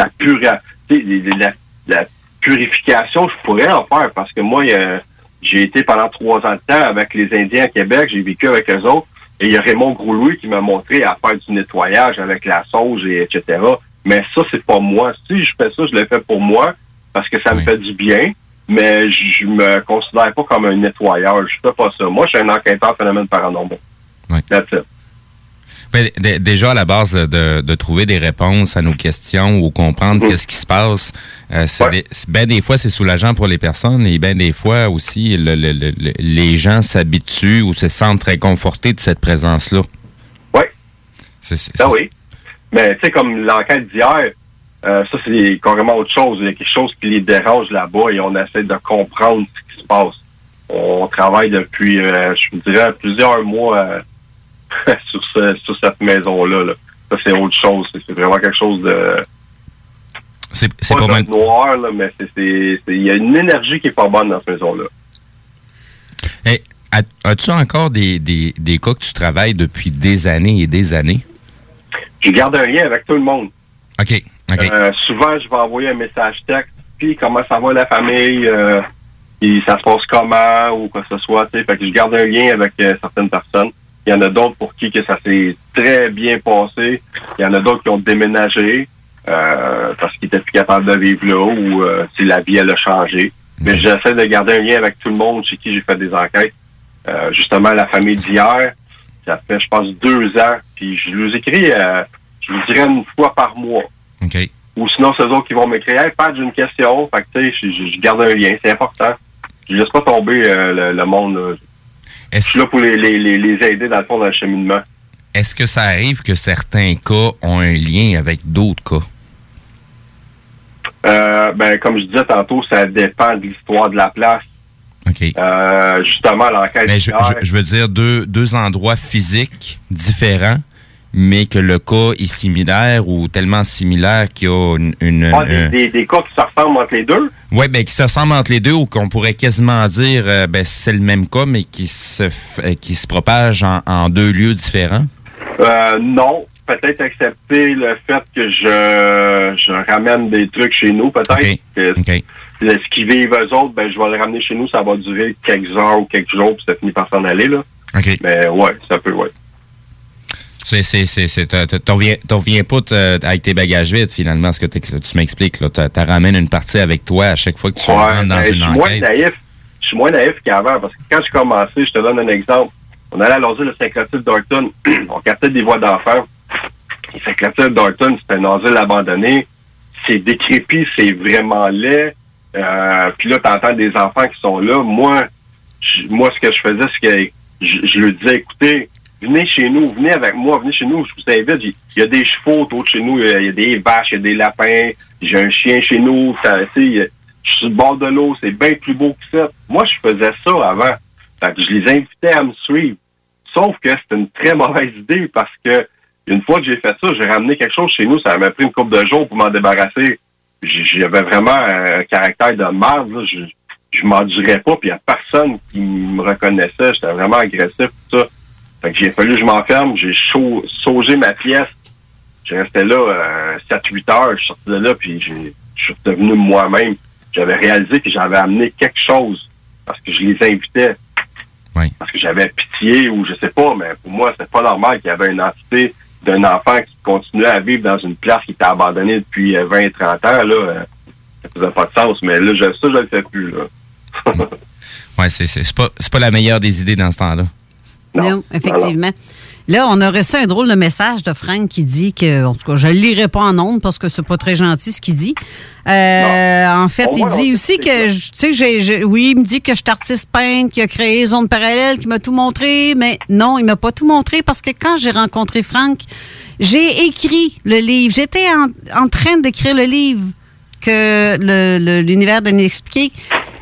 de la purification. Je pourrais en faire parce que moi, j'ai été pendant 3 ans de temps avec les Indiens à Québec, j'ai vécu avec eux autres. Et il y a Raymond Gros-Louis qui m'a montré à faire du nettoyage avec la sauge, etc. Mais ça, c'est pas moi. Si je fais ça, je le fais pour moi parce que ça me fait du bien. Mais je me considère pas comme un nettoyeur. Je fais pas ça. Moi, je suis un enquêteur phénomène paranormal. Oui. That's it. Ben, déjà, à la base de trouver des réponses à nos questions ou comprendre qu'est-ce qui se passe, ben des fois, c'est soulageant pour les personnes et ben des fois aussi, les gens s'habituent ou se sentent très confortés de cette présence-là. Oui. Oui. Mais tu sais, comme l'enquête d'hier, ça, c'est carrément autre chose. Il y a quelque chose qui les dérange là-bas et on essaie de comprendre ce qui se passe. On travaille depuis, je vous dirais, plusieurs mois sur cette maison-là. Là. Ça, c'est autre chose. C'est vraiment quelque chose de... C'est pas mal noir, là, mais il y a une énergie qui est pas bonne dans cette maison-là. Hey, as-tu encore des cas que tu travailles depuis des années et des années? Je garde un lien avec tout le monde. OK. Souvent, je vais envoyer un message texte, puis comment ça va la famille, puis ça se passe comment, ou quoi que ce soit. Fait que je garde un lien avec certaines personnes. Il y en a d'autres pour qui que ça s'est très bien passé. Il y en a d'autres qui ont déménagé parce qu'ils étaient plus capables de vivre là ou si la vie elle a changé. Mais j'essaie de garder un lien avec tout le monde chez qui j'ai fait des enquêtes. Justement, la famille d'hier, ça fait, je pense, 2 ans. Puis je les écris, je vous dirais, 1 fois par mois. Okay. Ou sinon, c'est eux autres qui vont m'écrire, hey, Pat, j'ai une question. Fait que, tu sais, je garde un lien. C'est important. Je laisse pas tomber le monde, là. Je suis là pour les aider, dans le fond, dans le cheminement. Est-ce que ça arrive que certains cas ont un lien avec d'autres cas? Ben, comme je disais tantôt, ça dépend de l'histoire de la place. OK. Justement, l'enquête... Mais je veux dire deux endroits physiques différents, mais que le cas est similaire ou tellement similaire qu'il y a des cas qui se ressemblent entre les deux? Oui, ben qui se ressemblent entre les deux ou qu'on pourrait quasiment dire c'est le même cas, mais qui se propage en 2 lieux différents? Non. Peut-être accepter le fait que je ramène des trucs chez nous, peut-être. OK. Ce qu'ils vivent eux autres, ben je vais le ramener chez nous, ça va durer quelques heures ou quelques jours, puis ça finit par s'en aller, là. OK. Mais ouais, ça peut, ouais. T'en reviens pas avec tes bagages vides, finalement, ce que tu m'expliques, là. T'as ramènes une partie avec toi à chaque fois que tu rentres dans une enquête. Je suis moins naïf qu'avant, parce que quand je commençais, je te donne un exemple. On allait à l'asile de Saint-Clotilde d'Orton, on captait des voix d'enfants. Et Saint-Clotilde d'Orton, c'est un asile abandonné. C'est décrépit, c'est vraiment laid. Puis là, t'entends des enfants qui sont là. Moi, ce que je faisais, c'est que je leur disais, écoutez, venez chez nous, venez avec moi, venez chez nous, je vous invite. Il y a des chevaux autour de chez nous, il y a des vaches, il y a des lapins, j'ai un chien chez nous, je suis sur le bord de l'eau, c'est bien plus beau que ça. Moi, je faisais ça avant. Fait que je les invitais à me suivre. Sauf que c'était une très mauvaise idée parce que une fois que j'ai fait ça, j'ai ramené quelque chose chez nous, ça m'a pris une couple de jours pour m'en débarrasser. J'avais vraiment un caractère de merde, là. Je m'endurais pas, puis il n'y a personne qui me reconnaissait. J'étais vraiment agressif, tout ça. Fait que j'ai fallu que je m'enferme, j'ai saugé ma pièce. Je restais là 7-8 heures, je suis sorti de là, puis je suis devenu moi-même. J'avais réalisé que j'avais amené quelque chose parce que je les invitais. Oui. Parce que j'avais pitié ou je sais pas, mais pour moi, c'était pas normal qu'il y avait une entité d'un enfant qui continuait à vivre dans une place qui était abandonnée depuis 20-30 ans. Là, ça faisait pas de sens, mais là, je le fais plus. Là. Oui, c'est pas la meilleure des idées dans ce temps-là. Non, effectivement. Là, on a reçu un drôle de message de Frank qui dit que, en tout cas, je ne le lirai pas en ondes parce que c'est pas très gentil ce qu'il dit. En fait, il dit aussi que, tu sais, oui, il me dit que je suis artiste peintre, qui a créé Zone Parallèle, qui m'a tout montré, mais non, il m'a pas tout montré parce que quand j'ai rencontré Frank, j'ai écrit le livre. J'étais en train d'écrire le livre que l'univers de l'inexpliqué.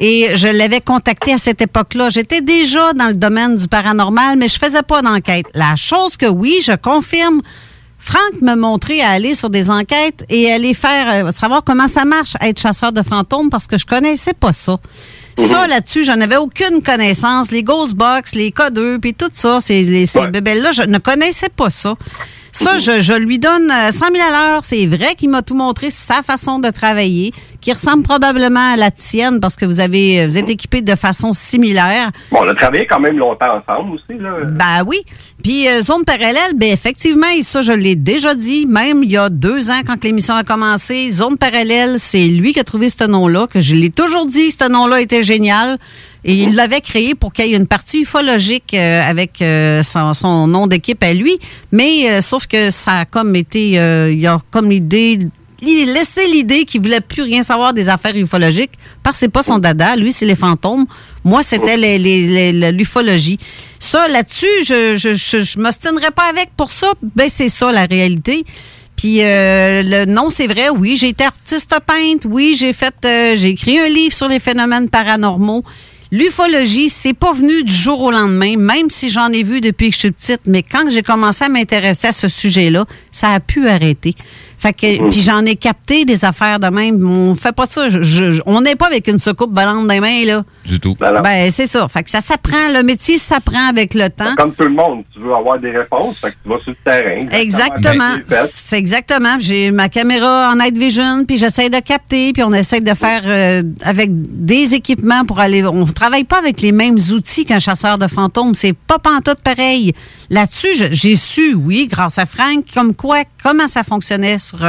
Et je l'avais contacté à cette époque-là. J'étais déjà dans le domaine du paranormal, mais je faisais pas d'enquête. La chose que oui, je confirme, Franck m'a montré à aller sur des enquêtes et aller faire savoir comment ça marche, être chasseur de fantômes, parce que je connaissais pas ça. Ça, là-dessus, j'en avais aucune connaissance. Les Ghost Box, les codeurs, puis tout ça, ces bébelles-là, je ne connaissais pas ça. Ça, je lui donne 100 000 à l'heure. C'est vrai qu'il m'a tout montré, sa façon de travailler, qui ressemble probablement à la tienne parce que vous êtes équipés de façon similaire. Bon, on a travaillé quand même longtemps ensemble aussi, là. Ben oui. Puis Zone Parallèle, ben effectivement, et ça, je l'ai déjà dit, même il y a 2 ans, quand l'émission a commencé, Zone Parallèle, c'est lui qui a trouvé ce nom-là, que je l'ai toujours dit, ce nom-là était génial. Et il l'avait créé pour qu'il y ait une partie ufologique avec son nom d'équipe à lui. Mais sauf que ça a comme été... il a comme l'idée... Il a laissé l'idée qu'il voulait plus rien savoir des affaires ufologiques parce que c'est pas son dada. Lui, c'est les fantômes. Moi, c'était l'ufologie. Ça, là-dessus, je m'ostinerais pas avec pour ça. Ben, c'est ça, la réalité. Puis le nom, c'est vrai, oui, j'ai été artiste peintre. Oui, j'ai écrit un livre sur les phénomènes paranormaux. L'ufologie, c'est pas venu du jour au lendemain, même si j'en ai vu depuis que je suis petite, mais quand j'ai commencé à m'intéresser à ce sujet-là, ça a pu arrêter. Fait que, puis j'en ai capté des affaires de même. On fait pas ça. On n'est pas avec une soucoupe volante dans les mains, là. Du tout. Ben, c'est ça. Fait que ça s'apprend. Le métier s'apprend avec le temps. Comme tout le monde, tu veux avoir des réponses, fait que tu vas sur le terrain. Exactement. C'est exactement. J'ai ma caméra en night vision, puis j'essaie de capter, puis on essaie de faire avec des équipements pour aller... On travaille pas avec les mêmes outils qu'un chasseur de fantômes. C'est pas pantoute pareil. Là-dessus, j'ai su, oui, grâce à Franck, comment ça fonctionnait sur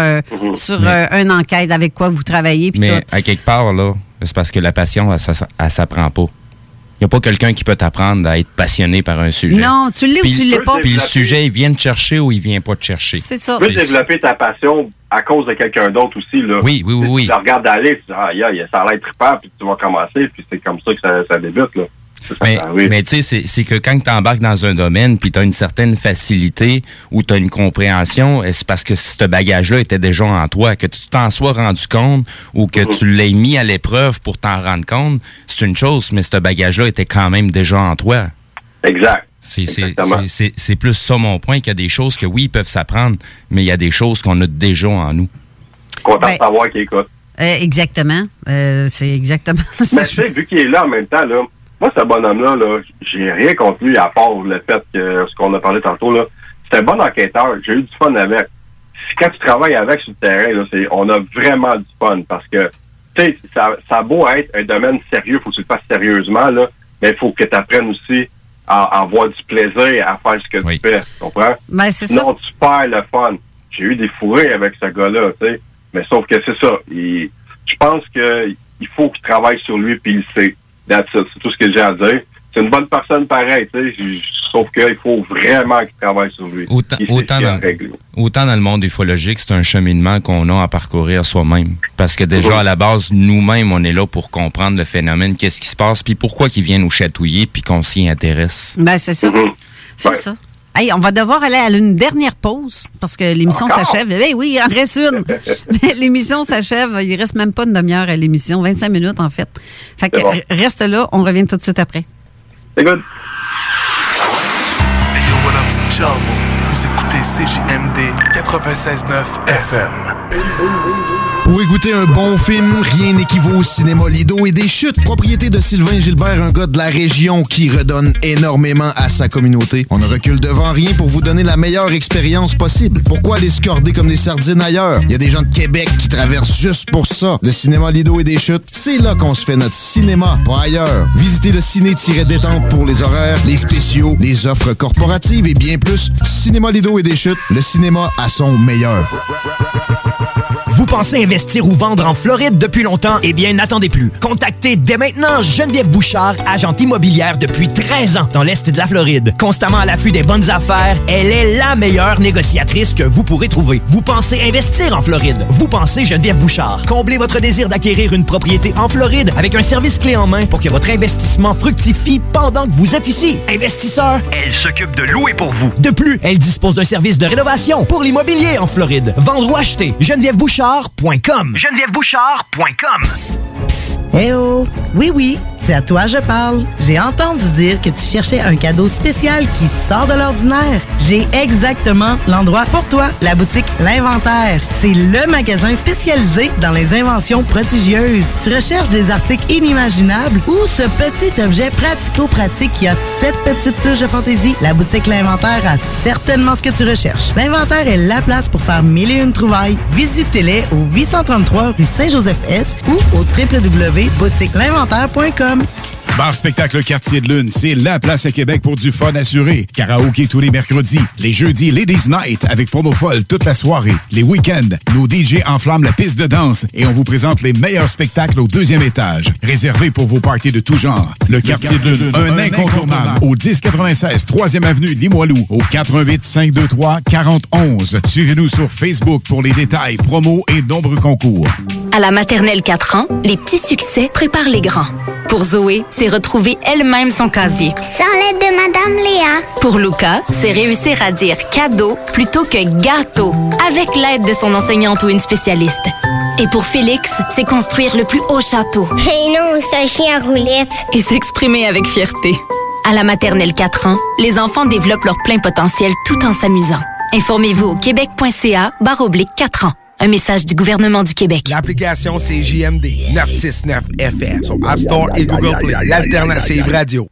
une enquête, avec quoi vous travaillez. Mais tout. À quelque part, là, c'est parce que la passion, elle s'apprend pas. Il n'y a pas quelqu'un qui peut t'apprendre à être passionné par un sujet. Non, tu l'es ou tu l'es pas. Puis le sujet, il vient te chercher ou il vient pas te chercher. C'est ça. Tu peux développer ta passion à cause de quelqu'un d'autre aussi, là. Oui. Tu la regardes aller, tu dis, ça a l'air trippant, puis tu vas commencer, puis c'est comme ça que ça débute, là. Mais tu sais, c'est que quand tu embarques dans un domaine puis tu as une certaine facilité ou tu as une compréhension, c'est parce que ce bagage-là était déjà en toi, que tu t'en sois rendu compte ou que tu l'aies mis à l'épreuve pour t'en rendre compte, c'est une chose, mais ce bagage-là était quand même déjà en toi. Exact. C'est plus ça mon point, qu'il y a des choses que oui, peuvent s'apprendre, mais il y a des choses qu'on a déjà en nous. Content de savoir qu'il écoute. Exactement. C'est exactement ça. Mais tu sais, vu qu'il est là en même temps, là, moi, ce bonhomme-là, là, j'ai rien contre lui à part le fait que ce qu'on a parlé tantôt, là, c'est un bon enquêteur. J'ai eu du fun avec. Quand tu travailles avec sur le terrain, là, on a vraiment du fun parce que, tu sais, ça a beau être un domaine sérieux, faut que tu le fasses sérieusement, là, mais il faut que tu apprennes aussi à avoir du plaisir à faire ce que tu fais. Tu comprends? Ben, c'est sinon, tu perds le fun. J'ai eu des fourrés avec ce gars-là, tu sais, mais sauf que c'est ça. Je pense qu'il faut qu'il travaille sur lui puis il sait. C'est tout ce que j'ai à dire. C'est une bonne personne pareil, tu sais. Sauf qu'il faut vraiment qu'il travaille sur lui. Autant dans le monde ufologique, c'est un cheminement qu'on a à parcourir soi-même. Parce que déjà, à la base, nous-mêmes, on est là pour comprendre le phénomène, qu'est-ce qui se passe, puis pourquoi il vient nous chatouiller, puis qu'on s'y intéresse. Ben, c'est ça. C'est ça. Hey, on va devoir aller à une dernière pause parce que l'émission s'achève. Eh oui, il en reste une. Mais l'émission s'achève. Il reste même pas une demi-heure à l'émission. 25 minutes, en fait. Fait que reste là. On revient tout de suite après. C'est good. Hey yo, what up, c'est Charles. Vous écoutez CJMD 96.9 FM. Pour écouter un bon film, rien n'équivaut au cinéma Lido et des chutes. Propriété de Sylvain Gilbert, un gars de la région qui redonne énormément à sa communauté. On ne recule devant rien pour vous donner la meilleure expérience possible. Pourquoi aller se corder comme des sardines ailleurs? Il y a des gens de Québec qui traversent juste pour ça. Le cinéma Lido et des chutes, c'est là qu'on se fait notre cinéma, pas ailleurs. Visitez le ciné-détente pour les horaires, les spéciaux, les offres corporatives et bien plus. Cinéma Lido et des chutes, le cinéma à son meilleur. Vous pensez investir ou vendre en Floride depuis longtemps? Eh bien, n'attendez plus. Contactez dès maintenant Geneviève Bouchard, agente immobilière depuis 13 ans dans l'Est de la Floride. Constamment à l'affût des bonnes affaires, elle est la meilleure négociatrice que vous pourrez trouver. Vous pensez investir en Floride? Vous pensez Geneviève Bouchard. Comblez votre désir d'acquérir une propriété en Floride avec un service clé en main pour que votre investissement fructifie pendant que vous êtes ici. Investisseur, elle s'occupe de louer pour vous. De plus, elle dispose d'un service de rénovation pour l'immobilier en Floride. Vendre ou acheter, GenevièveBouchard.com. GenevièveBouchard.com. Eh oh! Oui, c'est à toi je parle. J'ai entendu dire que tu cherchais un cadeau spécial qui sort de l'ordinaire. J'ai exactement l'endroit pour toi, la boutique L'Inventaire. C'est le magasin spécialisé dans les inventions prodigieuses. Tu recherches des articles inimaginables ou ce petit objet pratico-pratique qui a cette petite touche de fantaisie? La boutique L'Inventaire a certainement ce que tu recherches. L'Inventaire est la place pour faire 1001 trouvailles. Visitez-les au 833 rue Saint-Joseph-Est ou au www.boutiquelinventaire.com. Bar Spectacle Quartier de Lune, c'est la place à Québec pour du fun assuré. Karaoké tous les mercredis. Les jeudis, Ladies Night avec promo folle toute la soirée. Les week-ends, nos DJ enflamment la piste de danse et on vous présente les meilleurs spectacles au 2e étage. Réservé pour vos parties de tout genre. Le Quartier de Lune, un incontournable au 1096 3e avenue Limoilou, au 88 523 4011. Suivez-nous sur Facebook pour les détails, promos et nombreux concours. À la maternelle 4 ans, les petits succès préparent les grands. Pour Zoé, c'est retrouver elle-même son casier. Sans l'aide de Madame Léa. Pour Luca, c'est réussir à dire cadeau plutôt que gâteau, avec l'aide de son enseignante ou une spécialiste. Et pour Félix, c'est construire le plus haut château. Et non, c'est un chien à roulette. Et s'exprimer avec fierté. À la maternelle 4 ans, les enfants développent leur plein potentiel tout en s'amusant. Informez-vous au québec.ca/4 ans. Un message du gouvernement du Québec. L'application CJMD 969 FM sur App Store et Google Play. L'alternative radio.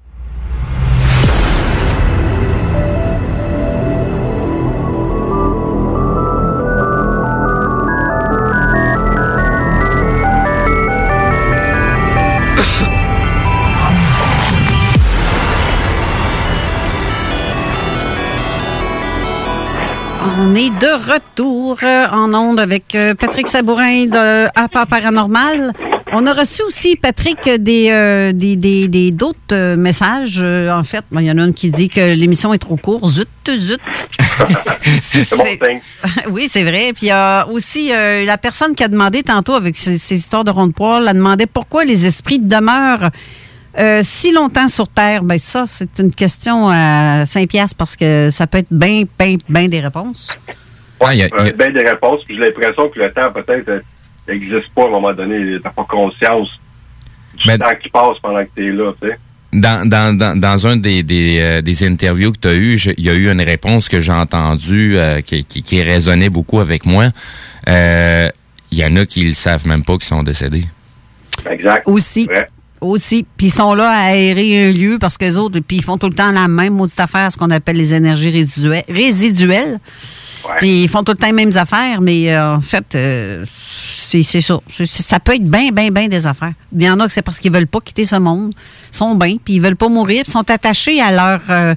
On est de retour en onde avec Patrick Sabourin de APA Paranormal. On a reçu aussi, Patrick, des d'autres messages. En fait, il y en a une qui dit que l'émission est trop courte. Zut. C'est bon signe. Oui, c'est vrai. Puis il y a aussi la personne qui a demandé tantôt avec ces histoires de ronde-poil, a demandé pourquoi les esprits demeurent si longtemps sur Terre. Ben ça, c'est une question à 5$ parce que ça peut être bien des réponses. Oui, bien des réponses. Puis j'ai l'impression que le temps peut-être n'existe pas à un moment donné. T'as pas conscience du temps qui passe pendant que t'es là, tu sais. Dans un des interviews que tu as eu, il y a eu une réponse que j'ai entendue qui résonnait beaucoup avec moi. Il y en a qui ne savent même pas qu'ils sont décédés. Exact. Aussi. Puis ils sont là à aérer un lieu parce qu'eux autres, puis ils font tout le temps la même maudite affaire, ce qu'on appelle les énergies résiduelles. Ouais. Puis ils font tout le temps les mêmes affaires, mais en fait, c'est ça. Ça peut être bien des affaires. Il y en a que c'est parce qu'ils veulent pas quitter ce monde. Ils sont bien, puis ils veulent pas mourir, puis ils sont attachés à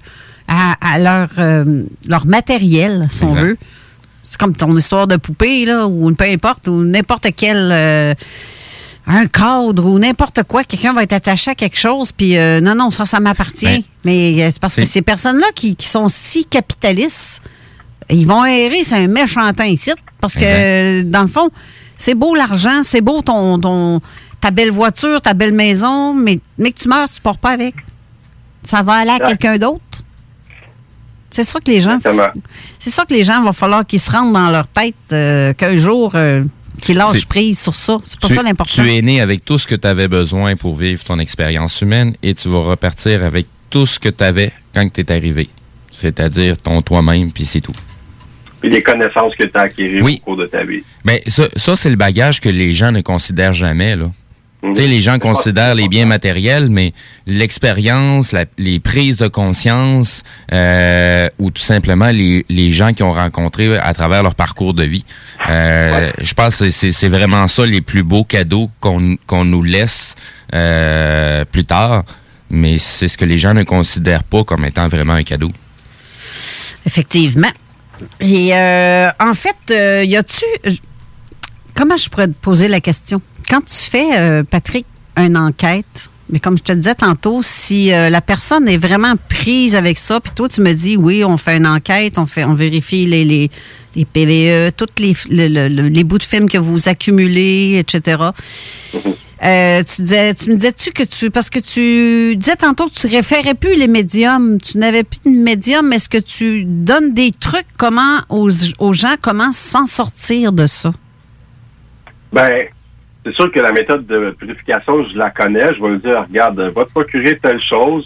leur matériel, si on veut. C'est comme ton histoire de poupée, là, ou peu importe, ou n'importe quel... un cadre ou n'importe quoi, quelqu'un va être attaché à quelque chose, puis non, ça m'appartient. Ben, mais c'est parce que ces personnes-là qui sont si capitalistes, ils vont errer, c'est un méchant temps ici, parce que, dans le fond, c'est beau l'argent, c'est beau ta belle voiture, ta belle maison, mais que tu meurs, tu ne pars pas avec. Ça va aller à quelqu'un d'autre. C'est ça que les gens... C'est ça que les gens, va falloir qu'ils se rendent dans leur tête qu'un jour... qui lâche prise sur ça. C'est pas ça l'important. Tu es né avec tout ce que tu avais besoin pour vivre ton expérience humaine et tu vas repartir avec tout ce que tu avais quand tu es arrivé. C'est-à-dire ton toi-même, puis c'est tout. Puis les connaissances que tu as acquises au cours de ta vie. Bien, ça, c'est le bagage que les gens ne considèrent jamais, là. Tu sais, les gens considèrent les biens matériels, mais l'expérience, les prises de conscience, ou tout simplement les gens qu'ils ont rencontrés à travers leur parcours de vie. Je pense que c'est vraiment ça les plus beaux cadeaux qu'on nous laisse plus tard, mais c'est ce que les gens ne considèrent pas comme étant vraiment un cadeau. Effectivement. Et en fait, y a-tu... Comment je pourrais te poser la question? Quand tu fais, Patrick, une enquête, mais comme je te disais tantôt, si la personne est vraiment prise avec ça, puis toi, tu me dis, oui, on fait une enquête, on vérifie les PVE, tous les bouts de films que vous accumulez, etc. Tu me disais-tu que parce que tu disais tantôt que tu référais plus les médiums, tu n'avais plus de médium, est-ce que tu donnes des trucs aux gens, comment s'en sortir de ça? Ben, c'est sûr que la méthode de purification, je la connais. Je vais lui dire, regarde, va te procurer telle chose.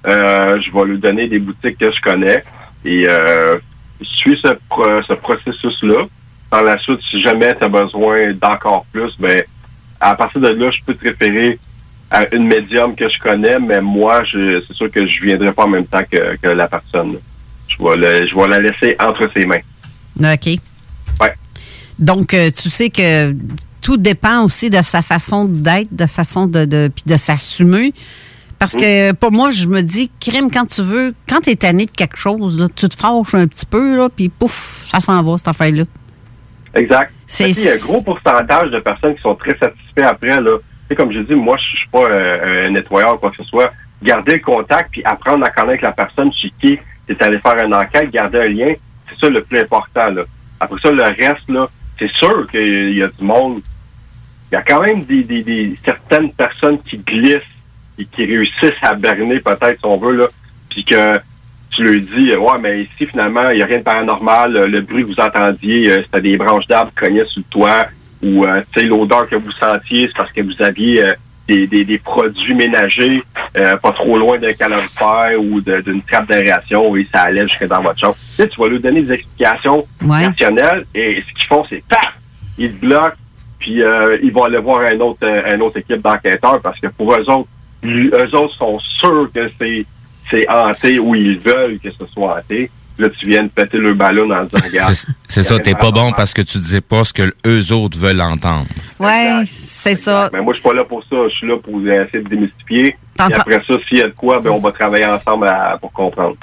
Je vais lui donner des boutiques que je connais. Et suis ce processus-là. Par la suite, si jamais tu as besoin d'encore plus, ben à partir de là, je peux te référer à une médium que je connais, mais moi, c'est sûr que je viendrai pas en même temps que la personne. Je vais la laisser entre ses mains. OK. Ouais. Donc, tu sais que tout dépend aussi de sa façon d'être, de façon puis de s'assumer. Parce que pour moi, je me dis, crime, quand tu es tanné de quelque chose, là, tu te fâches un petit peu, là, puis pouf, ça s'en va, cette affaire-là. Exact. Il y a un gros pourcentage de personnes qui sont très satisfaits après, là. Tu sais, comme je dis, moi, je suis pas un nettoyeur ou quoi que ce soit. Garder le contact puis apprendre à connaître la personne chez qui tu es allé faire une enquête, garder un lien, c'est ça le plus important, là. Après ça, le reste, là, c'est sûr qu'il y a du monde. Il y a quand même des certaines personnes qui glissent et qui réussissent à berner, peut-être, si on veut, là, puis que tu lui dis, ouais, mais ici, finalement, il n'y a rien de paranormal, le bruit que vous entendiez, c'était des branches d'arbres qui cognaient sur le toit, ou, tu sais, l'odeur que vous sentiez, c'est parce que vous aviez des produits ménagers pas trop loin d'un calorifère ou d'une trappe d'aération, et ça allait jusque dans votre chambre. Tu sais, tu vas lui donner des explications rationnelles, et ce qu'ils font, c'est paf! Ils te bloquent, puis ils vont aller voir une autre équipe d'enquêteurs, parce que pour eux autres sont sûrs que c'est hanté ou ils veulent que ce soit hanté. Là, tu viens de péter le ballon en disant, regarde. C'est ça, t'es pas bon parce que tu disais pas ce que eux autres veulent entendre. Ouais, c'est ça. Mais moi, je suis pas là pour ça. Je suis là pour essayer de démystifier. Et après ça, s'il y a de quoi, ben, on va travailler ensemble pour comprendre.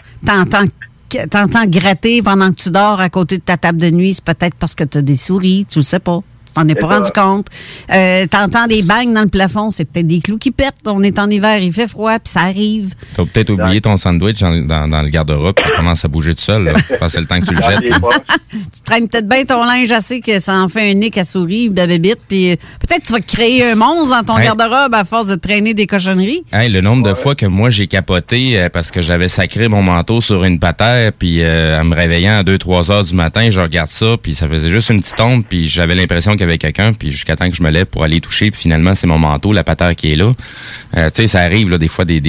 T'entends gratter pendant que tu dors à côté de ta table de nuit, c'est peut-être parce que t'as des souris, tu le sais pas. Tu t'en es pas rendu compte. T'entends des bangs dans le plafond, c'est peut-être des clous qui pètent. On est en hiver, il fait froid, puis ça arrive. T'as peut-être oublié ton sandwich dans le garde-robe, puis tu commences à bouger tout seul. C'est le temps que tu le jettes. Tu traînes peut-être bien ton linge assez que ça en fait un nick à souris ou de bébite, puis peut-être tu vas créer un monstre dans ton garde-robe à force de traîner des cochonneries. Hey, le nombre de fois que moi j'ai capoté parce que j'avais sacré mon manteau sur une patère, puis en me réveillant à 2-3 heures du matin, je regarde ça, puis ça faisait juste une petite ombre, puis j'avais l'impression qu'il y avait quelqu'un, puis jusqu'à temps que je me lève pour aller toucher, puis finalement c'est mon manteau, la patère qui est là. Tu sais, ça arrive là, des fois des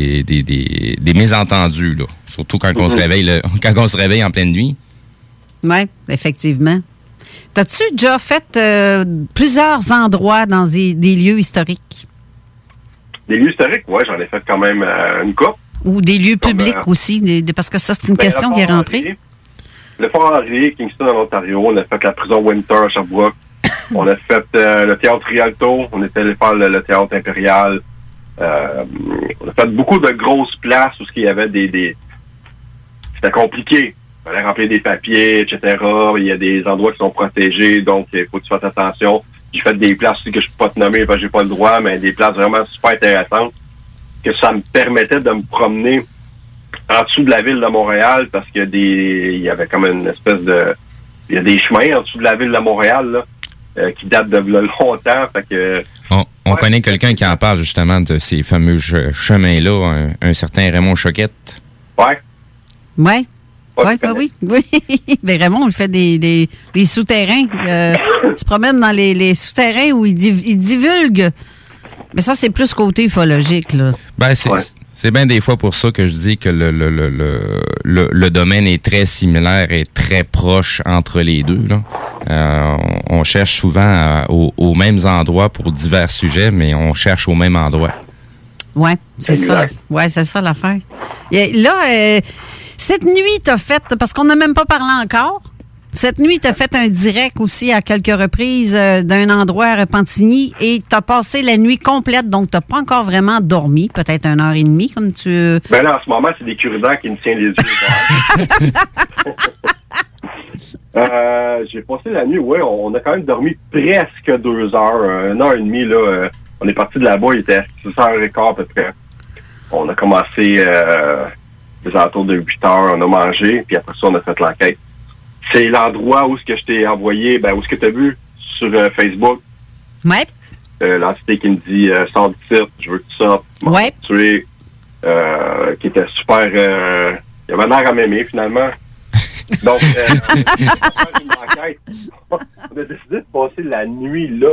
mésentendus, là. Surtout quand on se réveille quand on se réveille en pleine nuit. Oui, effectivement. T'as-tu déjà fait plusieurs endroits dans des lieux historiques? Des lieux historiques, oui, j'en ai fait quand même une couple. Ou des lieux publics aussi, parce que ça, c'est une question qui est rentrée. Le Fort Henry, Kingston, en Ontario, on a fait la prison Winter à Sherbrooke. On a fait le théâtre Rialto, on était allé faire le théâtre Impérial. On a fait beaucoup de grosses places où il y avait c'était compliqué. Il fallait remplir des papiers, etc. Il y a des endroits qui sont protégés, donc il faut que tu fasses attention. J'ai fait des places aussi que je peux pas te nommer parce que j'ai pas le droit, mais des places vraiment super intéressantes, que ça me permettait de me promener en dessous de la ville de Montréal, parce qu'il y avait comme une espèce il y a des chemins en dessous de la ville de Montréal, là, qui datent de longtemps, fait que... On connaît quelqu'un qui en parle justement de ces fameux chemins-là, un certain Raymond Choquette. Ouais. Ouais. Oui. Mais Raymond, il fait des souterrains. Il se promène dans les souterrains où il divulgue. Mais ça, c'est plus côté ufologique, là. Ben, c'est bien des fois pour ça que je dis que le domaine est très similaire et très proche entre les deux, là. On cherche souvent aux mêmes endroits pour divers sujets, mais on cherche au même endroit. Oui, c'est ça. Ouais, c'est ça l'affaire. Là, cette nuit, t'as fait, parce qu'on n'a même pas parlé encore, cette nuit, t'as fait un direct aussi à quelques reprises d'un endroit à Repentigny et t'as passé la nuit complète, donc t'as pas encore vraiment dormi, peut-être 1h30 comme tu... Ben là, en ce moment, c'est des cure-dents qui me tiennent les yeux. J'ai passé la nuit, on a quand même dormi presque 2 heures, 1h30, là. On est parti de là-bas, il était 6h15 à peu près. On a commencé des alentours de 8 heures, on a mangé, puis après ça, on a fait l'enquête. C'est l'endroit où ce que je t'ai envoyé, où ce que tu as vu sur Facebook. Ouais. L'entité qui me dit sors du site, je veux que tu sortes. Ouais. Tuer, qui était super. Il avait l'air à m'aimer finalement. Donc, on a fait une enquête. On a décidé de passer la nuit là.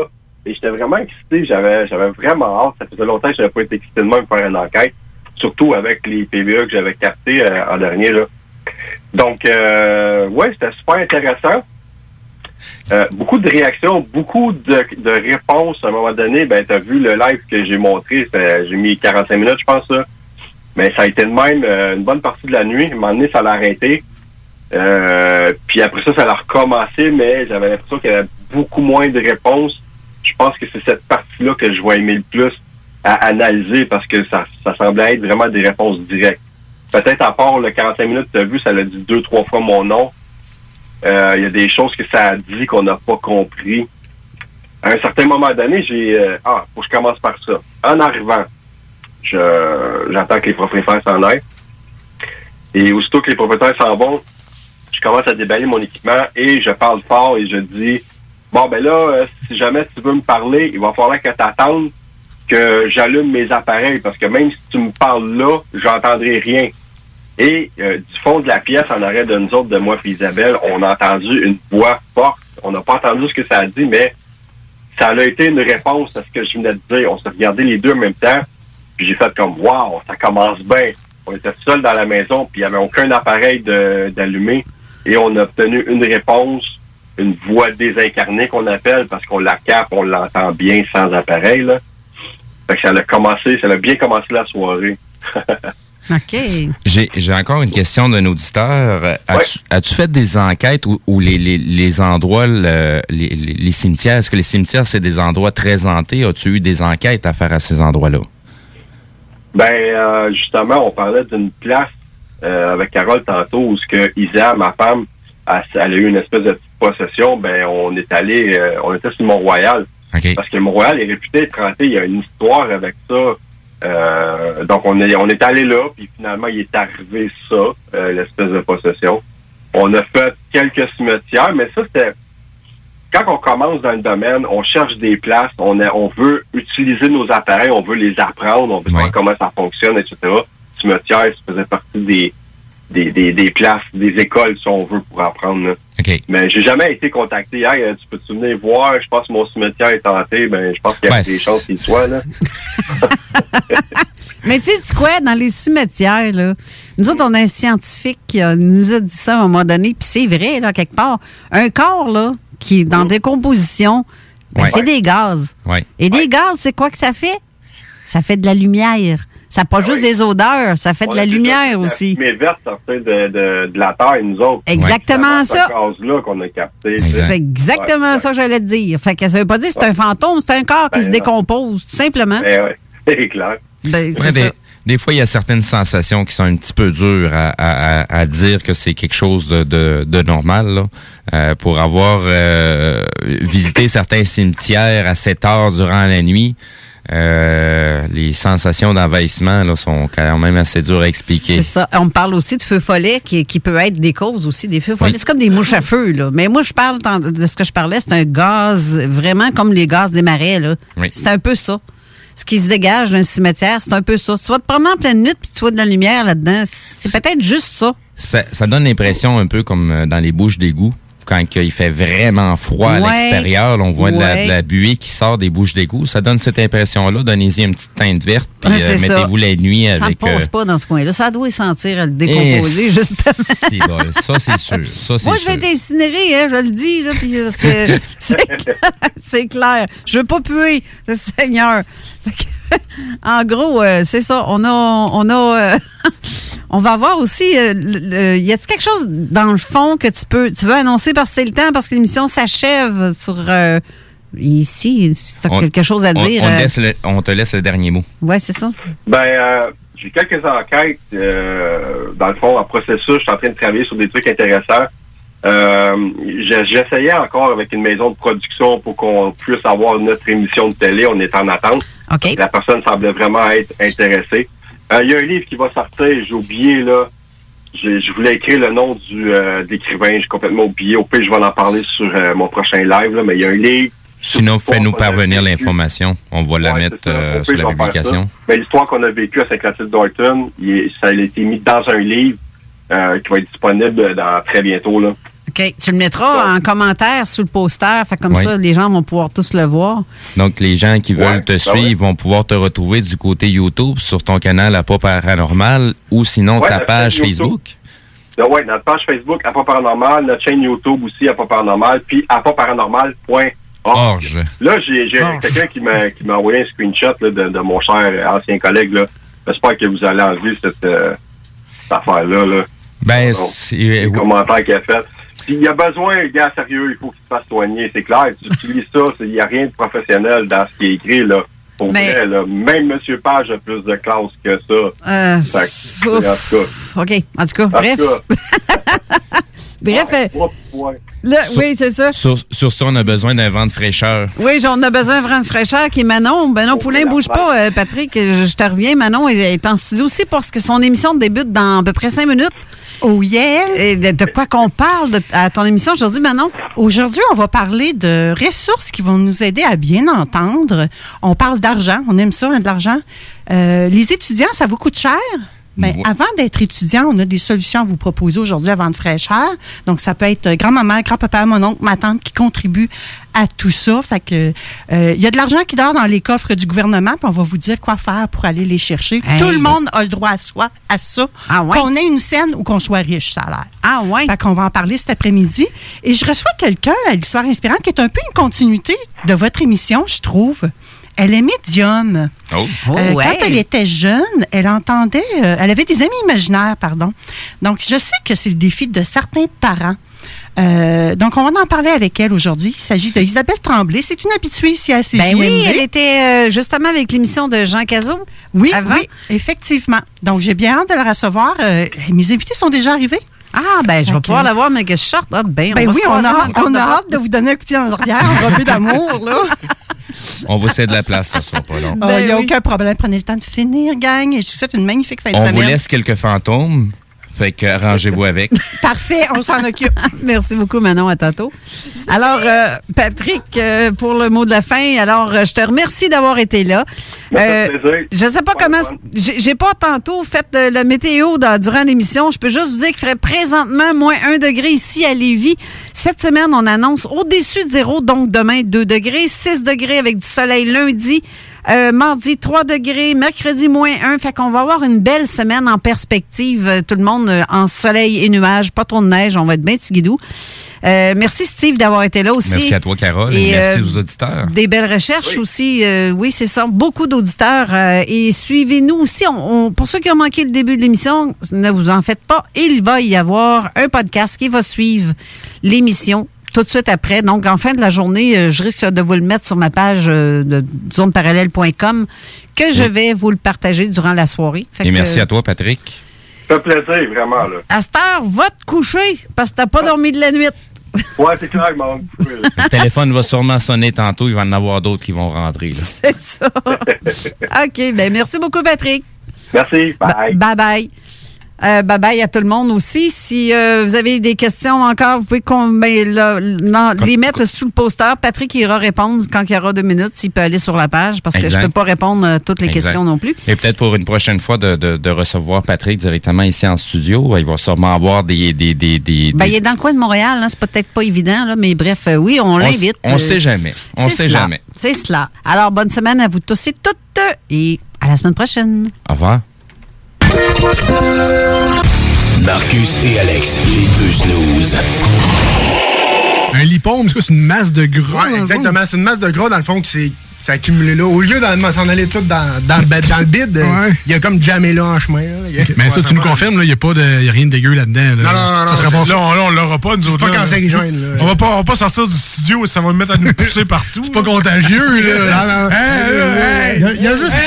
et j'étais vraiment excité. J'avais vraiment hâte. Ça faisait longtemps que je n'avais pas été excité de même pour faire une enquête, surtout avec les PVE que j'avais captés en dernier, là. Donc, ouais, c'était super intéressant. Beaucoup de réactions, beaucoup de réponses. À un moment donné, ben, tu as vu le live que j'ai montré. J'ai mis 45 minutes, je pense, là. Mais ça a été de même une bonne partie de la nuit. À un moment donné, ça l'a arrêté. Puis après ça a recommencé, mais j'avais l'impression qu'il y avait beaucoup moins de réponses. Je pense que c'est cette partie-là que je vais aimer le plus à analyser parce que ça semblait être vraiment des réponses directes. Peut-être à part le 45 minutes, tu as vu, ça l'a dit 2-3 fois mon nom. Il y a des choses que ça a dit qu'on n'a pas compris. À un certain moment donné, faut que je commence par ça. En arrivant, j'attends que les propriétaires s'en aillent. Et aussitôt que les propriétaires s'en vont, je commence à déballer mon équipement et je parle fort et je dis, bon, ben là, si jamais tu veux me parler, il va falloir que tu attendes que j'allume mes appareils parce que même si tu me parles là, j'entendrai rien. Et du fond de la pièce, en arrière de nous autres, de moi et Isabelle, on a entendu une voix forte. On n'a pas entendu ce que ça a dit, mais ça a été une réponse à ce que je venais de dire. On s'est regardé les deux en même temps, puis j'ai fait comme, wow, ça commence bien. On était seuls dans la maison, puis il n'y avait aucun appareil d'allumer. Et on a obtenu une réponse, une voix désincarnée qu'on appelle, parce qu'on la capte, on l'entend bien sans appareil, là. Fait que ça a bien commencé la soirée. OK. J'ai encore une question d'un auditeur. As-tu fait des enquêtes où les endroits, les cimetières, est-ce que les cimetières, c'est des endroits très hantés? As-tu eu des enquêtes à faire à ces endroits-là? Ben, justement, on parlait d'une place avec Carole tantôt où Isa, ma femme, elle a eu une espèce de petite possession. Ben, on était sur Mont-Royal. Okay. Parce que Mont-Royal est réputé être hanté. Il y a une histoire avec ça. Donc, on est allé là, puis finalement, il est arrivé ça, l'espèce de possession. On a fait quelques cimetières, mais ça, c'était... Quand on commence dans le domaine, on cherche des places, on veut utiliser nos appareils, on veut les apprendre, on veut savoir comment ça fonctionne, etc. Cimetière, ça faisait partie des places, des écoles, si on veut, pour apprendre, là. Okay. Mais j'ai jamais été contacté. Hey, tu peux-tu venir voir? Je pense que mon cimetière est hanté. Ben, je pense qu'il y a des chances qu'il soit, là. Mais tu sais quoi? Dans les cimetières, là, nous autres, on a un scientifique qui nous a dit ça à un moment donné, puis c'est vrai, là, quelque part. Un corps, là, qui est dans décomposition, ben, c'est des gaz. Ouais. Et des gaz, c'est quoi que ça fait? Ça fait de la lumière. Ça n'a pas juste des odeurs, ça fait de la lumière aussi. La fumée verte sortait de la terre, nous autres. Exactement ça. C'est ce gaz-là qu'on a capté. C'est exactement ça que j'allais te dire. Fait que ça veut pas dire que c'est un fantôme, c'est un corps qui se décompose, tout simplement. Ben oui, c'est clair. Ben, c'est ça. Des fois, il y a certaines sensations qui sont un petit peu dures à dire que c'est quelque chose de normal, là. Pour avoir visité certains cimetières à 7 heures durant la nuit, les sensations d'envahissement là sont quand même assez dures à expliquer. C'est ça. On parle aussi de feu follet qui peut être des causes aussi, des feux follets. Oui. C'est comme des mouches à feu, là. Mais moi, je parle de ce que je parlais, c'est un gaz vraiment comme les gaz des marais, là. Oui. C'est un peu ça. Ce qui se dégage d'un cimetière, c'est un peu ça. Tu vas te promener en pleine nuit puis tu vois de la lumière là-dedans. C'est peut-être juste ça. Ça donne l'impression un peu comme dans les bouches d'égout. Quand il fait vraiment froid à l'extérieur, là, on voit de la buée qui sort des bouches d'égout. Ça donne cette impression-là. Donnez-y une petite teinte verte, puis mettez-vous la nuit avec... Ça ne passe pas dans ce coin-là. Ça doit sentir le décomposer, justement. Ça, c'est sûr. Moi, je vais être incinéré, hein, je le dis, là, puis parce que c'est clair. Je veux pas puer, le Seigneur. En gros, c'est ça. On va avoir aussi. Y a-t-il quelque chose dans le fond que tu veux annoncer parce que c'est le temps, parce que l'émission s'achève sur ici. Si tu as quelque chose à dire. On te laisse le dernier mot. Oui, c'est ça. Ben, j'ai quelques enquêtes. Dans le fond, en processus, je suis en train de travailler sur des trucs intéressants. J'essayais encore avec une maison de production pour qu'on puisse avoir notre émission de télé. On est en attente. Okay. La personne semblait vraiment être intéressée. Il y a un livre qui va sortir, j'ai oublié, là. Je voulais écrire le nom de l'écrivain, j'ai complètement oublié. Au pire, je vais en parler sur mon prochain live, là, mais il y a un livre. Sinon, fais-nous parvenir l'information. On va la mettre sur la publication. Mais l'histoire qu'on a vécue à Saint-Clotilde-Dorton, ça a été mis dans un livre qui va être disponible dans très bientôt, là. OK. Tu le mettras en commentaire sous le poster. Fait comme Oui. ça, les gens vont pouvoir tous le voir. Donc, les gens qui veulent te suivre vont pouvoir te retrouver du côté YouTube sur ton canal à Pas Paranormal ou sinon ta notre page chaîne YouTube. Facebook. Oui, notre page Facebook à Pas Paranormal, notre chaîne YouTube aussi à Pas Paranormal, puis à pasparanormal.org. Là, j'ai quelqu'un qui m'a envoyé un screenshot là, de mon cher ancien collègue. Là. J'espère que vous allez enlever cette affaire-là. Là. Ben, les commentaires qu'il a fait. Puis il y a besoin, gars, sérieux, il faut qu'il se fasse soigner, c'est clair. Tu lis ça, il n'y a rien de professionnel dans ce qui est écrit, là. Pour vrai, là, même M. Page a plus de classe que ça. En tout cas. OK. En tout cas, bref. Bref. Là, oui, c'est ça. Sur ça, on a besoin d'un vent de fraîcheur. Oui, on a besoin vraiment de fraîcheur qui est Manon. Manon Poulain, bouge pas, Patrick. Je te reviens. Manon est en studio aussi parce que son émission débute dans à peu près 5 minutes. Oh yeah! Et de quoi qu'on parle à ton émission aujourd'hui, Manon? Aujourd'hui, on va parler de ressources qui vont nous aider à bien entendre. On parle d'argent. On aime ça, hein, de l'argent. Les étudiants, ça vous coûte cher? Ben, avant d'être étudiant, on a des solutions à vous proposer aujourd'hui à Vente fraîcheur. Donc, ça peut être grand-maman, grand-papa, mon oncle, ma tante qui contribuent à tout ça. Fait que il y a de l'argent qui dort dans les coffres du gouvernement, puis on va vous dire quoi faire pour aller les chercher. Hey. Tout le monde a le droit à ça. Ah ouais? Qu'on ait une scène ou qu'on soit riche, ça a l'air. Ah ouais? Fait qu'on va en parler cet après-midi. Et je reçois quelqu'un à l'Histoire inspirante qui est un peu une continuité de votre émission, je trouve. Elle est médium. Oh. Ouais. Quand elle était jeune, elle entendait... elle avait des amis imaginaires, pardon. Donc, je sais que c'est le défi de certains parents. Donc, on va en parler avec elle aujourd'hui. Il s'agit d'Isabelle Tremblay. C'est une habituée ici à CJMD. Ben oui, elle était justement avec l'émission de Jean Cazot. Oui, effectivement. Donc, j'ai bien hâte de la recevoir. Mes invités sont déjà arrivés. Ah, ben, je vais pouvoir la voir, mais que je sorte. Ah, ben oui, on a hâte de vous donner un petit en arrière, un reflet d'amour, là. On vous cède la place, ça sera pas long. Il n'y a aucun problème. Prenez le temps de finir, gang. Et je vous souhaite une magnifique fin de semaine. On vous laisse quelques fantômes. Fait que arrangez-vous avec. Parfait, on s'en occupe. Merci beaucoup, Manon. À tantôt. Alors, Patrick, pour le mot de la fin, alors, je te remercie d'avoir été là. Je ne sais pas comment... J'ai pas tantôt fait le météo durant l'émission. Je peux juste vous dire qu'il ferait présentement moins 1 degré ici à Lévis. Cette semaine, on annonce au-dessus de 0, donc demain 2 degrés, 6 degrés avec du soleil lundi. Mardi, 3 degrés. Mercredi, moins 1. Fait qu'on va avoir une belle semaine en perspective. Tout le monde en soleil et nuages. Pas trop de neige. On va être bien tigidou. Merci, Steve, d'avoir été là aussi. Merci à toi, Carole. Et merci aux auditeurs. Des belles recherches aussi. Oui, c'est ça. Beaucoup d'auditeurs. Et suivez-nous aussi. Pour ceux qui ont manqué le début de l'émission, ne vous en faites pas. Il va y avoir un podcast qui va suivre l'émission tout de suite après. Donc, en fin de la journée, je risque de vous le mettre sur ma page de zoneparallèle.com que je vais vous le partager durant la soirée. Et merci à toi, Patrick. Ça fait plaisir, vraiment. Là. À cette heure, va te coucher parce que t'as pas dormi de la nuit. Ouais, c'est clair, mon Le téléphone va sûrement sonner tantôt. Il va en avoir d'autres qui vont rentrer. Là. C'est ça. OK. Ben, merci beaucoup, Patrick. Merci. Bye. Bye-bye. Bye-bye à tout le monde aussi. Si vous avez des questions encore, vous pouvez les mettre sous le poster. Patrick ira répondre quand il y aura 2 minutes, s'il peut aller sur la page, parce que je ne peux pas répondre à toutes les questions non plus. Et peut-être pour une prochaine fois de recevoir Patrick directement ici en studio. Il va sûrement avoir des il est dans le coin de Montréal. Hein, c'est peut-être pas évident, là, mais bref, oui, on l'invite. On ne sait jamais. On ne sait jamais. C'est cela. Alors, bonne semaine à vous tous et toutes et à la semaine prochaine. Au revoir. Marcus et Alex, les 2 snooze. Un lipome, c'est une masse de gras. Ouais, exactement. C'est une masse de gras, dans le fond, qui s'est accumulé là. Au lieu de s'en aller tout dans le bide, il y a comme jamais là en chemin. Là. Mais ça, tu nous confirmes, il n'y a rien de dégueu là-dedans. Là. Non. Là, on l'aura pas, nous autres. C'est pas cancérigène. On va pas sortir du studio et ça va nous mettre à nous pousser partout. C'est pas contagieux, là. Il y a juste...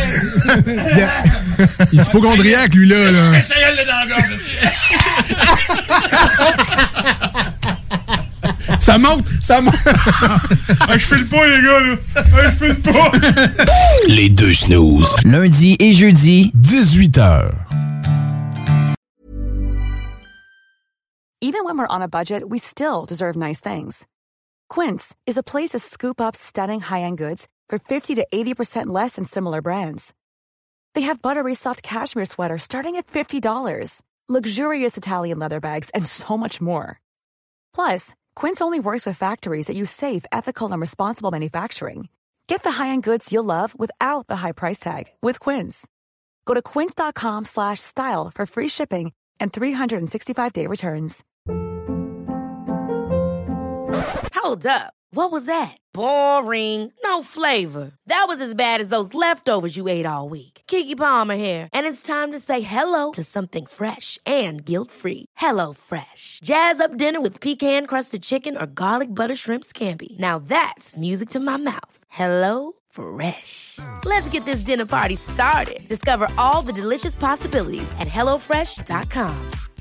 Il est hypochondriaque, lui, là. Essayez-le dans la gorge. Ça monte. Je file pas, les gars, là. Je file pas. Les 2 snooze. Lundi et jeudi, 18h. Even when we're on a budget, we still deserve nice things. Quince is a place to scoop up stunning high-end goods for 50 to 80% less than similar brands. They have buttery soft cashmere sweaters starting at $50, luxurious Italian leather bags, and so much more. Plus, Quince only works with factories that use safe, ethical, and responsible manufacturing. Get the high-end goods you'll love without the high price tag with Quince. Go to quince.com/style for free shipping and 365-day returns. Hold up. What was that? Boring. No flavor. That was as bad as those leftovers you ate all week. Keke Palmer here, and it's time to say hello to something fresh and guilt-free. Hello Fresh. Jazz up dinner with pecan-crusted chicken or garlic butter shrimp scampi. Now that's music to my mouth. Hello Fresh. Let's get this dinner party started. Discover all the delicious possibilities at HelloFresh.com.